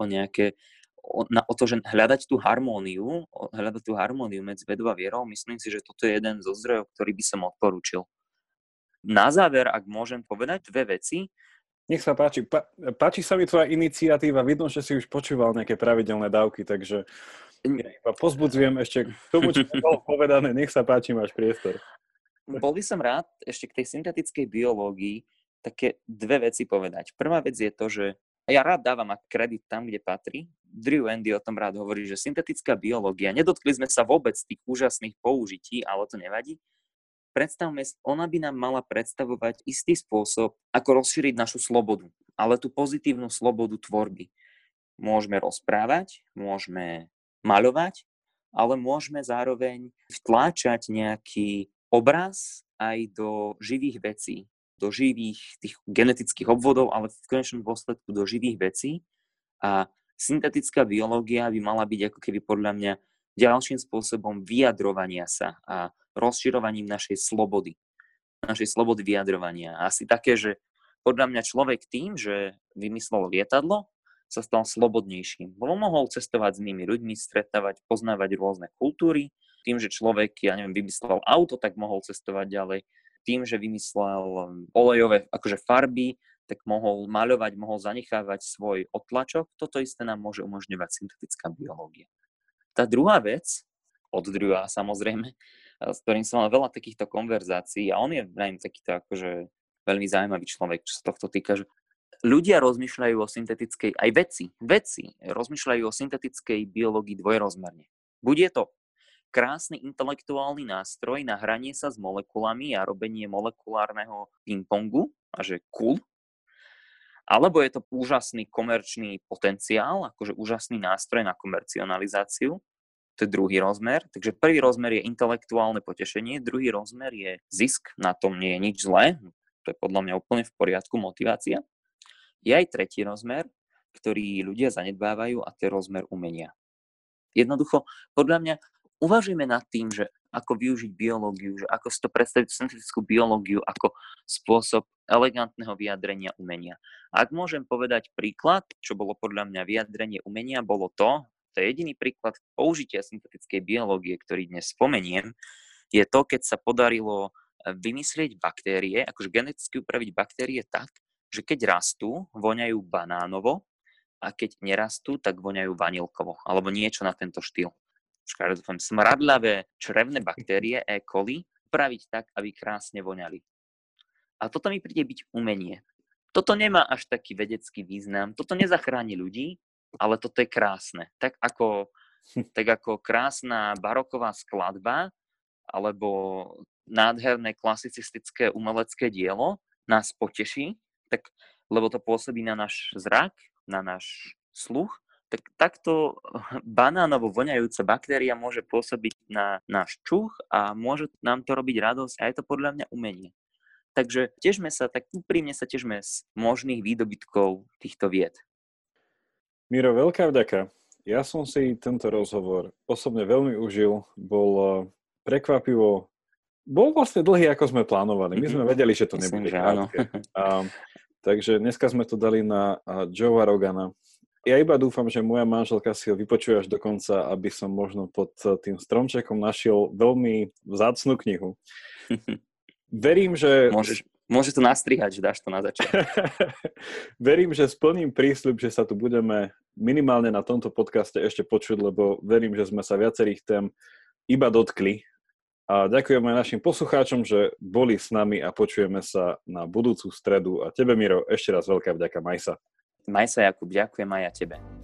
o to, že hľadať tú harmóniu medzi vedou a vierou, myslím si, že toto je jeden zo zdrojov, ktorý by som odporúčil. Na záver, ak môžem povedať dve veci. Nech sa páči. Páči sa mi tvoja iniciatíva. Vidno, že si už počúval nejaké pravidelné dávky, takže ja iba pozbudzujem ešte k tomu, čo bolo povedané. Nech sa páči, máš priestor. Bol by som rád ešte k tej syntetickej biológii také dve veci povedať. Prvá vec je to, že ja rád dávam kredit tam, kde patrí. Drew Andy o tom rád hovorí, že syntetická biológia, nedotkli sme sa vôbec tých úžasných použití, ale to nevadí. Predstavme, ona by nám mala predstavovať istý spôsob, ako rozšíriť našu slobodu, ale tú pozitívnu slobodu tvorby. Môžeme rozprávať, môžeme maľovať, ale môžeme zároveň vtláčať nejaký obraz aj do živých vecí, do živých tých genetických obvodov, ale v konečnom dôsledku do živých vecí. A syntetická biológia by mala byť ako keby podľa mňa ďalším spôsobom vyjadrovania sa a rozširovaním našej slobody vyjadrovania. A asi také, že podľa mňa človek tým, že vymyslel lietadlo, sa stal slobodnejším. Mohol cestovať s inými ľuďmi, stretávať, poznávať rôzne kultúry. Tým, že človek, vymyslel auto, tak mohol cestovať ďalej. Tým, že vymyslel olejové farby, tak mohol maľovať, mohol zanechávať svoj odtlačok. Toto isté nám môže umožňovať syntetická biológia. Tá druhá vec, od Drewa samozrejme, s ktorým som mal veľa takýchto konverzácií, a on je takýto veľmi zaujímavý človek, čo sa tohto týka, že ľudia rozmýšľajú o syntetickej, aj vedci rozmýšľajú o syntetickej biológii dvojrozmerne. Bude to krásny intelektuálny nástroj na hranie sa s molekulami a robenie molekulárneho ping-pongu, a že cool, alebo je to úžasný komerčný potenciál, úžasný nástroj na komercionalizáciu. To je druhý rozmer. Takže prvý rozmer je intelektuálne potešenie, druhý rozmer je zisk, na tom nie je nič zlé, to je podľa mňa úplne v poriadku, motivácia. Je aj tretí rozmer, ktorý ľudia zanedbávajú, a to je rozmer umenia. Jednoducho, podľa mňa, uvažujeme nad tým, že ako využiť biológiu, že ako si to predstaviť syntetickú biológiu ako spôsob elegantného vyjadrenia umenia. Ak môžem povedať príklad, čo bolo podľa mňa vyjadrenie umenia, bolo to je jediný príklad použitia syntetickej biológie, ktorý dnes spomeniem, je to, keď sa podarilo vymyslieť baktérie, geneticky upraviť baktérie tak, že keď rastú, voňajú banánovo, a keď nerastú, tak voňajú vanilkovo, alebo niečo na tento štýl. Smradľavé črevné baktérie E. coli upraviť tak, aby krásne voňali. A toto mi príde byť umenie. Toto nemá až taký vedecký význam, toto nezachráni ľudí, ale toto je krásne. Tak ako krásna baroková skladba alebo nádherné klasicistické umelecké dielo nás poteší, lebo to pôsobí na náš zrak, na náš sluch, tak takto banánovo voňajúca baktéria môže pôsobiť na náš čuch a môže nám to robiť radosť, a je to podľa mňa umenie. Takže úprimne sa težme z možných výdobytkov týchto vied. Miro, veľká vďaka. Ja som si tento rozhovor osobne veľmi užil. Bol prekvapivo, bol vlastne dlhý, ako sme plánovali. My sme vedeli, že to nebude krátke. Takže dneska sme to dali na Joea Rogana. Ja iba dúfam, že moja manželka si ho vypočuje až do konca, aby som možno pod tým stromčekom našiel veľmi vzácnu knihu. Verím, že... Môže to nastrihať, že dáš to na začiatok. Verím, že splním prísľub, že sa tu budeme minimálne na tomto podcaste ešte počuť, lebo verím, že sme sa viacerých tém iba dotkli. A ďakujem aj našim poslucháčom, že boli s nami, a počujeme sa na budúcu stredu. A tebe, Miro, ešte raz veľká vďaka. Maj sa. Maj sa, Jakub, ďakujem aj ja tebe.